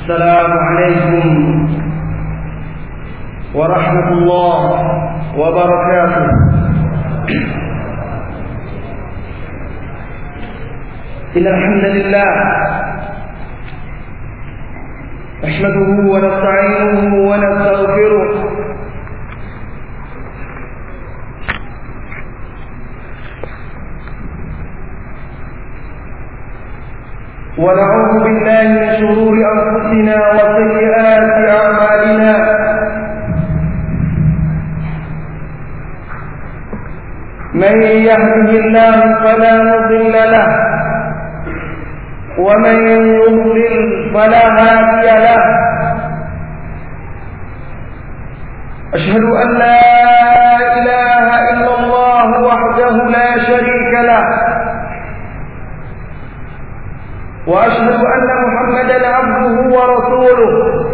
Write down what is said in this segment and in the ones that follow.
السلام عليكم ورحمة الله وبركاته. إن الحمد لله نحمده ونستعينه ونستغفره ونعوذ بالله من شرور أنفسنا وسيئات أعمالنا. من يهده الله فلا مضل له ومن يضلل فلا هادي له. أشهد أن لا إله إلا الله وحده لا شريك له، وأشهد أن محمدا عبده ورسوله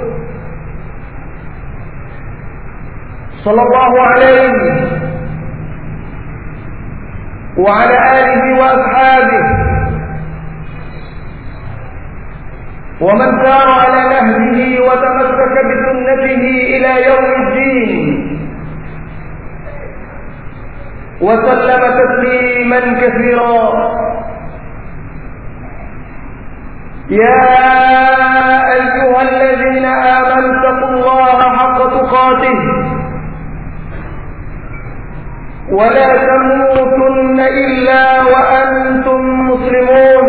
صلى الله عليه وعلى آله وأصحابه ومن سار على نهجه وتمسك بسنته إلى يوم الدين وسلم تسليما كثيرا. يا أيها الذين آمنوا اتقوا الله حق تقاته ولا تموتن إلا وأنتم مسلمون.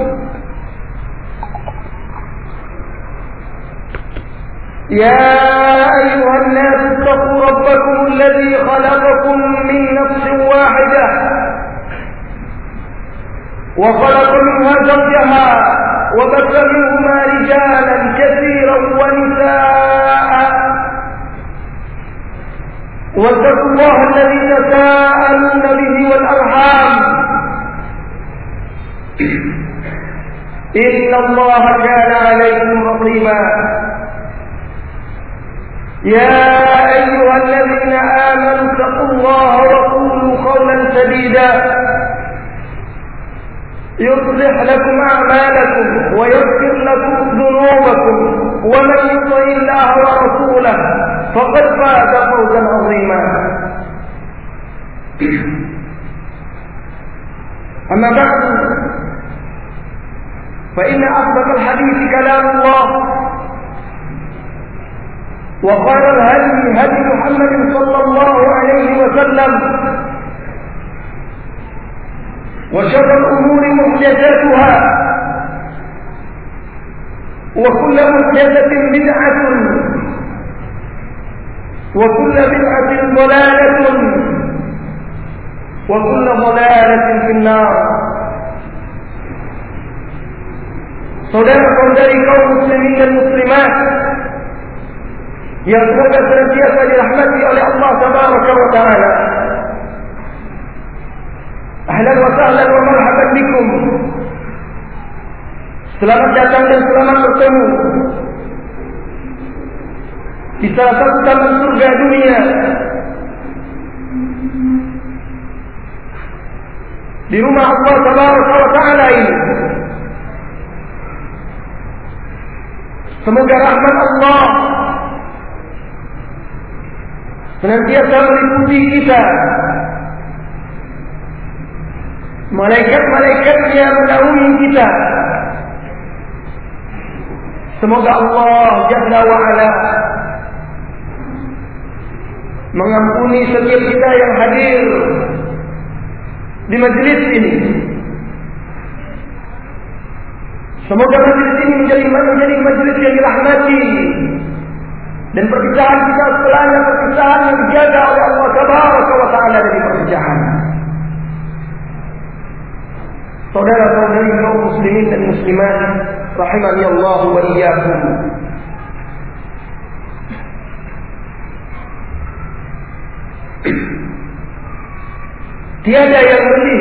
يا أيها الناس اتقوا ربكم الذي خلقكم من نفس واحدة وخلق منها زوجها وبث منهما رجالا كثيرا ونساء، واتقوا الله الذي تساءلون به والأرحام إن الله كان عليكم رقيبا. يا أيها الذين آمنوا اتقوا الله وقولوا قولا سديدا يصلح لكم أعمالكم ويغفر لكم ذنوبكم، ومن يطع الله ورسوله فقد فاز فوزا عظيما. أما بعد، فإن أصدق الحديث كلام الله، وخير الهدي هدي محمد صلى الله عليه وسلم، وشر الأمور محدثاتها، وكل محدثة بدعة، وكل بدعة ضلالة، وكل ضلالة في النار. Saudara-saudari kaum muslimin dan muslimat yang semoga senantiasa dirahmati oleh Allah Tabaraka wa Ta'ala, ahlan wa sahlan wa marhaban bikum. Selamat datang dan selamat bertemu di salah satu taman surga dunia, di rumah Allah Tabaraka wa Ta'ala ini. Semoga rahmat Allah senantiasa meliputi kita, malaikat-malaikatnya menaungi kita. Semoga Allah Jalla wa Ala mengampuni setiap kita yang hadir di majlis ini. Semoga majlis ini menjadi majlis yang dirahmati, dan perpisahan kita setelahnya perpisahan yang dijaga oleh Allah Tabaraka wa Ta'ala dari perpecahan. Saudara-saudari kaum muslimin dan muslimat rahimani Allah wa iyyakum. Tiada yang lebih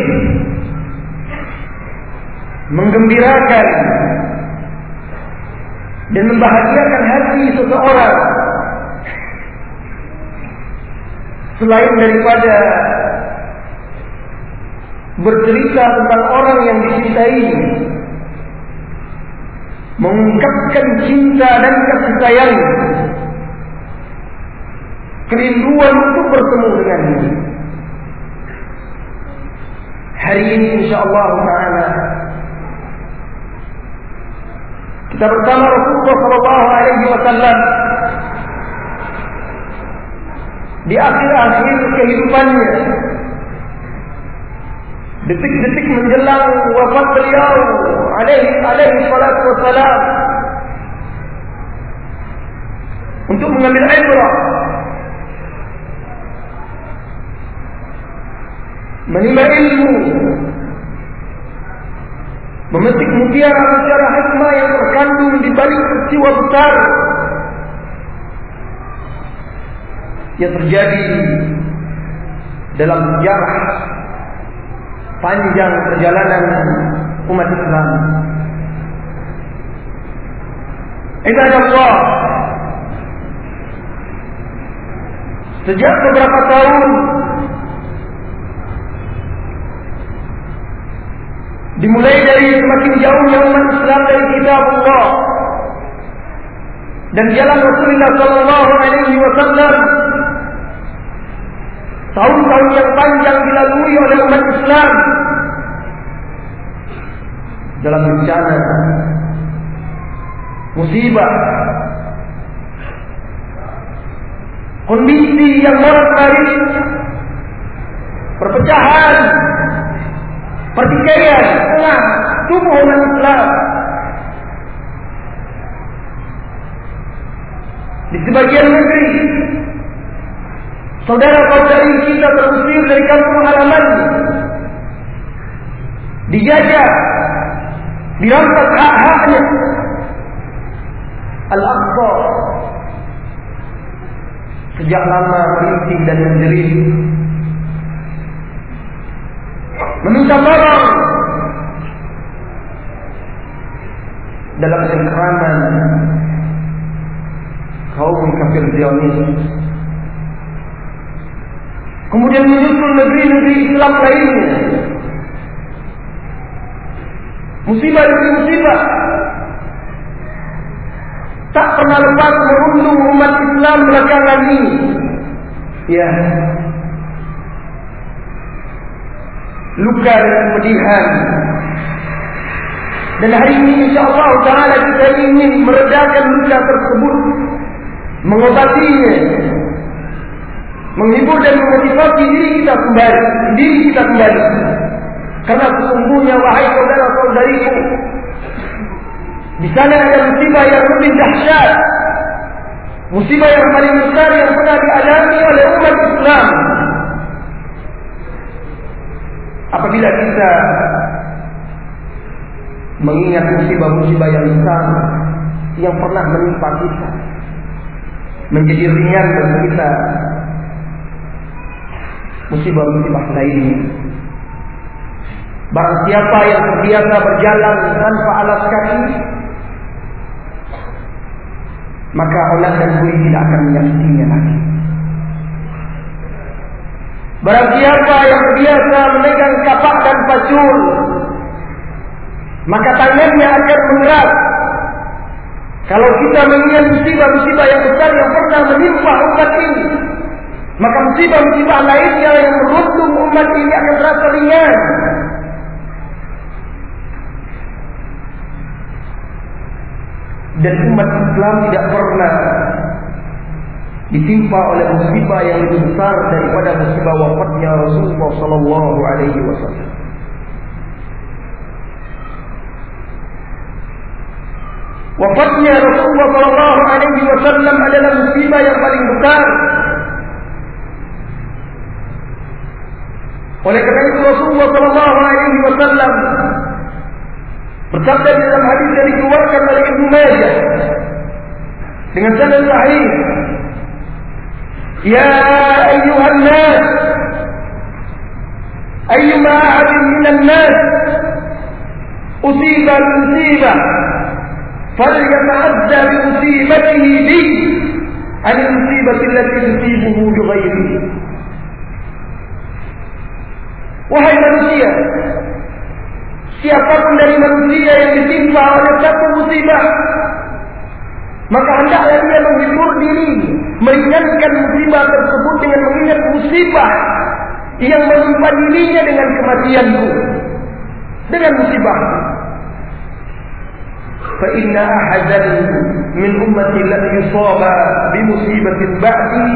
menggembirakan dan membahagiakan hati seseorang selain daripada bercerita tentang orang yang dicintai mengungkapkan cinta dan kasih sayang, kerinduan untuk bertemu dengannya. Hari ini insyaallah taala kita bersama Rasulullah sallallahu alaihi wasallam di akhir-akhir kehidupannya, detik-detik menjelang wafat beliau alaihi salatu wassalam, untuk mengambil ibrah, menimba ilmu, memetik mutiara-mutiara hikmah yang terkandung di balik peristiwa besar yang terjadi dalam sejarah panjang perjalanan umat Islam. Ibadallah, sejak beberapa tahun dimulai dari semakin jauhnya umat Islam dari kitab Allah dan jalan Rasulullah sallallahu alaihi wasallam, tahun-tahun yang panjang dilalui oleh umat Islam dalam bencana, musibah, kondisi yang morat-marit, perpecahan, pertikaian tengah tubuh umat Islam. Di sebagian negeri, saudara-saudari kita terusir dari kampung halamannya, dijajah, dirampas hak-haknya. Al-Aqsa sejak lama merintih dan menjerit, meminta tolong dalam cengkraman kaum kafir Zionis. Kemudian menyusul negeri-negeri Islam lainnya, musibah demi musibah, tak pernah lepas merundung umat Islam belakangan ini. Ya, luka dan kepedihan. Dan hari ini insyaallah taala kita ingin meredakan luka tersebut, mengobatinya, menghibur dan memotivasi diri kita kembali. Karena sesungguhnya wahai saudara-saudariku, di sana ada musibah yang lebih dahsyat, musibah yang paling besar yang pernah dialami oleh umat Islam. Apabila kita mengingat musibah-musibah yang besar yang pernah menimpa kita, menjadi ringan bagi kita musibah-musibah lainnya. Barang siapa yang terbiasa berjalan tanpa alas kaki, maka olah dan bui tidak akan menyakitinya lagi. Barang siapa yang terbiasa memegang kapak dan pacul, maka tangannya akan mengeras. Kalau kita mengingat musibah-musibah yang besar yang pernah menimpa umat ini, maka musibah-musibah lainnya yang merundung umat ini akan terasa ringan. Dan umat Islam tidak pernah ditimpa oleh musibah yang lebih besar daripada musibah wafatnya Rasulullah sallallahu alaihi wasallam. Wafatnya Rasulullah sallallahu alaihi wasallam adalah musibah yang paling besar. Oleh karena itu Rasulullah sallallahu alaihi wasallam bersabda dalam hadis yang dikeluarkan oleh Ibnu Majah dengan sanad sahih, "Ya ayyuhan nas, ayyuma ahadin minan nas usiba musibah falyata'adda bi musibatihi bi an musibati allati tusibuhu bi ghairihi." Wahai manusia, Siapapun dari manusia yang ditimpa oleh satu musibah, maka hendaklah dia menghibur diri, meringankan musibah tersebut dengan mengingat musibah yang menimpa dirinya dengan kematianku, dengan musibah. Fa inna ahadan min ummati lam yusaba bi musibatin ba'di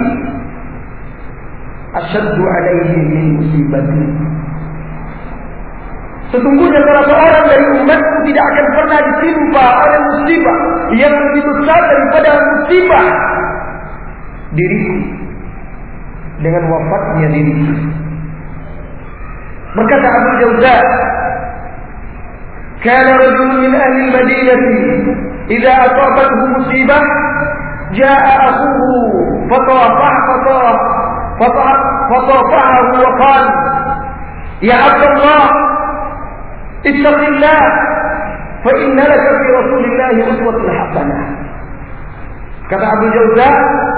asyaddu alaihi min musibati. Sesungguhnya salah seorang dari umatku tidak akan pernah ditimpa oleh musibah yang lebih besar daripada musibah diriku dengan wafatnya diriku. Berkata Abu Jawza, "Kana rajulun min ahli al-Madinah idza asabathu musibah jaa'a akhuhu fatafahu wa qala ya Abdullah ittaqillah fa inna laka fi Rasulillah uswatun hasanah." Kata Abu Jawza,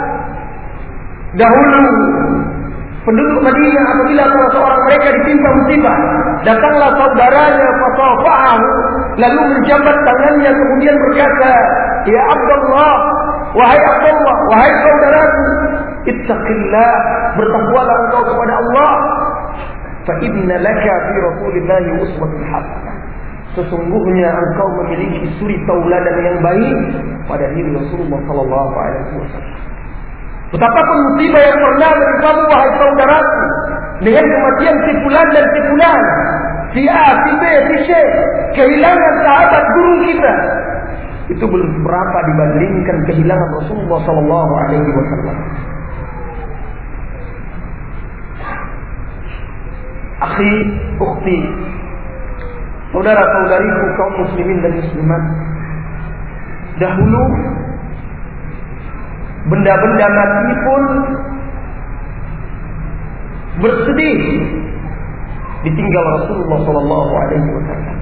dahulu penduduk Madinah apabila salah seorang mereka ditimpa musibah, datanglah saudaranya fatafahu, lalu menjabat tangannya kemudian berkata, "Ya Abdullah, wahai Abdullah, wahai saudaraku, ittaqillah, bertakwalah engkau kepada Allah. Fa inna laka fi Rasulillah uswatun hasanah." Sesungguhnya engkau memiliki suri tauladan yang baik pada diri Rasulullah sallallahu alaihi wasallam. Betapapun musibah yang pernah menimpamu wahai saudaraku, dengan kematian si fulan dan si fulan, si A, si B, si C, kehilangan sahabat guru kita, itu belum berapa dibandingkan kehilangan Rasulullah sallallahu alaihi wasallam. Akhi, ukhti, saudara-saudariku kaum muslimin dan muslimat, dahulu benda-benda mati pun bersedih ditinggal Rasulullah sallallahu alaihi wasallam.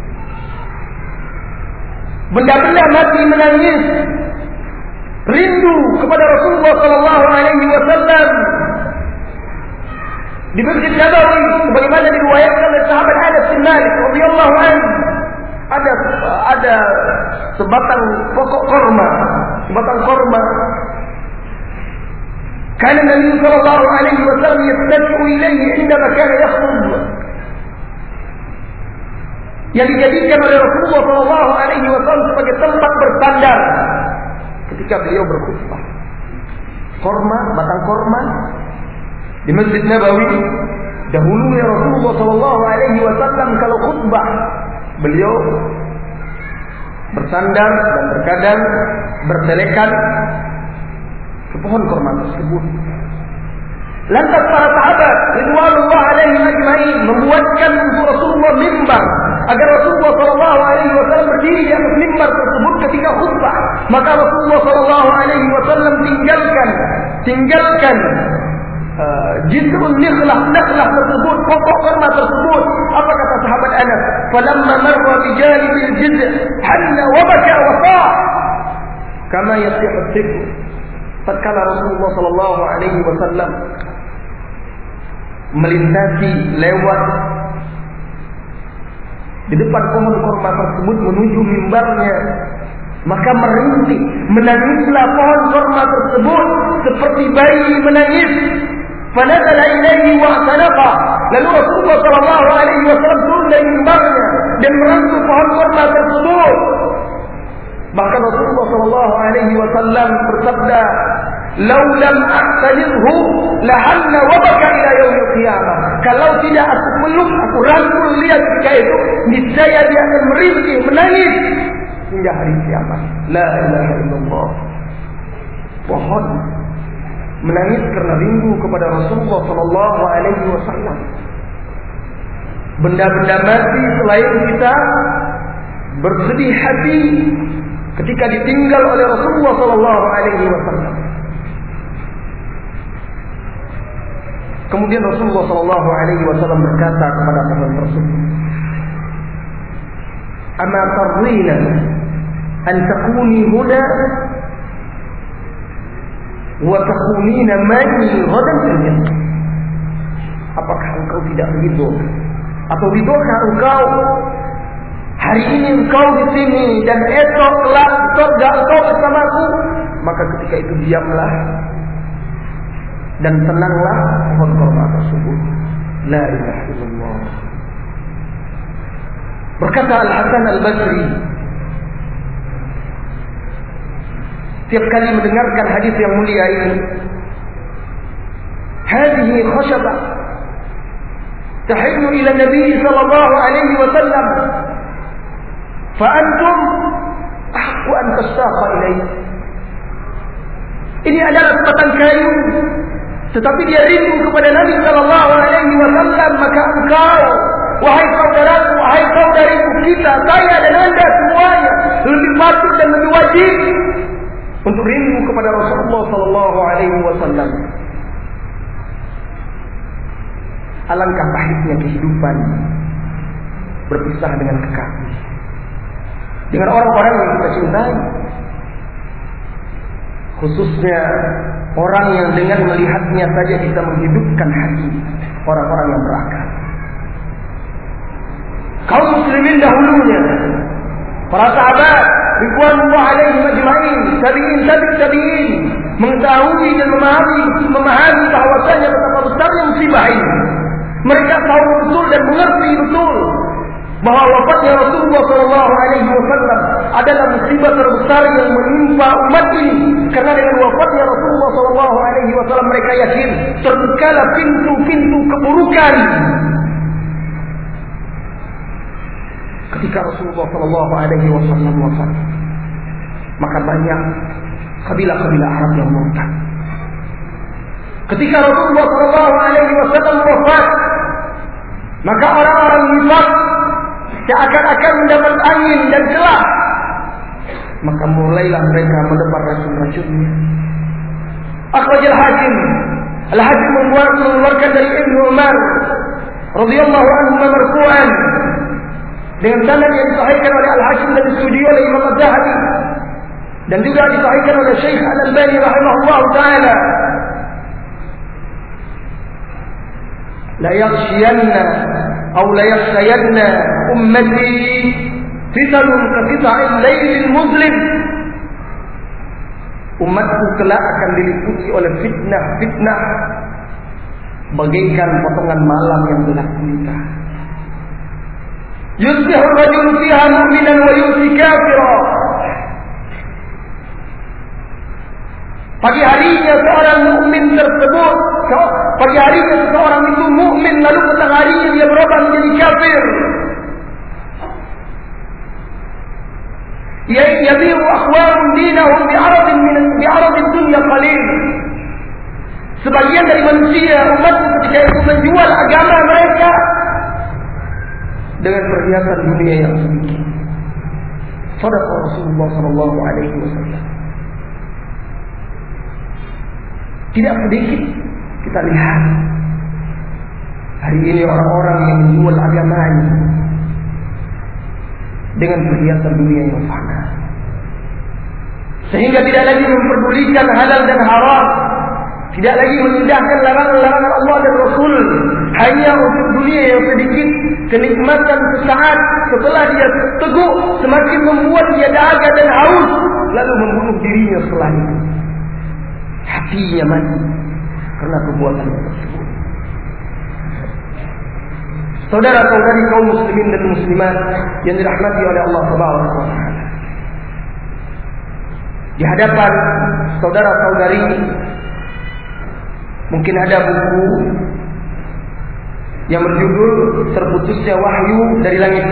Benda-benda mati menangis rindu kepada Rasulullah sallallahu alaihi wasallam. Di Masjid Nabawi sebagaimana diriwayatkan oleh sahabat Anas bin Malik radhiyallahu anhu, ada sebatang pokok korma, Kana Nabi sallallahu alaihi wasallam yastaji'u ilayhi indama kana yakhrud, yang dijadikan oleh Rasulullah sallallahu alaihi wasallam sebagai tempat bersandar ketika beliau berkhutbah. Batang korma di Masjid Nabawi. Dahulu ya Rasulullah sallallahu alaihi wasallam kalau khutbah, beliau bersandar dan terkadang berselekan ke pohon korma tersebut. Lantas para sahabat ridwanullah alaihim ajma'in membuatkan untuk Rasulullah mimbar agar Rasulullah sallallahu alaihi wasallam berdiri di atas mimbar tersebut ketika khutbah. Maka Rasulullah sallallahu alaihi wasallam tinggalkan jizrun nakhlah tersebut, pokok korma tersebut. Apa kata sahabat Anas? Falamma marra bi janibil jizr hanna wa baka wa sah kama yasihu at-tifl. Tatkala Rasulullah sallallahu alaihi wasallam melintasi lewat di depan pohon korma tersebut menuju mimbarnya, maka merintih, menangislah pohon korma tersebut seperti bayi menangis. Fanazala ilaihi wa sanaqa. Lalu Rasulullah sallallahu alaihi wasallam turun dari mimbarnya dan merangkul pohon korma tersebut. Bahkan Rasulullah sallallahu alaihi wasallam bersabda, "Lau lam aqtalhu lahanna wa baka ila yaumil qiyamah." Kalau tidak aku peluk, aku rangkul dia ketika itu, niscaya dia akan merintih, menangis hingga hari kiamat. La ilaha illallah. Pohon menangis karena rindu kepada Rasulullah sallallahu alaihi wasallam. Benda-benda mati selain kita bersedih hati ketika ditinggal oleh Rasulullah sallallahu alaihi wasallam. Kemudian Rasulullah sallallahu alaihi wasallam berkata kepada pohon tersebut, "Ama tardina an takuni huna wa takunina mani ghadan fil jannah?" Apakah engkau tidak ridho atau ridhokah engkau Hari ini engkau di sini dan esok kelak surga engkau bersamaku, maka ketika itu diamlah dan tenanglah pohon kurma tersebut. La ilaha illallah. Berkata Al-Hasan Al-Basri, setiap kali mendengarkan hadis yang mulia ini, hadhihi khashabah tahillu ila Nabi sallallahu alaihi wasallam, fa antum ahqqu an tastaqa ilaihi. Ini adalah sebatang kayu, tetapi dia rindu kepada Nabi sallallahu alaihi wasallam, maka engkau, wahai saudaraku, wahai saudariku, kita, saya dan anda semuanya lebih patut dan lebih wajib untuk rindu kepada Rasulullah sallallahu alaihi wasallam. Alangkah pahitnya kehidupan berpisah dengan kekasih, dengan orang-orang yang kita cintai, khususnya orang yang dengan melihatnya saja bisa menghidupkan hati orang-orang yang berakal. Kaum muslimin dahulunya, para sahabat ridwanullah alaihim ajma'in, tabi'in, mengetahui dan memahami bahwasanya betapa besarnya musibah ini. Mereka tahu betul dan mengerti betul bahwa wafatnya Rasulullah sallallahu alaihi wasallam adalah musibah terbesar yang menimpa umat ini. Karena dengan wafatnya Rasulullah sallallahu alaihi wasallam mereka yakin terbukalah pintu-pintu keburukan. Ketika Rasulullah sallallahu alaihi wasallam wafat, maka banyak kabilah-kabilah Arab yang murtad. Ketika Rasulullah sallallahu alaihi wasallam wafat, maka orang-orang nifaq seakan-akan mendapat angin dan celah, maka mulailah mereka menebar racun-racunnya. Akhraj Al-Hakim mengeluarkan dari Ibnu Umar radhiyallahu anhu marfu'an dengan sanad yang disahihkan oleh Al-Hakim dan disetujui oleh Imam Az-Zahabi dan juga disahihkan oleh Syekh Al-Albani rahimahullah taala. La yaghshiyanna aw la yaghshayanna ummati fitanun kaqita'il lailil muzlim. Umatku kelak akan diliputi oleh fitnah bagaikan potongan malam yang gelap gulita. Yusbihu ar-rajulu fiha mu'minan wa yumsi kafiran. Pagi harinya seorang mukmin tersebut, pagi harinya seorang itu mukmin, lalu petang harinya dia berubah menjadi kafir. Yabi'u aqwamun dinahum bi'aradid dunya qalil. Sebagian dari manusia umat ketika itu menjual agama mereka dengan perhiasan dunia yang sedikit. Shadaqa Rasulullah sallallahu alaihi wasallam. Tidak sedikit kita lihat hari ini orang-orang yang menjual agamanya dengan perhiasan dunia yang fana, sehingga tidak lagi memperdulikan halal dan haram, tidak lagi mengindahkan larangan-larangan Allah dan Rasul, hanya untuk dunia yang sedikit, kenikmatan sesaat. Setelah dia teguh, semakin membuat dia dahaga dan haus, lalu membunuh dirinya setelah itu. Hatinya mati karena perbuatan tersebut. Saudara-saudari kaum muslimin dan muslimat yang dirahmati oleh Allah Subhanahu wa taala. Di hadapan saudara-saudari mungkin ada buku yang berjudul Terputusnya Wahyu dari Langit,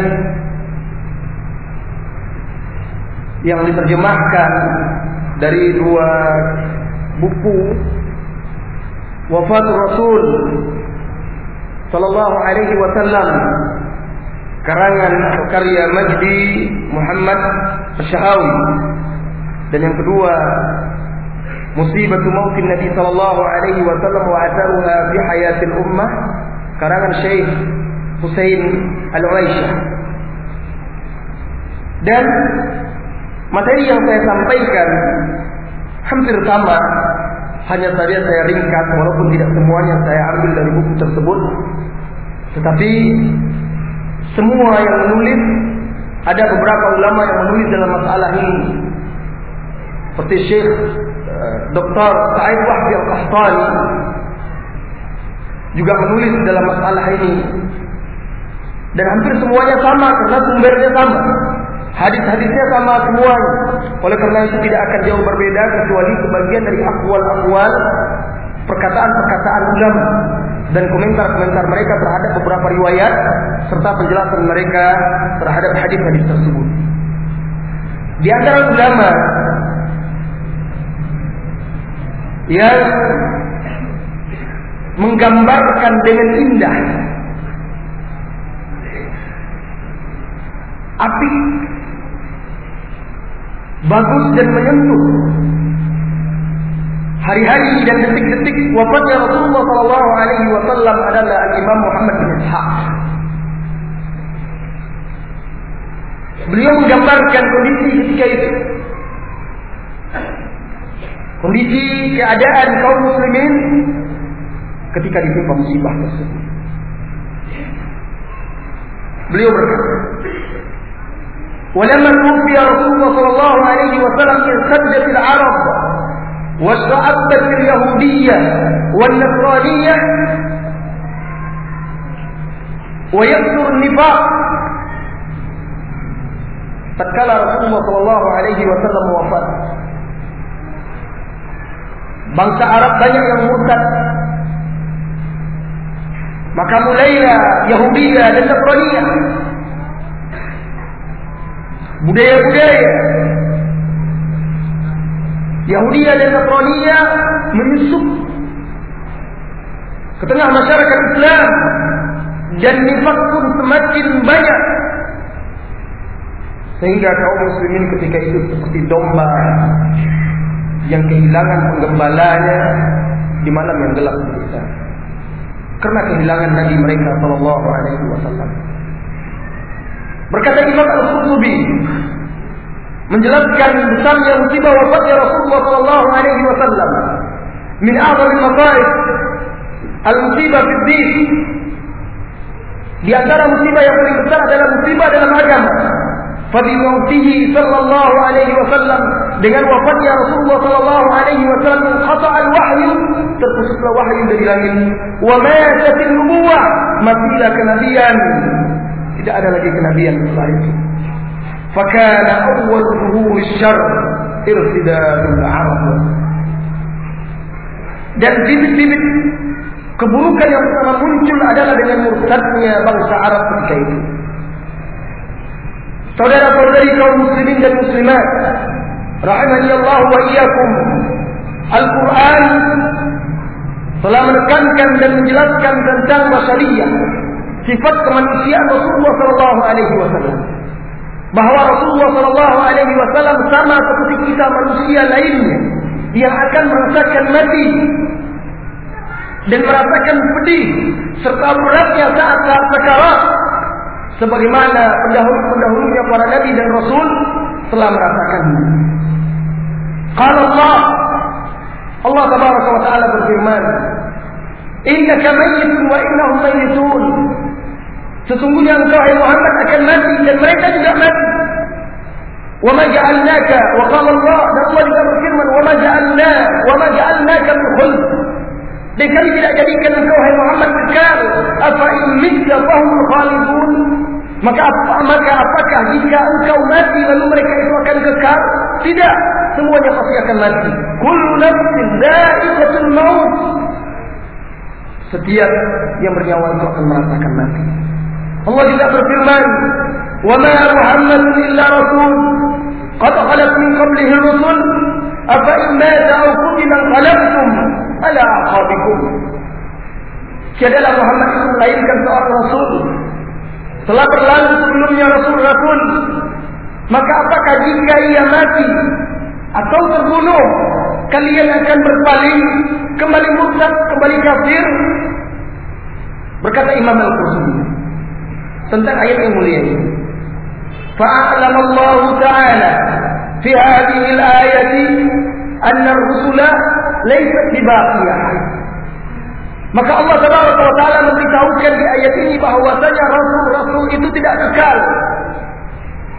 yang diterjemahkan dari dua buku, Wafatul Rasul sallallahu alaihi wasallam karangan atau karya Majdi Muhammad Asy-Syahawi, dan yang kedua Musibatu Mautin Nabi sallallahu alaihi wasallam wa atharuha fi hayatil ummah karangan Syekh Husain Al-Uraisyah. Dan materi yang saya sampaikan hampir sama, hanya saja saya ringkas, walaupun tidak semuanya saya ambil dari buku tersebut, tetapi semua yang menulis ada beberapa ulama yang menulis dalam masalah ini, seperti Syekh Dr. Sa'id Wahbi Al-Qahtani juga menulis dalam masalah ini, dan hampir semuanya sama karena sumbernya sama, hadis-hadisnya sama semuanya. Oleh karena itu tidak akan jauh berbeda kecuali sebagian dari aqwal-aqwal, perkataan-perkataan ulama dan komentar-komentar mereka terhadap beberapa riwayat serta penjelasan mereka terhadap hadis-hadis tersebut. Di antara ulama yang menggambarkan dengan indah apik, bagus dan menyentuh hari-hari dan detik-detik wafatnya Rasulullah SAW adalah Imam Muhammad bin Ishaq. Beliau menggambarkan kondisi ketika itu, kondisi keadaan kaum muslimin ketika ditimpa musibah tersebut. Beliau berkata, "Walamma tuwfiya Rasulullah sallallahu alaihi wasallam irtaddat al-Arab wa sha'abat al-Yahudiyyah wal Nasraniyyah wa yakthur an-nifaq." Tatkala Rasulullah sallallahu alaihi wasallam wafat, bangsa Arab banyak yang murtad. Maka mulailah Yahudiyah dan Nasraniyah, budaya-budaya Yahudiyah dan Nasraniyah menyusup ke tengah masyarakat Islam, dan nifak pun semakin banyak, sehingga kaum muslimin ketika itu seperti domba yang kehilangan penggembalanya di malam yang gelap gulita, karena kehilangan Nabi mereka sallallahu alaihi wasallam. Berkata Imam Al-Qurtubi menjelaskan besarnya musibah wafatnya Rasulullah sallallahu alaihi wasallam, min a'zam al-masa'ib al-musibah fi din. Di antara musibah yang paling besar adalah musibah dalam agama. Fa bi mautihi sallallahu alaihi wasallam, dengan wafatnya Rasulullah sallallahu alaihi wasallam, qata' al-wahyu, terputuslah wahyu dari langit. Wa matat an-nubuwah, matilah kenabian, tidak ada lagi kenabian setelah itu. Fa kana awwal zuhur asy-syarr irtidadul Arab. Dan bibit-bibit keburukan yang pertama muncul adalah dengan murtadnya bangsa Arab ketika itu. Saudara-saudari kaum muslimin dan muslimat, rahimani Allah wa iyyakum, Al-Quran telah menekankan dan menjelaskan tentang basyariyah, sifat kemanusiaan Rasulullah sallallahu alaihi wasallam, bahwa Rasulullah sallallahu alaihi wasallam sama seperti kita manusia lainnya yang akan merasakan mati dan merasakan pedih serta beratnya saat-saat sakarat, sebagaimana pendahulu-pendahulunya para nabi dan rasul telah merasakannya. Qala Allah tabaraka wa ta'ala berfirman, "Innaka mayyitun wa innahum mayyitun." Sesungguhnya engkau hai Muhammad akan mati dan mereka juga mati. Wa ma ja'alnaka, wa qala Allah, dan Allah juga berfirman, "Wa ma ja'alnaka min khuld." Dan kami tidak jadikan engkau hai Muhammad kekal. Afa in mitta fahum khalidun. Maka apakah jika engkau mati lalu mereka itu akan kekal? Tidak, semuanya pasti akan mati. Kullu nafsin dha'iqatul maut. Setiap yang bernyawa itu akan merasakan mati. Allah juga berfirman, "Wa ma Muhammadun illa rasul qad khalat min qablihi rusul afa in mata aw qutila qalabtum ala aqabikum." Tiadalah Muhammad itu melainkan seorang rasul, telah berlalu sebelumnya rasul-rasul. Maka apakah jika ia mati atau terbunuh, kalian akan berpaling, kembali murtad, kembali kafir? Berkata Imam Al-Qurtubi tentang ayat yang mulia ini, فَأَعْلَمَ اللَّهُ تَعَالَى فِي هَذِهِ الْآيَةِ أَنَّ الرُّسُلَ لَيْسَتْ بِبَاقِيَةٍ. Maka Allah Tabaraka wa Ta'ala memberitahukan di ayat ini bahwasanya rasul-rasul itu tidak kekal.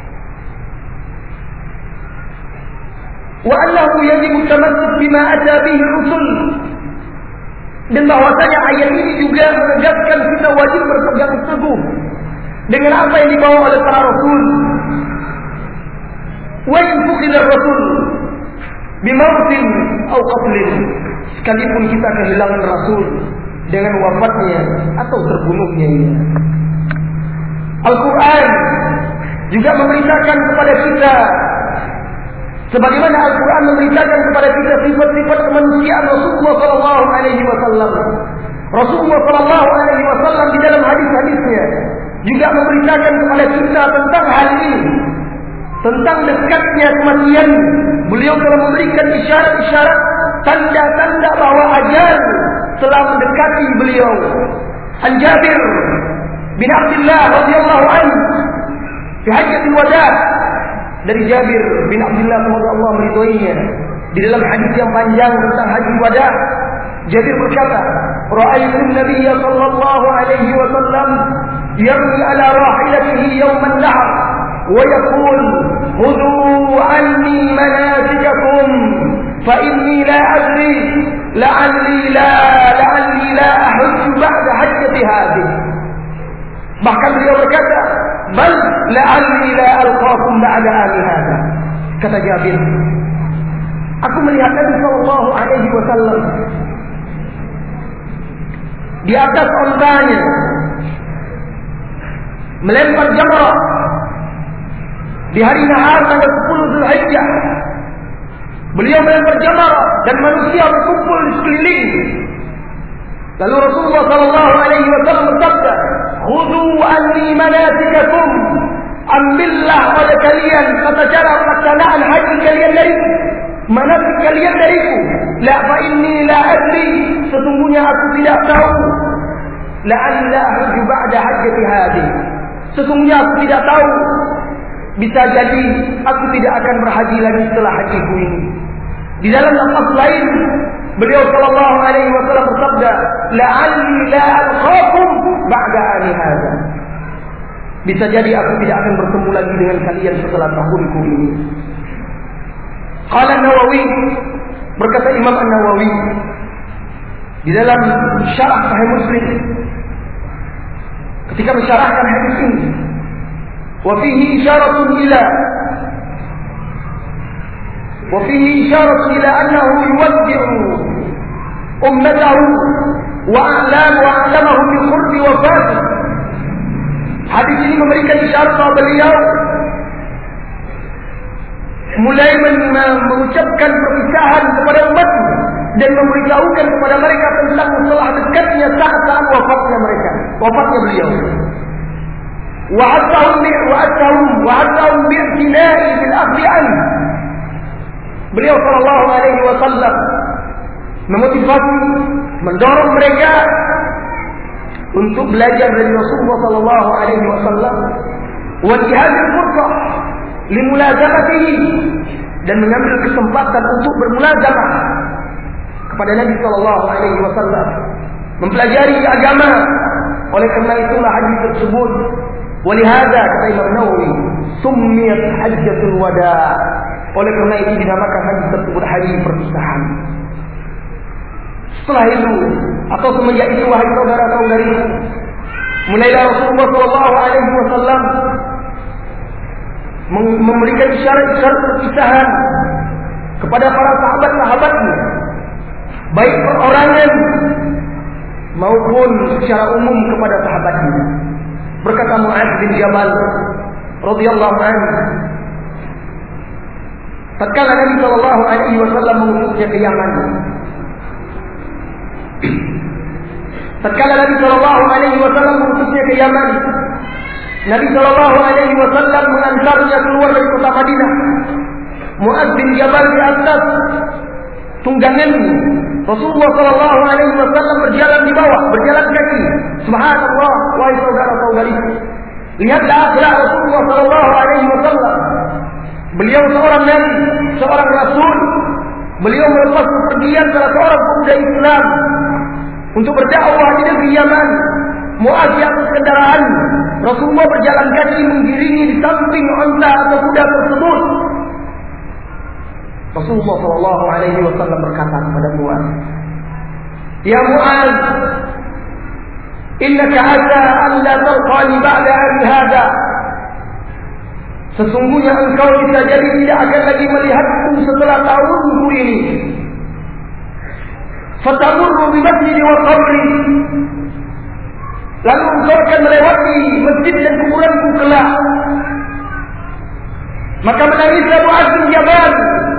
wa annahu yajibu tamassuk bima ata bihi rusul. Dan bahwasanya ayat ini juga menegaskan kita wajib berpegang teguh dengan apa yang dibawa oleh para rasul. Wa in fuqida rasul bimautin atau qatlin, sekalipun kita kehilangan rasul dengan wafatnya atau terbunuhnya. Al-Quran juga memberitakan kepada kita, sebagaimana Al-Quran memberitakan kepada kita sifat-sifat kemanusiaan Rasulullah sallallahu alaihi wasallam. Rasulullah sallallahu alaihi wasallam di dalam hadis-hadisnya juga memberitakan kepada kita tentang hal ini, tentang dekatnya kematian. Beliau telah memberikan isyarat-isyarat, tanda-tanda bahwa ajal telah mendekati beliau. An Jabir bin Abdullah radhiyallahu anhu fi hajjatul wada, dari Jabir bin Abdullah semoga Allah meridhoinya, di dalam hadis yang panjang tentang haji wada, Jabir berkata, "Ra'aitu an-nabiy sallallahu alaihi wasallam yarmi ala rahilatihi yawm an-nahr wa yaqul khudhu anni manasikakum fa inni la adri la'alli la ahujju ba'da hajjati hadhihi." Bahkan beliau berkata, "Bal la'alli la alqakum ba'da ami hadha." Kata Jabir, aku melihat Nabi sallallahu alaihi wasallam di atas ontanya melempar jamrah di hari nahar tanggal 10 Zulhijjah. Beliau melempar jamrah dan manusia berkumpul di sekeliling. Lalu Rasulullah sallallahu alaihi wasallam bersabda, "Khudhu anni manasikakum." Ambillah pada kalian tata cara pelaksanaan haji kalian dariku, manasik kalian dariku. La fa inni la adri, sesungguhnya aku tidak tahu. La'alla ahujju ba'da hajjati hadhihi, sesungguhnya aku tidak tahu, bisa jadi aku tidak akan berhaji lagi setelah hajiku ini. Di dalam lafaz lain beliau sallallahu alaihi wasallam bersabda, "La'alli la alqakum ba'da ami hadha." Bisa jadi aku tidak akan bertemu lagi dengan kalian setelah tahunku ini. Qala Nawawi, berkata Imam An-Nawawi di dalam syarah Sahih Muslim ketika mensyarahkan hadis ini, wa fihi isyaratun ila annahu yuwaddi'u ummatahu wa a'lamahum bi qurbi wafatih. Hadis ini memberikan isyarat bahwa beliau mulai mengucapkan perpisahan kepada umat dan memberitahukan kepada mereka tentang telah dekatnya saat-saat wafatnya beliau. Wa'adahum bi'tina'i bil akhdi anhu. Beliau sallallahu alaihi wasallam memotivasi, mendorong mereka untuk belajar dari Rasulullah sallallahu alaihi wasallam wa jihadil fursah limulazamatihi, dan mengambil kesempatan untuk bermulazamah kepada Nabi sallallahu alaihi wasallam, mempelajari agama. Oleh karena itulah haji tersebut, walihada kata Imam Nawawi, summiyat hajjatul wada, oleh karena itu dinamakan haji tersebut haji perpisahan. Setelah itu atau semenjak itu, wahai saudara-saudari, mulailah Rasulullah sallallahu alaihi wasallam memberikan isyarat-isyarat perpisahan kepada para sahabat-sahabatnya, baik perorangan maupun secara umum kepada sahabatnya. Berkata Mu'adz bin Jabal radhiyallahu anhu, tatkala Nabi sallallahu alaihi wasallam mengutusnya ke Yaman, tatkala Nabi sallallahu alaihi wasallam mengutusnya ke Yaman, Nabi sallallahu alaihi wasallam mengantarnya keluar dari kota Madinah. Mu'adz bin Jabal di atas tunggangan, Rasulullah sallallahu alaihi wasallam berjalan di bawah, berjalan kaki. Subhanallah, wahai saudara-saudariku, lihatlah akhlak Rasulullah sallallahu alaihi wasallam. Beliau seorang nabi, seorang rasul. Beliau melepas kepergian salah seorang pemuda Islam untuk berdakwah di negeri Yaman. Mu'adz di atas kendaraan, Rasulullah berjalan kaki mengiringi di samping unta atau kuda tersebut. Rasulullah sallallahu alaihi wasallam berkata kepada Muaz, "Ya Muaz, innaka asa an la talqani ba'da hadha." Sesungguhnya engkau bisa jadi tidak akan lagi melihatku setelah tahunku ini. Fatamurru bi masjidi wa qabri. Lalu engkau akan melewati masjid dan kuburanku kelak. Maka menangislah Muaz bin Jabal,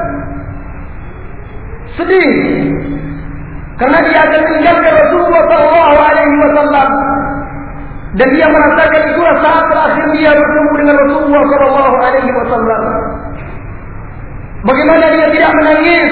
sedih karena dia akan meninggalkan Rasulullah sallallahu alaihi wasallam, dan dia merasakan itulah saat terakhir dia bertemu dengan Rasulullah sallallahu alaihi wasallam. Bagaimana dia tidak menangis?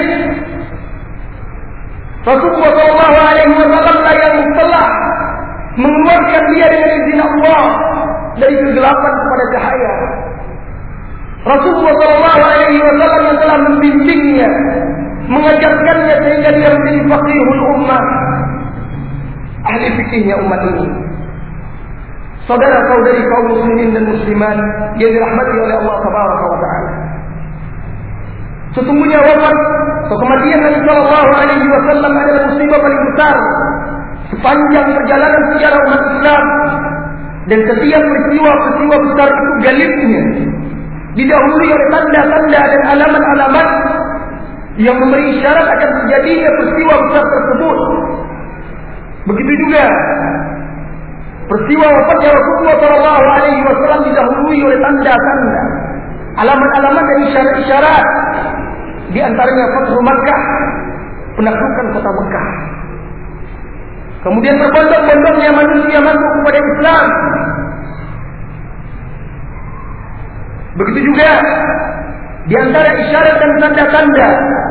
Rasulullah sallallahu alaihi wasallam lah yang telah mengeluarkan dia dengan izin Allah dari kegelapan kepada cahaya. Rasulullah sallallahu alaihi wasallam yang telah membimbingnya, mengajarkannya sehingga dia menjadi faqihul ummah, ahli fikihnya umat ini. Saudara-saudari kaum muslimin dan muslimat yang dirahmati oleh Allah tabaraka wa taala, sesungguhnya wafat atau kematian Nabi sallallahu alaihi wasallam adalah musibah paling besar sepanjang perjalanan sejarah umat Islam, dan setiap peristiwa besar itu galibnya didahului oleh tanda-tanda dan alamat-alamat yang memberi isyarat akan terjadinya peristiwa besar tersebut. Begitu juga peristiwa wafatnya Rasulullah sallallahu alaihi wasallam didahului oleh tanda-tanda, alamat-alamat dan isyarat-isyarat. Di antaranya Fathu Makkah, penaklukan kota Makkah. Kemudian berbondong-bondongnya manusia masuk kepada Islam. Begitu juga di antara isyarat dan tanda-tanda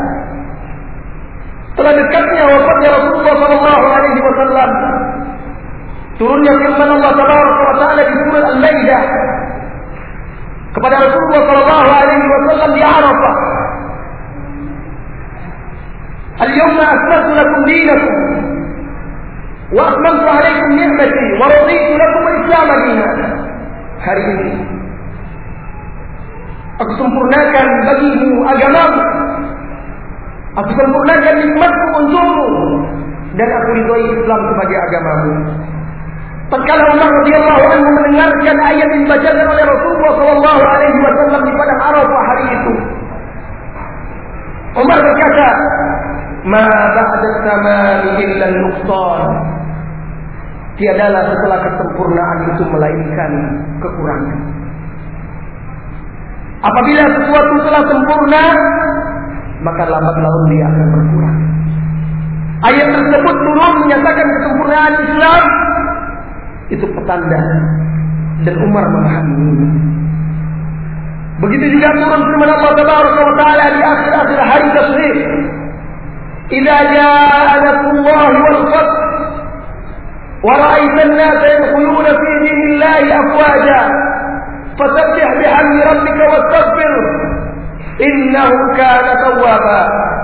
setelah dekatnya wafatnya Rasulullah sallallahu alaihi wasallam, turunnya firman Allah tabaraka wa taala di surah Al-Maidah kepada Rasulullah sallallahu alaihi wasallam di Arafah, "Al-yawma akmaltu lakum dinakum wa atmamtu alaikum ni'mati wa raditu lakum al-Islam dinan." Hari ini aku sempurnakan bagimu agamamu, aku sempurnakan nikmatku untukmu, dan aku ridhoi Islam sebagai agamamu. Tatkala Umar radhiyallahu anhu mendengarkan ayat yang dibacakan oleh Rasulullah sallallahu alaihi wasallam di padang Arafah hari itu, Umar berkata, "Ma ba'da tamami illa an-nuqsan." Tiadalah setelah kesempurnaan itu melainkan kekurangan. Apabila sesuatu telah sempurna, maka lambat laun dia akan berkurang. Ayat tersebut turun menyatakan kesempurnaan Islam. Itu petanda, dan Umar memahami ini. Begitu juga turun firman Allah tabaraka wa taala di akhir-akhir hari tashrif, "Idza jaa nasrullahi wal fath wa ra'aita an-nasa yadkhuluna fi dinillahi afwaja fasabbih bihamdi rabbika wastaghfir innahu kana tawwaba."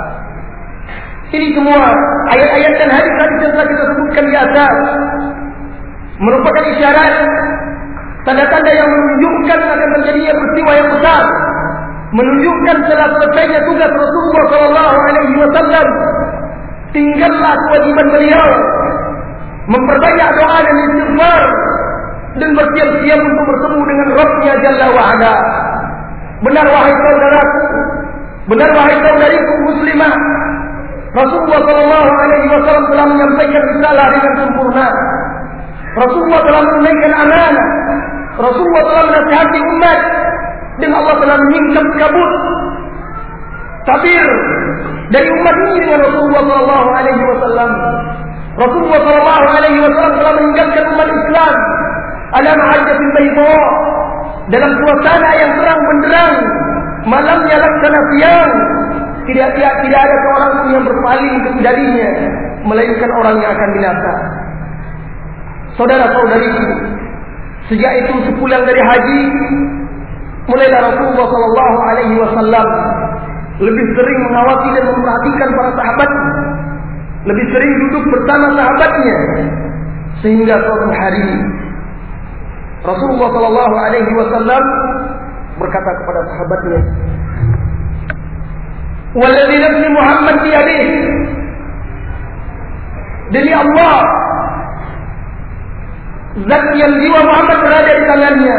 Ini semua ayat-ayat dan hadis-hadis yang telah kita sebutkan di atas merupakan isyarat, tanda-tanda yang menunjukkan akan terjadinya peristiwa yang besar, menunjukkan telah selesainya tugas Rasulullah sallallahu alaihi wasallam. Tinggallah kewajiban beliau memperbanyak doa dan istighfar, dan bersiap-siap untuk bertemu dengan Rabb-Nya Jalla wa Ala. Benar wahai saudaraku, benar wahai saudariku muslimah, Rasulullah sallallahu alaihi wasallam telah menyampaikan risalah dengan sempurna. Rasulullah telah menunaikan amanah. Rasulullah telah menasihati umat, dan Allah telah menyingkap kabut tabir dari umat ini dengan Rasulullah sallallahu alaihi wasallam. Rasulullah sallallahu alaihi wasallam telah meninggalkan umat Islam ala mahajjatil bayda, dalam suasana yang terang benderang, malamnya laksana siang. Tidak ada seorang pun yang berpaling darinya, melainkan orang yang akan binasa. Saudara-saudariku, sejak itu sepulang dari haji, mulailah Rasulullah sallallahu alaihi wasallam lebih sering mengawasi dan memperhatikan para sahabatnya, lebih sering duduk bersama sahabatnya, sehingga suatu hari Rasulullah sallallahu alaihi wasallam berkata kepada sahabatnya, Walladzi nafsi Muhammad biyadihi, demi Allah, zat yang jiwa Muhammad berada di tangannya,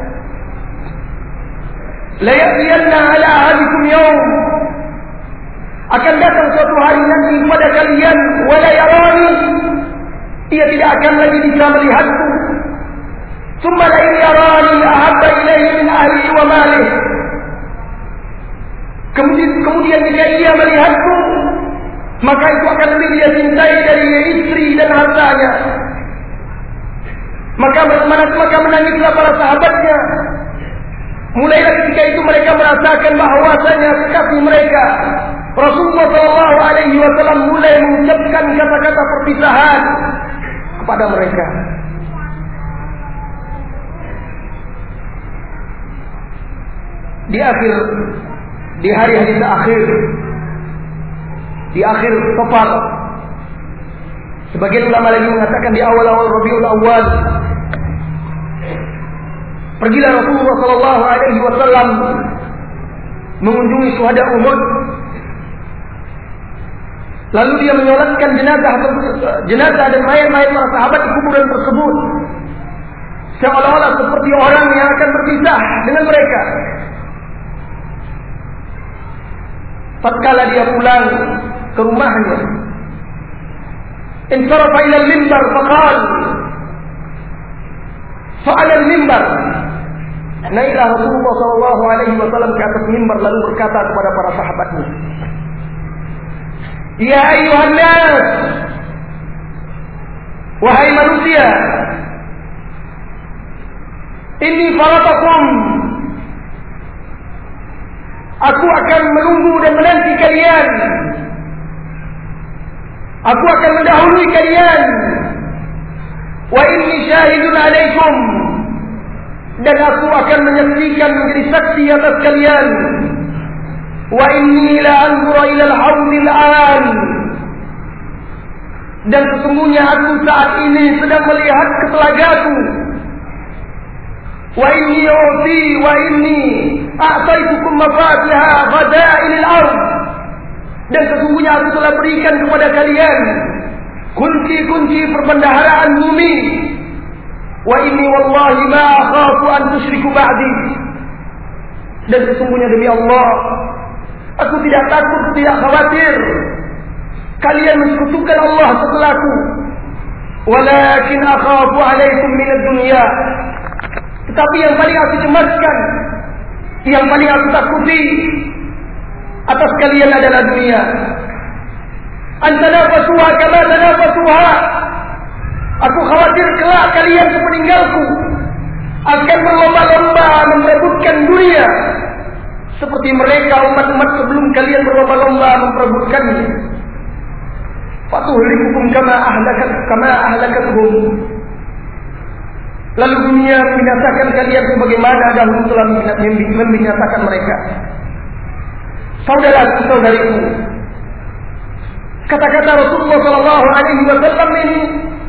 la ya'tiyanna ala ahadikum yawm, akan datang suatu hari nanti kepada kalian, wala yarani, ia tidak akan lagi bisa melihatku, thumma la yarani ahabba ilaihi min ahli wa mali, kemudian jika ia melihatku, maka itu akan lebih dia cintai dari istri dan hartanya. Maka menangislah para sahabatnya. Mulailah ketika itu mereka merasakan bahwasanya kekasih mereka Rasulullah SAW mulai mengucapkan kata-kata perpisahan kepada mereka. Di hari-hari terakhir, di akhir Safar, sebagian ulama lagi mengatakan di awal-awal Rabiul Awwal, pergilah Rasulullah SAW mengunjungi syuhada Uhud. Lalu dia menyolatkan jenazah dan mayat-mayat para sahabat di kuburan tersebut, seolah-olah seperti orang yang akan berpisah dengan mereka. Tatkala dia pulang ke rumahnya, insarafa ila al-mimbar faqal, fa'ala al-mimbar, naiklah Rasulullah SAW ke atas mimbar lalu berkata kepada para sahabatnya, ya ayuhan nas, wahai manusia, inni faratakum, aku akan menunggu dan menanti kalian, aku akan mendahului kalian, wa inni syahidun alaikum, dan aku akan menyaksikan menjadi saksi atas kalian, wa inni la anzura ila al-hawdil an, dan sesungguhnya aku saat ini sedang melihat ke telagaku, wa inni uti wa inni a'taitukum mafatiha ghadainil ard, dan sesungguhnya aku telah berikan kepada kalian kunci-kunci perbendaharaan bumi, wa inni wallahi ma akhafu an tusyriku ba'di, dan sesungguhnya demi Allah aku tidak takut, tidak khawatir kalian mensekutukan Allah setelahku, walakin akhafu alaikum minad dunya, tetapi yang paling aku cemaskan, yang paling aku takuti atas kalian adalah dunia. Antanafasuha kama tanafasuha, aku khawatir kelak kalian sepeninggalku akan berlomba-lomba memperebutkan dunia seperti mereka umat-umat sebelum kalian berlomba-lomba memperebutkannya. Fatuhlikukum kama ahlakatuhum, lalu dunia membinasakan kalian sebagaimana dahulu telah membinasakan mereka. Saudara-saudariku, kata-kata Rasulullah SAW ini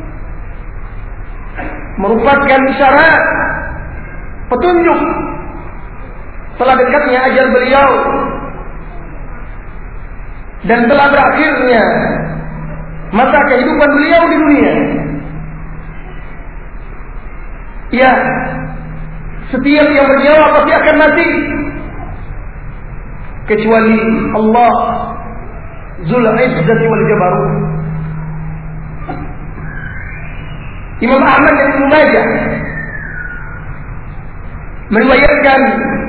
merupakan isyarat, petunjuk telah dekatnya ajal beliau dan telah berakhirnya masa kehidupan beliau di dunia. Ya, setiap yang bernyawa pasti akan mati, kecuali Allah Dzul Izzati wal Jabarut. Imam Ahmad dan Ibnu Majah meriwayatkan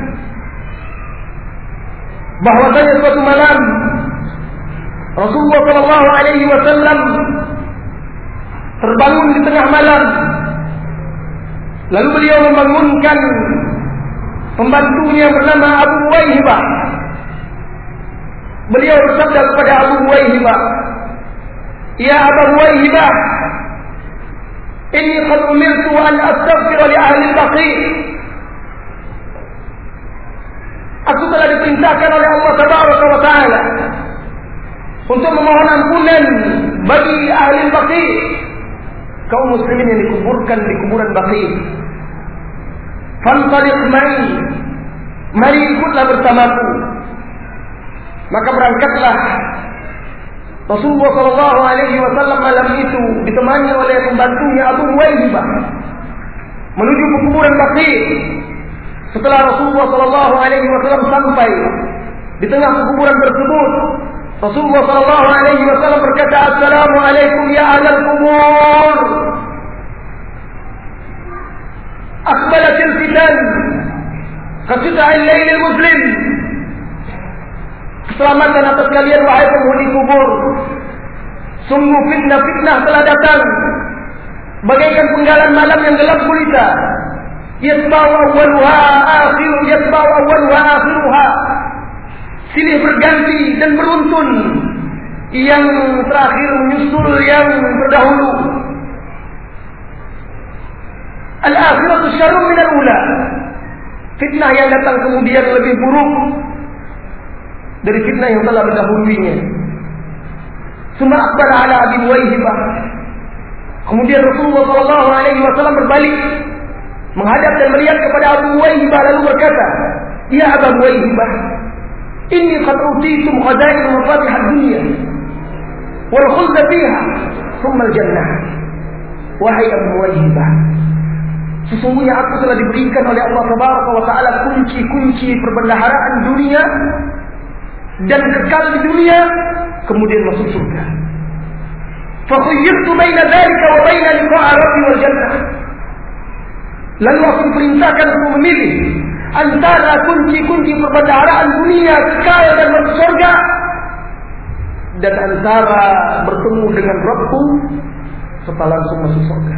bahwasanya suatu malam Rasulullah SAW terbangun di tengah malam, lalu beliau membangunkan pembantunya bernama Abu Waihibah. Beliau bersabda kepada Abu Waihibah, ya Abu Waihibah, inni qad umirtu an astaghfira li ahli al-baqi, aku telah diperintahkan oleh Allah Tabaraka wa Ta'ala untuk memohon ampunan bagi ahli Baqi, kaum muslimin yang dikuburkan di kuburan Baqi. Fantaliq mai, mari ikutlah bersamaku. Maka berangkatlah Rasulullah Shallallahu Alaihi Wasallam malam itu ditemani oleh pembantunya Abu Muwaihibah menuju ke kuburan Baqi. Setelah Rasulullah Shallallahu Alaihi Wasallam sampai di tengah kuburan tersebut, Rasulullah Shallallahu Alaihi Wasallam berkata, Assalamualaikum ya ahlal kubur. Aqbalatil fitan qata'il lailil muslim. Keselamatan atas kalian wahai penghuni kubur. Sungguh fitnah-fitnah telah datang bagaikan penggalan malam yang gelap gulita. Yatba'u awwaluha akhiruha. Silih berganti dan beruntun. Yang terakhir menyusul yang terdahulu. Al-akhiratu syarrun minal ula. Fitnah yang datang kemudian lebih buruk dari fitnah yang telah mendahulunya. Summa aqbala ala Abi Muwaihibah. Kemudian Rasulullah sallallahu alaihi wasallam berbalik menghadap dan melihat kepada Abu Muwaihibah lalu berkata, "Ya Abu Muwaihibah, inni qad utitum khaza'in mafatih ad-dunya wal khuld fiha, thumma al-jannah." Wahai Abu Muwaihibah, sesungguhnya aku telah diberikan oleh Allah Tabaraka wa Ta'ala kunci-kunci perbendaharaan dunia dan kekal di dunia, kemudian masuk surga. Fakhuyyirtu baina dzalika wa baina liqa'i Rabbi wal jannah. Lalu aku diperintahkan untuk memilih antara kunci-kunci perbendaharaan dunia kekal dan masuk surga dan antara bertemu dengan Rabbku serta langsung masuk surga.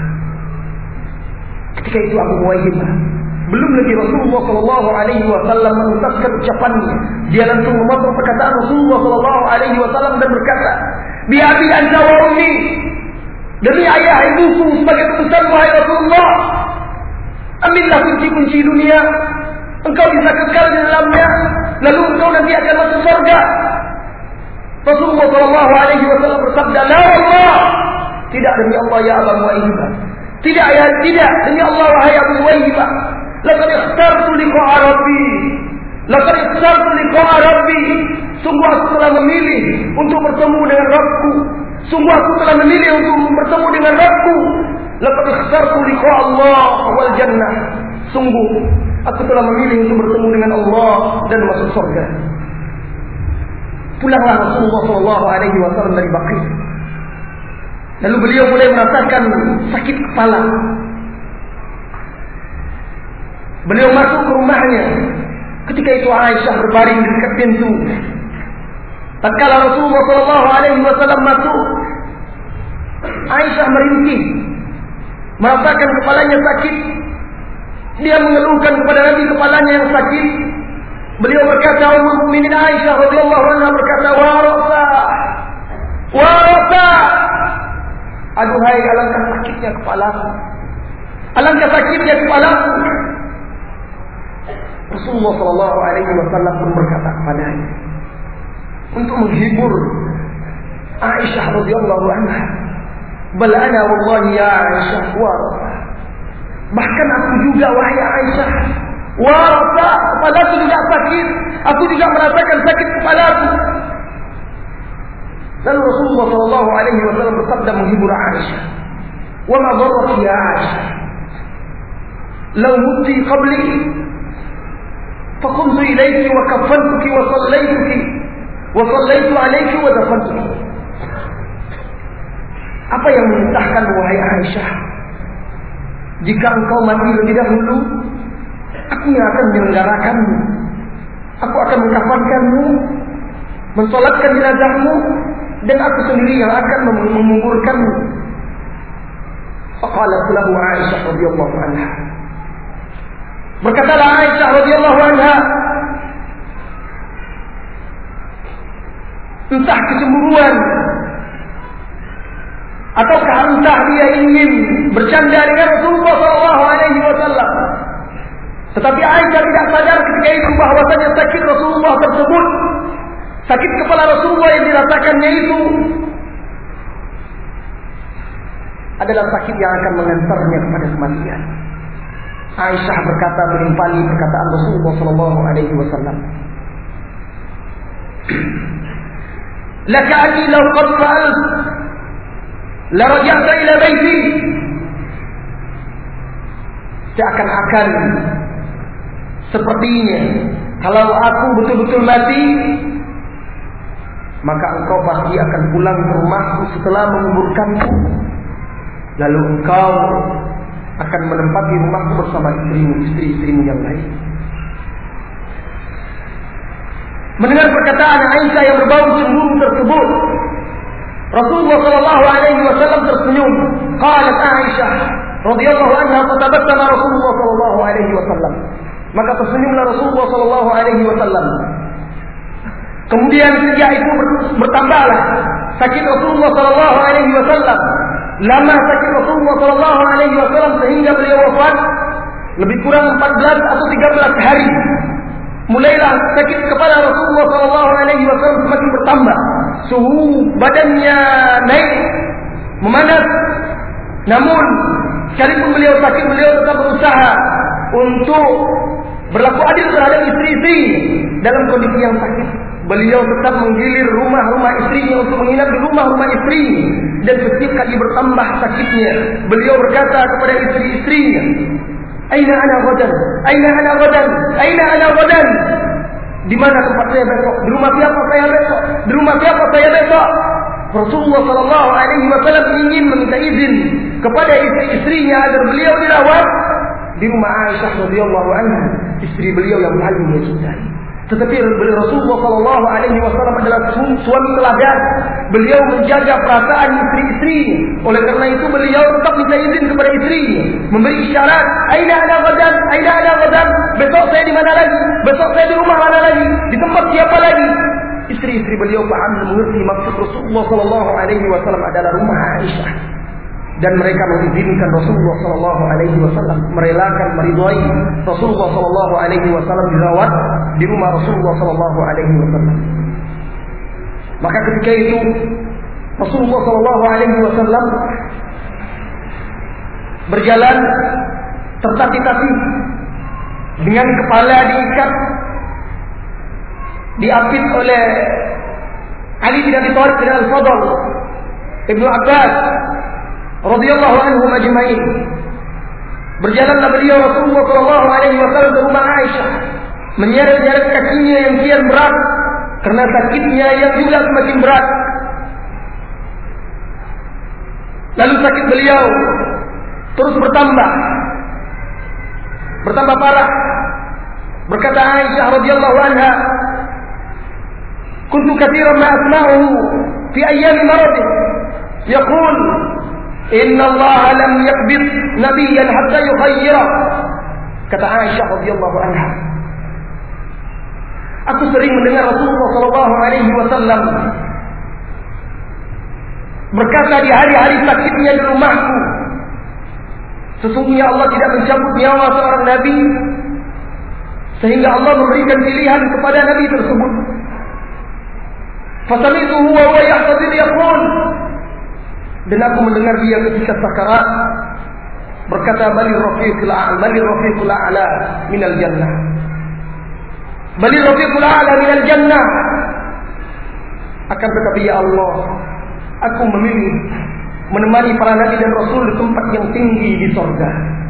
Ketika itu Abu Muwaihibah, belum lagi Rasulullah Shallallahu Alaihi Wasallam menuntaskan ucapannya, dia langsung memotong perkataan Rasulullah Shallallahu Alaihi Wasallam dan berkata, "Bi abi anta wa ummi, demi ayah ibuku sebagai keputusan wahai Rasulullah, ambillah kunci-kunci dunia, engkau bisa kekal di dalamnya, lalu engkau nanti akan masuk surga." Rasulullah Shallallahu Alaihi Wasallam bersabda, "La Allah, tidak demi Allah ya Abu Muwaihibah. Tidak ya, tidak demi Allah wahai Abu Muwaihibah. Laqad ikhtartu liqa'a Rabbi. Laqad ikhtartu liqa'a Rabbi. Sungguh aku telah memilih untuk bertemu dengan Rabbku. Sungguh aku telah memilih untuk bertemu dengan Rabbku. Laqad ikhtartu liqa'a Allah wal jannah. Sungguh aku telah memilih untuk bertemu dengan Allah dan masuk surga." Pulanglah Rasulullah sallallahu alaihi wasallam dari Baqi. Lalu beliau mulai merasakan sakit kepala. Beliau masuk ke rumahnya. Ketika itu Aisyah berbaring di dekat pintu. Tatkala Rasulullah sallallahu alaihi wasallam masuk, Aisyah merintih, merasakan kepalanya sakit. Dia mengeluhkan kepada Nabi kepalanya yang sakit. Beliau berkata, Ummul Mukminin Aisyah radhiyallahu anha berkata, "Warasa, aduhai alangkah sakitnya kepalaku. Alangkah sakitnya kepalaku." Rasulullah sallallahu alaihi wasallam pun berkata kepadanya untuk menghibur Aisyah radhiyallahu anha, "Bal ana wallahi ya Aisyah warasa." Bahkan aku juga wahai Aisyah, warasa, kepalaku juga sakit. Aku juga merasakan sakit kepalaku. Lalu Rasulullah sallallahu alaihi wasallam bersabda menghibur Aisyah, "Wa ma dharraki ya Aisyah? Law mutti qabli فقمت إليك وكفنتك وصليت عليك ودفنتك." Apa yang menyusahkan wahai Aisyah? Jika engkau mati lebih dahulu, aku yang akan menyelenggarakanmu. Aku akan mengkafankanmu, mensolatkan jenazahmu, dan aku sendiri yang akan menguburkanmu. Faqalat lahu Aisyah radhiyallahu anha. Berkatalah Aisyah radhiyallahu anha, entah kecemburuan ataukah entah dia ingin bercanda dengan Rasulullah sallallahu alaihi wasallam, tetapi Aisyah tidak sadar ketika itu bahwasanya sakit Rasulullah tersebut, sakit kepala Rasulullah yang dirasakannya itu adalah sakit yang akan mengantarnya kepada kematian. Aisyah berkata menimpali perkataan Rasulullah sallallahu alaihi wasallam, Laka anni law qad fa'alt la raja'ta ila baiti. Seakan-akan sepertinya kalau aku betul-betul mati, maka engkau pasti akan pulang ke rumahku setelah menguburkanku. Lalu engkau akan menempati rumahku bersama istri-istrimu yang lain. Mendengar perkataan Aisyah yang berbau cemburu tersebut, Rasulullah sallallahu alaihi wasallam tersenyum. Qalat Aisyah radhiyallahu anha, fatabassama Rasulullah sallallahu alaihi wasallam. Maka tersenyumlah Rasulullah sallallahu alaihi wasallam. Kemudian sejak itu bertambahlah sakit Rasulullah sallallahu alaihi wasallam. Lama sakit Rasulullah sallallahu alaihi wasallam sehingga beliau wafat lebih kurang 14 atau 13 hari. Mulailah sakit kepala Rasulullah sallallahu alaihi wasallam semakin bertambah. Suhu badannya naik, memanas. Namun sekalipun beliau sakit, beliau tetap berusaha untuk berlaku adil terhadap istri-istri dalam kondisi yang sakit. Beliau tetap menggilir rumah-rumah istrinya untuk menginap di rumah-rumah istri. Dan setiap kali bertambah sakitnya, beliau berkata kepada istri-istrinya, Aina ana ghadan? Aina ana ghadan? Aina ana ghadan? Di mana tempat saya besok? Di rumah siapa saya besok? Di rumah siapa saya besok? Rasulullah sallallahu alaihi wasallam ingin meminta izin kepada istri-istrinya agar beliau dirawat di rumah Aisyah radhiyallahu anha, istri beliau yang paling dia cintai. Tetapi Rasulullah sallallahu alaihi wasallam adalah suami teladan. Beliau menjaga perasaan istri-istri. Oleh karena itu beliau tetap minta izin kepada istri, memberi isyarat, "Aina ana ghadan? Aina ana ghadan?" Besok saya di mana lagi? Besok saya di rumah mana lagi? Di tempat siapa lagi? Istri-istri beliau paham dan mengerti maksud Rasulullah sallallahu alaihi wasallam adalah rumah Aisyah. Dan mereka mengizinkan Rasulullah sallallahu alaihi wasallam, merelakan, meridhai Rasulullah sallallahu alaihi wasallam dirawat di rumah Rasulullah sallallahu alaihi wasallam. Maka ketika itu Rasulullah sallallahu alaihi wasallam berjalan tertatih-tatih dengan kepala diikat, diapit oleh Ali bin Abi Thalib bin Al-Fadl, Ibnu Abbas radhiyallahu anhum ajma'in. Berjalanlah beliau Rasulullah sallallahu alaihi wasallam ke rumah Aisyah, menyeret-nyeret kakinya yang kian berat karena sakitnya yang juga semakin berat. Lalu sakit beliau terus bertambah parah. Berkata Aisyah radhiyallahu anha, "Kuntu katsiran ma asma'uhu fi ayyami maradih yaqul Inna Allah lam yaqbid nabiyyan hatta yukhayyira." Kata Aisyah radhiyallahu anha, aku sering mendengar Rasulullah sallallahu alaihi wasallam berkata di hari-hari sakitnya di rumahku, sesungguhnya Allah tidak mencabut nyawa seorang nabi sehingga Allah memberikan pilihan kepada nabi tersebut. Fasami'tuhu wa huwa yahtadir yaqul, dan aku mendengar dia ketika sakarat berkata, Balir rafiqul a'la minal jannah. Balir rafiqul a'la minal jannah. Akan tetapi ya Allah, aku memilih menemani para nabi dan rasul di tempat yang tinggi di surga.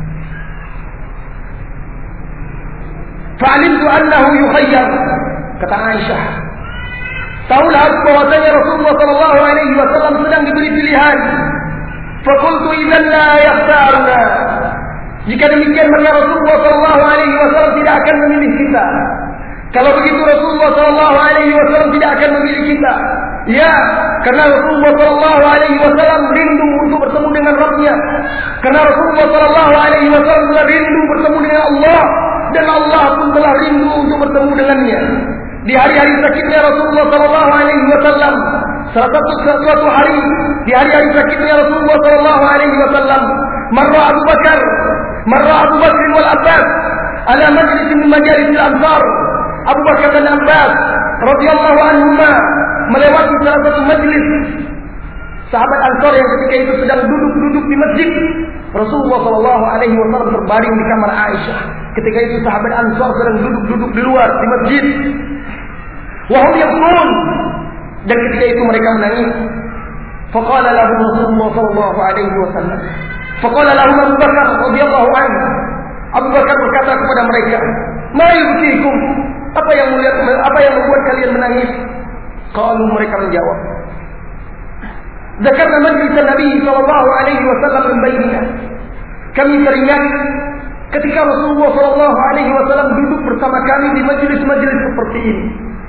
Fa'alimtu annahu yukhayyar. Kata Aisyah, tahulah aku bahwasanya Rasulullah sallallahu alaihi wasallam sedang diberi pilihan. Faqultu idzan la yakhtaruna. Jika demikian maka Rasulullah sallallahu alaihi wasallam tidak akan memilih kita. Kalau begitu Rasulullah sallallahu alaihi wasallam tidak akan memilih kita. Ya, karena Rasulullah sallallahu alaihi wasallam rindu untuk bertemu dengan Rabb-Nya. Karena Rasulullah sallallahu alaihi wasallam telah rindu bertemu dengan Allah, dan Allah pun telah rindu untuk bertemu dengannya. Di hari-hari sakitnya Rasulullah sallallahu alaihi wasallam, suatu hari di hari-hari sakitnya Rasulullah sallallahu alaihi wasallam, marra Abu Bakar wal Abbas ala majlis min majalis al-Ansar. Abu Bakar dan Abbas radhiyallahu anhuma melewati salah satu majlis sahabat Ansar yang ketika itu sedang duduk di masjid. Rasulullah sallallahu alaihi wasallam terbaring di kamar Aisyah. Ketika itu sahabat Ansar sedang duduk di luar di masjid. wa hum yabkun, dan ketika itu mereka menangis. Faqala lahum Rasulullah sallallahu alaihi wasallam, faqala lahum Abu Bakar radhiyallahu anhu, Abu Bakar berkata kepada mereka, "Ma yubkikum?" Apa yang membuat kalian menangis? Qalu, mereka menjawab, "Zakarna majlis Nabi sallallahu alaihi wasallam min bainina." Kami teringat ketika Rasulullah sallallahu alaihi wasallam duduk bersama kami di majelis-majelis seperti ini.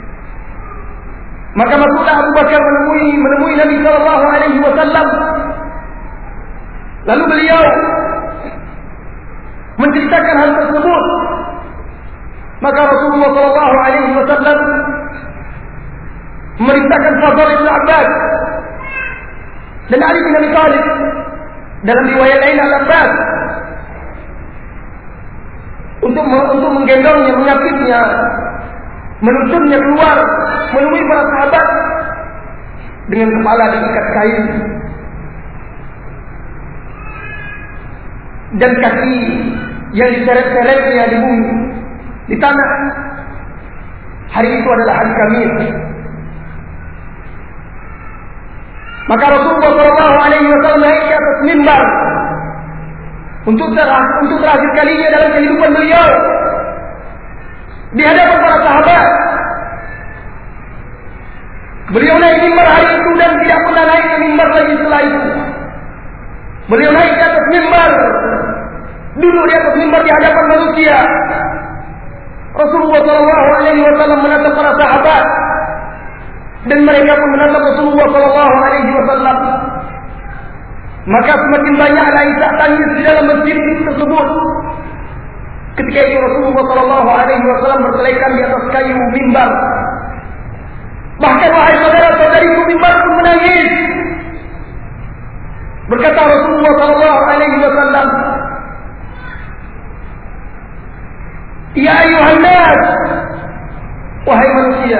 Maka masuklah Abu Bakar menemui Nabi sallallahu alaihi wasallam. Lalu beliau menceritakan hal tersebut. Maka Rasulullah sallallahu alaihi wasallam memerintahkan Fadl bin Abbas dan Ali bin Abi Thalib, dalam riwayat lain Al-Abbas, untuk menggendongnya, mengapitnya, menuntunnya keluar menemui para sahabat dengan kepala diikat kain dan kaki yang diseret-seretnya di bumi, di tanah. Hari itu adalah hari Kamis. Maka Rasulullah sallallahu alaihi wasallam naik ke atas mimbar untuk terakhir kalinya dalam kehidupan beliau di hadapan para sahabat. Beliau naik mimbar hari itu dan tidak pernah naik ke mimbar lagi setelah itu. Beliau naik ke atas mimbar, duduk di atas mimbar di hadapan manusia. Rasulullah sallallahu alaihi wasallam menatap para sahabat dan mereka pun menatap Rasulullah sallallahu alaihi wasallam. Maka semakin banyaklah isak tangis di dalam masjid tersebut. Ketika itu Rasulullah sallallahu alaihi wasallam bertelekan di atas kayu mimbar. Bahkan wahai saudara-saudariku, mimbar pun menangis. Berkata Rasulullah sallallahu alaihi wasallam, "Ya ayuhan nas, wahai manusia,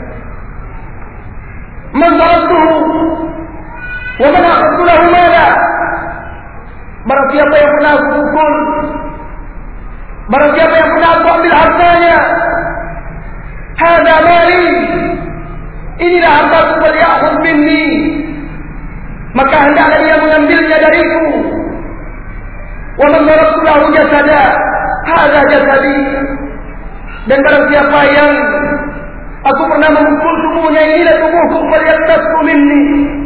man darabtuhu wa man akhadtu lahu mala." Barang siapa yang pernah aku pukul, barang siapa yang pernah aku ambil hartanya, hadza mali, inilah hartaku, falyakhudh minni, maka hendaklah dia mengambilnya dariku. Wa man darabtu lahu jasada, hadza jasadi, dan barang siapa yang aku pernah memukul tubuhnya, inilah tubuhku, falyaqtasu minni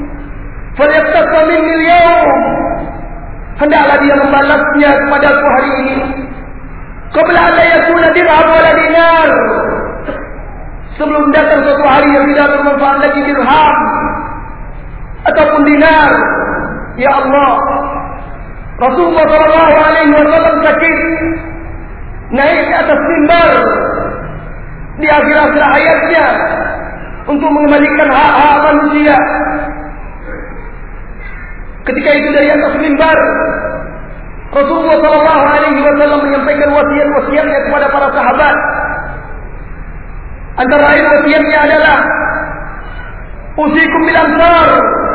al-yawm, hendaklah dia membalasnya kepadaku hari ini. Qabla an la yakuna dirham wala dinar, sebelum datang suatu hari yang tidak bermanfaat lagi dirham ataupun dinar. Ya Allah, Rasulullah sallallahu alaihi wasallam sakit, naik ke atas mimbar di akhir-akhir hayatnya untuk mengembalikan hak-hak manusia. Ketika itu dari atas mimbar Rasulullah sallallahu alaihi wasallam menyampaikan wasiat-wasiatnya kepada para sahabat. Antara lain wasiatnya adalah, "Usikum bil ansar,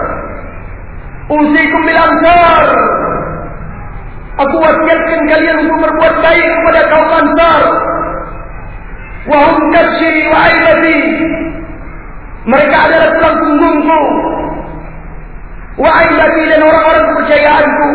usikum bil ansar." Aku wasiatkan kalian untuk berbuat baik kepada kaum Ansar. Wa hum kabshi wa aibati, mereka adalah tulang punggungku. Wa aibati, dan orang-orang kepercayaanku.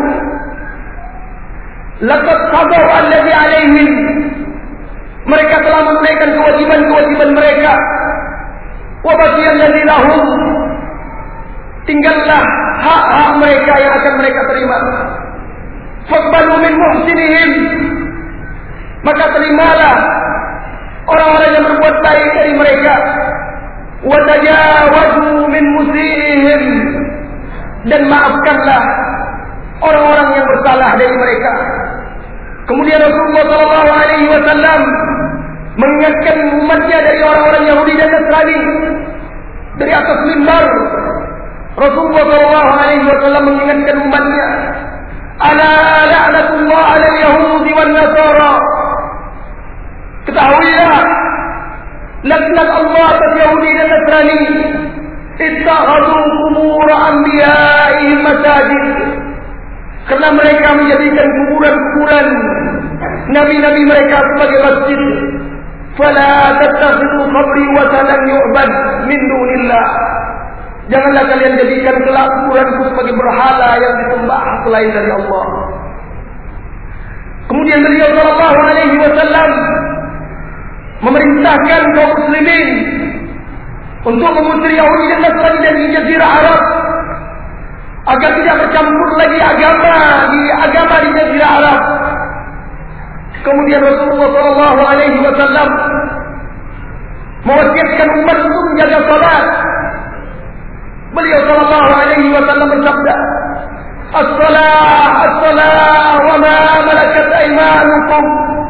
Laqad qadaw alladhi alaihim, mereka telah menunaikan kewajiban-kewajiban mereka. Wa baqiya alladhi lahum, tinggallah hak-hak mereka yang akan mereka terima. Faqbalu min muhsinihim, maka terimalah orang-orang yang berbuat baik dari mereka. Wa tajawazu min musiihim, dan maafkanlah orang-orang yang bersalah dari mereka. Kemudian Rasulullah sallallahu alaihi wasallam mengingatkan umatnya dari orang-orang Yahudi dan Nasrani dari atas mimbar. Rasulullah sallallahu alaihi wasallam mengingatkan umatnya, "Ala la'natullah 'alal yahudi wan nasara." Ketahuilah laknat Allah atas Yahudi dan Nasrani. Ittakhadhu qubur anbiya'ihim masajid, karena mereka menjadikan kuburan-kuburan nabi-nabi mereka sebagai masjid. Fala tattakhidhu qabri wathanan yu'bad min dunillah. Janganlah kalian jadikan kelak kuburanku sebagai berhala yang disembah selain dari Allah. Kemudian beliau sallallahu alaihi wasallam memerintahkan kaum muslimin untuk mengusir Yahudi dan Nasrani dari Jazirah Arab agar tidak bercampur lagi agama di Jazirah Arab. Kemudian Rasulullah sallallahu alaihi wasallam mewasiatkan umat untuk menjaga salat. Beliau sallallahu alaihi wasallam bersabda, "As-salah, as-salah wa ma malakat aymanukum."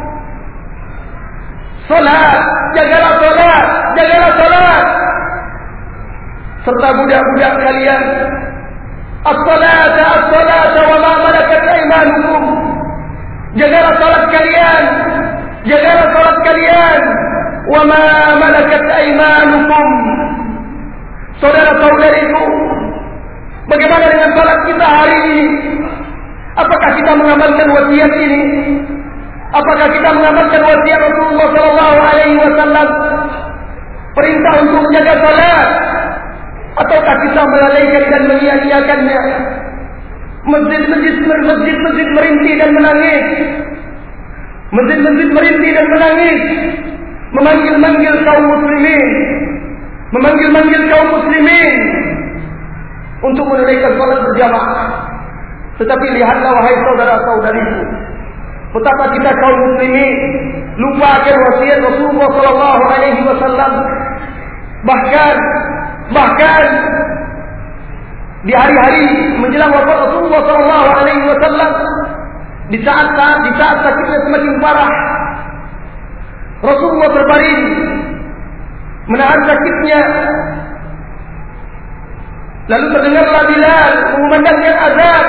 Salat, jagalah salat, jagalah salat. Serta budak-budak kalian. As-salata, as-salata wa ma malakat aymanukum. Jagalah salat kalian, jagalah salat kalian. Wa ma malakat aymanukum. Saudara-saudariku, bagaimana dengan salat kita hari ini? Apakah kita mengamalkan wasiat ini? Apakah kita mengamalkan wasiat Rasulullah sallallahu alaihi wasallam? Perintah untuk menjaga salat, ataukah kita melalaikan dan menyia-nyiakannya? Masjid-masjid merintih dan menangis. Masjid-masjid merintih dan menangis, memanggil-manggil kaum muslimin, memanggil-manggil kaum muslimin untuk menunaikan salat berjamaah. Tetapi lihatlah wahai saudara-saudariku, betapa kita kaum muslimin lupa akan wasiat Rasulullah sallallahu alaihi wasallam. Bahkan di hari-hari menjelang wafat Rasulullah sallallahu alaihi wasallam, di saat sakitnya semakin parah, Rasulullah berbaring menahan sakitnya. Lalu terdengarlah Bilal mengumandangkan azan.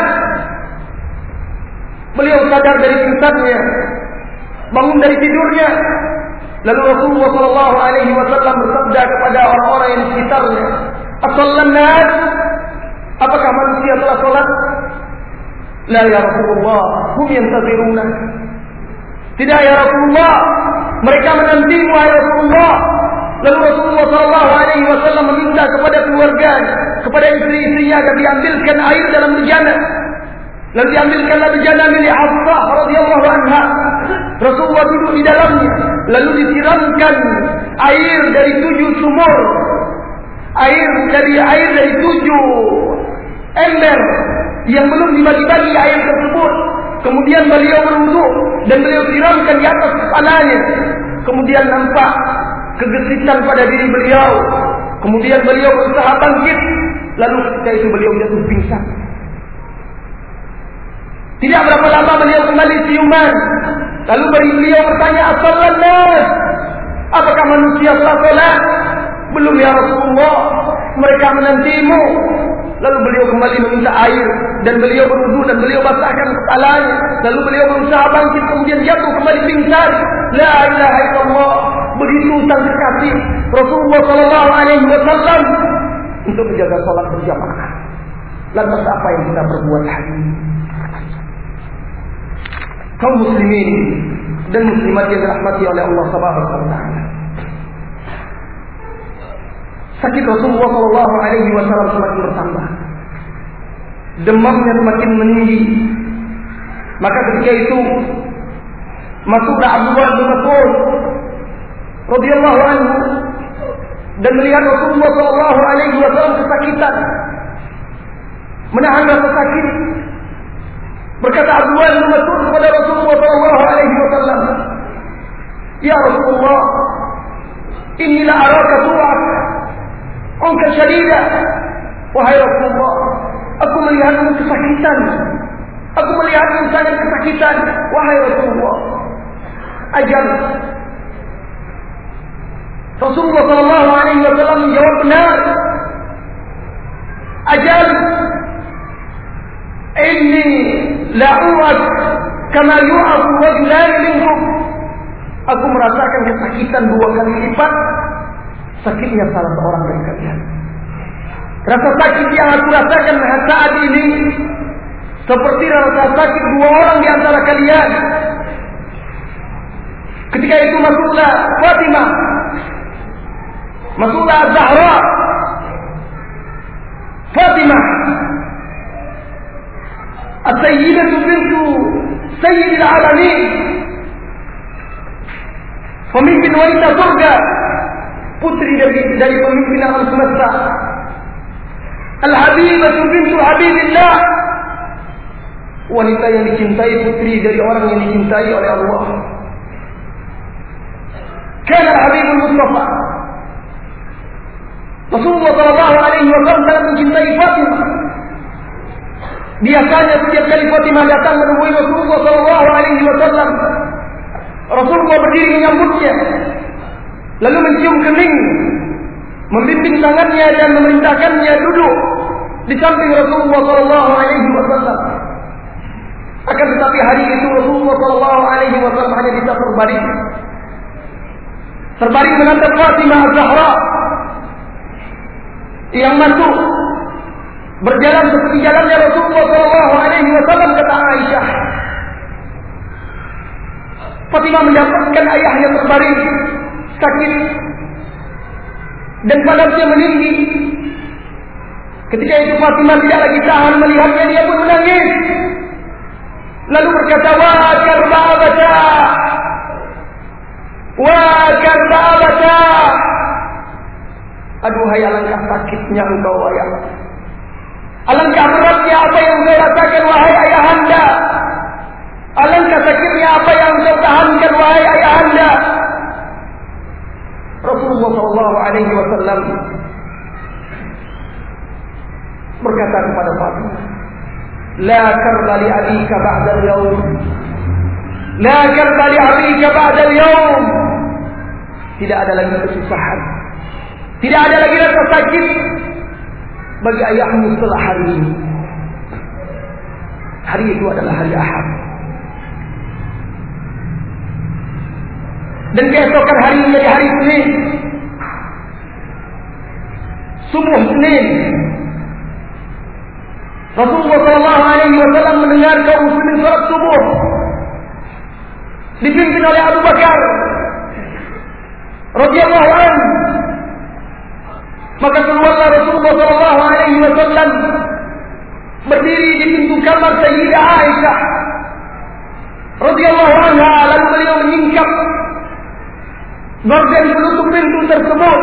Beliau sadar dari pingsannya, bangun dari tidurnya. Lalu Rasulullah sallallahu alaihi wasallam bersabda kepada orang-orang yang di sekitarnya, "As-sallan nas?" Apakah manusia telah salat? La ya Rasulullah, hum yantaziruna. Tidak ya Rasulullah, mereka menantimu ya Rasulullah. Lalu Rasulullah sallallahu alaihi wasallam meminta kepada keluarganya, kepada istri-istrinya agar diambilkan air dalam bejana. Lalu diambilkanlah bejana milik Hafsah radhiyallahu anha. Rasulullah duduk di dalamnya, lalu disiramkan air dari 7 sumur. Air dari 7 ember yang belum dibagi-bagi air tersebut. Kemudian beliau berwudu dan beliau siramkan di atas kepalanya. Kemudian nampak kegesitan pada diri beliau. Kemudian beliau berusaha bangkit. Lalu ketika itu beliau jatuh pingsan. Tidak berapa lama beliau kembali siuman. Lalu beliau bertanya, "As-sallan nas?" Apakah manusia telah salat? Belum ya Rasulullah, mereka menantimu. Lalu beliau kembali meminta air dan beliau berwudu dan beliau basahkan kepalanya. Lalu beliau berusaha bangkit, kemudian jatuh kembali pingsan. La ilaha illallah. Begitu sang kekasih Rasulullah sallallahu alaihi wasallam untuk menjaga salat berjamaah. Lantas apa yang kita perbuat hari ini? Kaum muslimin dan muslimat yang dirahmati oleh Allah Subhanahu wa taala. Sakit Rasulullah sallallahu alaihi wasallam semakin bertambah. Demamnya semakin meninggi. Maka ketika itu masuklah Abdullah bin Mas'ud radhiyallahu anhu dan melihat Rasulullah sallallahu alaihi wasallam kesakitan, menahan rasa sakit. Berkata Abdullah bin Mas'ud kepada Rasulullah sallallahu alaihi wasallam, "Ya Rasulullah, inni la araka tu'ak angka syadida." Wahai Rasulullah, aku melihatmu kesakitan. Aku melihatmu sangat kesakitan. Wahai Rasulullah, ajal. Rasulullah sallallahu alaihi wasallam menjawab, "Benar. Ajal. Inni la'u'ad kama yu'afu rajulan minkum." Aku merasakan kesakitan 2 kali lipat sakitnya salah seorang dari kalian. Rasa sakit yang aku rasakan saat ini seperti rasa sakit 2 orang di antara kalian. Ketika itu masuklah Fatimah, masuklah Zahra, Fatimah As-Sayyidatu bintu Sayyidil Alamin, pemimpin wanita surga, putri dari pemimpin alam semesta. Al-Habibatu bintu Habibillah, wanita yang dicintai, putri dari orang yang dicintai oleh Allah. Kana Al-Habibul Mustafa, Rasulullah sallallahu alaihi wasallam sangat mencintai Fatimah. Biasanya setiap kali Fatimah datang menemui Rasulullah sallallahu alaihi wasallam, Rasulullah berdiri menyambutnya, lalu mencium kening, membimbing tangannya dan memerintahkannya duduk di samping Rasulullah sallallahu alaihi wasallam. Akan tetapi hari itu Rasulullah sallallahu alaihi wasallam hanya bisa terbaring menatap Fatimah Az-Zahra yang masuk berjalan seperti jalannya Rasulullah sallallahu alaihi wasallam, kata Aisyah. Fatimah mendapatkan ayahnya terbaring sakit dan panasnya meninggi. Ketika itu Fatimah tidak lagi tahan melihatnya, dia pun menangis. Lalu berkata, "Wa karbabata, wa karbabata." Aduhai, alangkah sakitnya engkau ayah. Alangkah beratnya apa yang engkau rasakan wahai ayahanda. Alangkah sakitnya apa yang engkau tahankan wahai ayahanda. Rasulullah sallallahu alaihi wasallam berkata kepada Fatimah, "La karba li abika ba'da al-yawm. La karba li abika ba'da al-yawm." Tidak ada lagi kesusahan, tidak ada lagi rasa sakit bagi ayahmu setelah hari ini. Hari itu adalah hari Ahad. Dan keesokan hari menjadi hari Senin, subuh Senin. Rasulullah sallallahu alaihi wasallam mendengar kaum muslimin salat subuh dipimpin oleh Abu Bakar radhiyallahu anhu. Maka keluarlah Rasulullah sallallahu alaihi wasallam berdiri di pintu kamar Sayyidah Aisyah radhiyallahu anha, lalu beliau menyingkap gorden penutup pintu tersebut.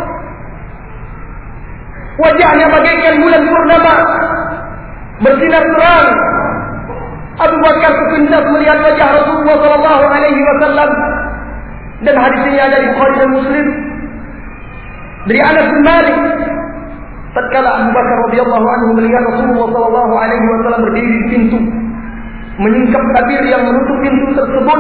Wajahnya bagaikan bulan purnama, bersinar terang. Abu Bakar sepintas melihat wajah Rasulullah sallallahu alaihi wasallam, dan hadis ini ada di Bukhari dan Muslim dari Anas bin Malik. Tatkala Abu Bakar radhiyallahu anhu melihat Rasulullah sallallahu alaihi wasallam berdiri di pintu, menyingkap tabir yang menutup pintu tersebut,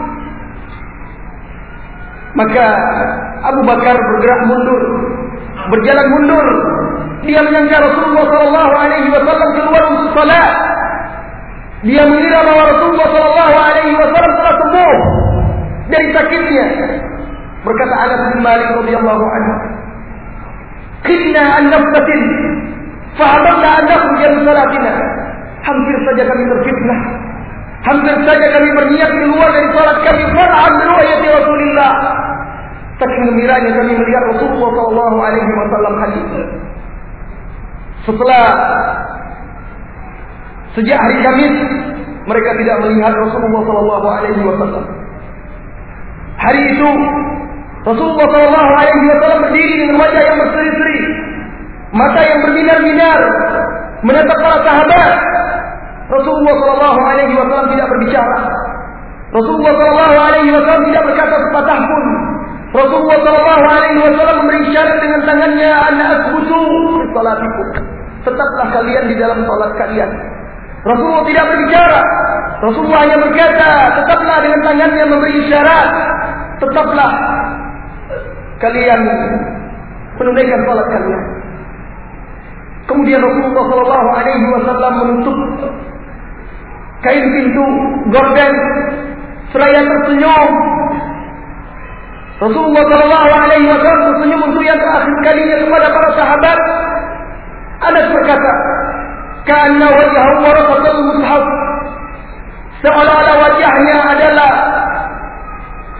maka Abu Bakar bergerak mundur, berjalan mundur. Dia menyangka Rasulullah sallallahu alaihi wasallam keluar untuk salat. Dia mengira bahwa Rasulullah sallallahu alaihi wasallam telah sembuh dari sakitnya. Berkata Anas bin Malik radhiyallahu anhu, "Qinna an naftatin, fahabarna an nakhruj min salatina." Hampir saja kami terfitnah, hampir saja kami berniat keluar dari salat kami far'an bi ru'yati Rasulillah. Saking gembiranya kami melihat Rasulullah sallallahu alaihi wasallam hadir. Setelah sejak hari Kamis mereka tidak melihat Rasulullah sallallahu alaihi wasallam. Hari itu Rasulullah sallallahu alaihi wasallam berdiri dengan wajah yang berseri-seri, mata yang berbinar-binar, menatap para sahabat. Rasulullah sallallahu alaihi wasallam tidak berbicara. Rasulullah sallallahu alaihi wasallam tidak berkata sepatah pun. Rasulullah sallallahu alaihi wasallam memberi isyarat dengan tangannya, "Ana asbutu fi salatikum." Tetaplah kalian di dalam salat kalian. Rasulullah tidak berbicara. Rasulullah hanya berkata, tetaplah dengan tangannya memberi isyarat. Tetaplah kalian menunaikan salat kalian. Kemudian Rasulullah sallallahu alaihi wasallam menutup kain pintu gorden seraya tersenyum. Rasulullah sallallahu alaihi wasallam tersenyum untuk yang terakhir kalinya kepada para sahabat. Anas berkata, "Kana wajhahu waraqatul mushaf." Seolah-olah wajahnya adalah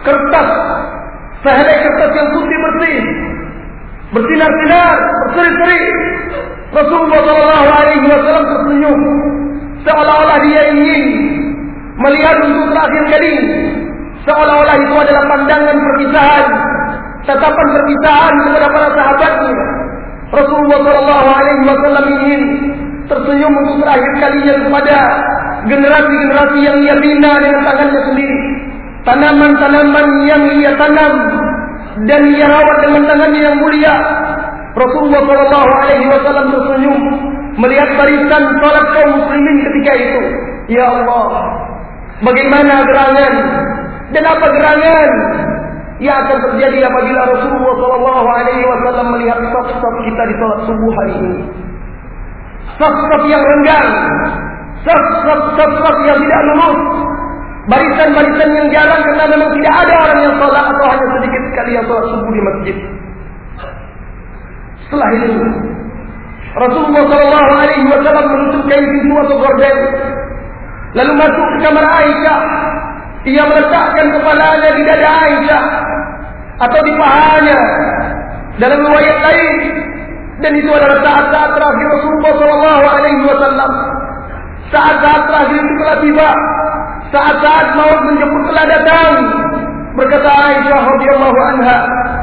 kertas, sehelai kertas yang putih bersih, bersinar-sinar, berseri-seri. Rasulullah SAW tersenyum, seolah-olah dia ingin melihat untuk terakhir kali, seolah-olah itu adalah pandangan perpisahan, tatapan perpisahan kepada para sahabatnya. Rasulullah SAW ingin tersenyum untuk terakhir kalinya kepada generasi-generasi yang ia bina dengan tangannya sendiri, tanaman-tanaman yang ia tanam dan ia rawat dengan tangannya yang mulia. Rasulullah SAW tersenyum melihat barisan salat kaum muslimin ketika itu. Ya Allah, bagaimana gerangan dan apa gerangan yang akan terjadi apabila Rasulullah SAW melihat saf-saf kita di salat subuh hari ini. Saf-saf yang renggang, saf-saf yang tidak lurus, barisan-barisan yang jarang karena memang tidak ada orang yang salat atau hanya sedikit sekali yang salat subuh di masjid. Setelah itu Rasulullah SAW menutup kain pintu atau gorden, lalu masuk ke kamar Aisyah. Ia meletakkan kepalanya di dada Aisyah atau di pahanya dalam riwayat lain, dan itu adalah saat-saat terakhir Rasulullah SAW. Saat-saat terakhir itu telah tiba, saat-saat maut menjemput telah datang. Berkata Aisyah radhiyallahu anha,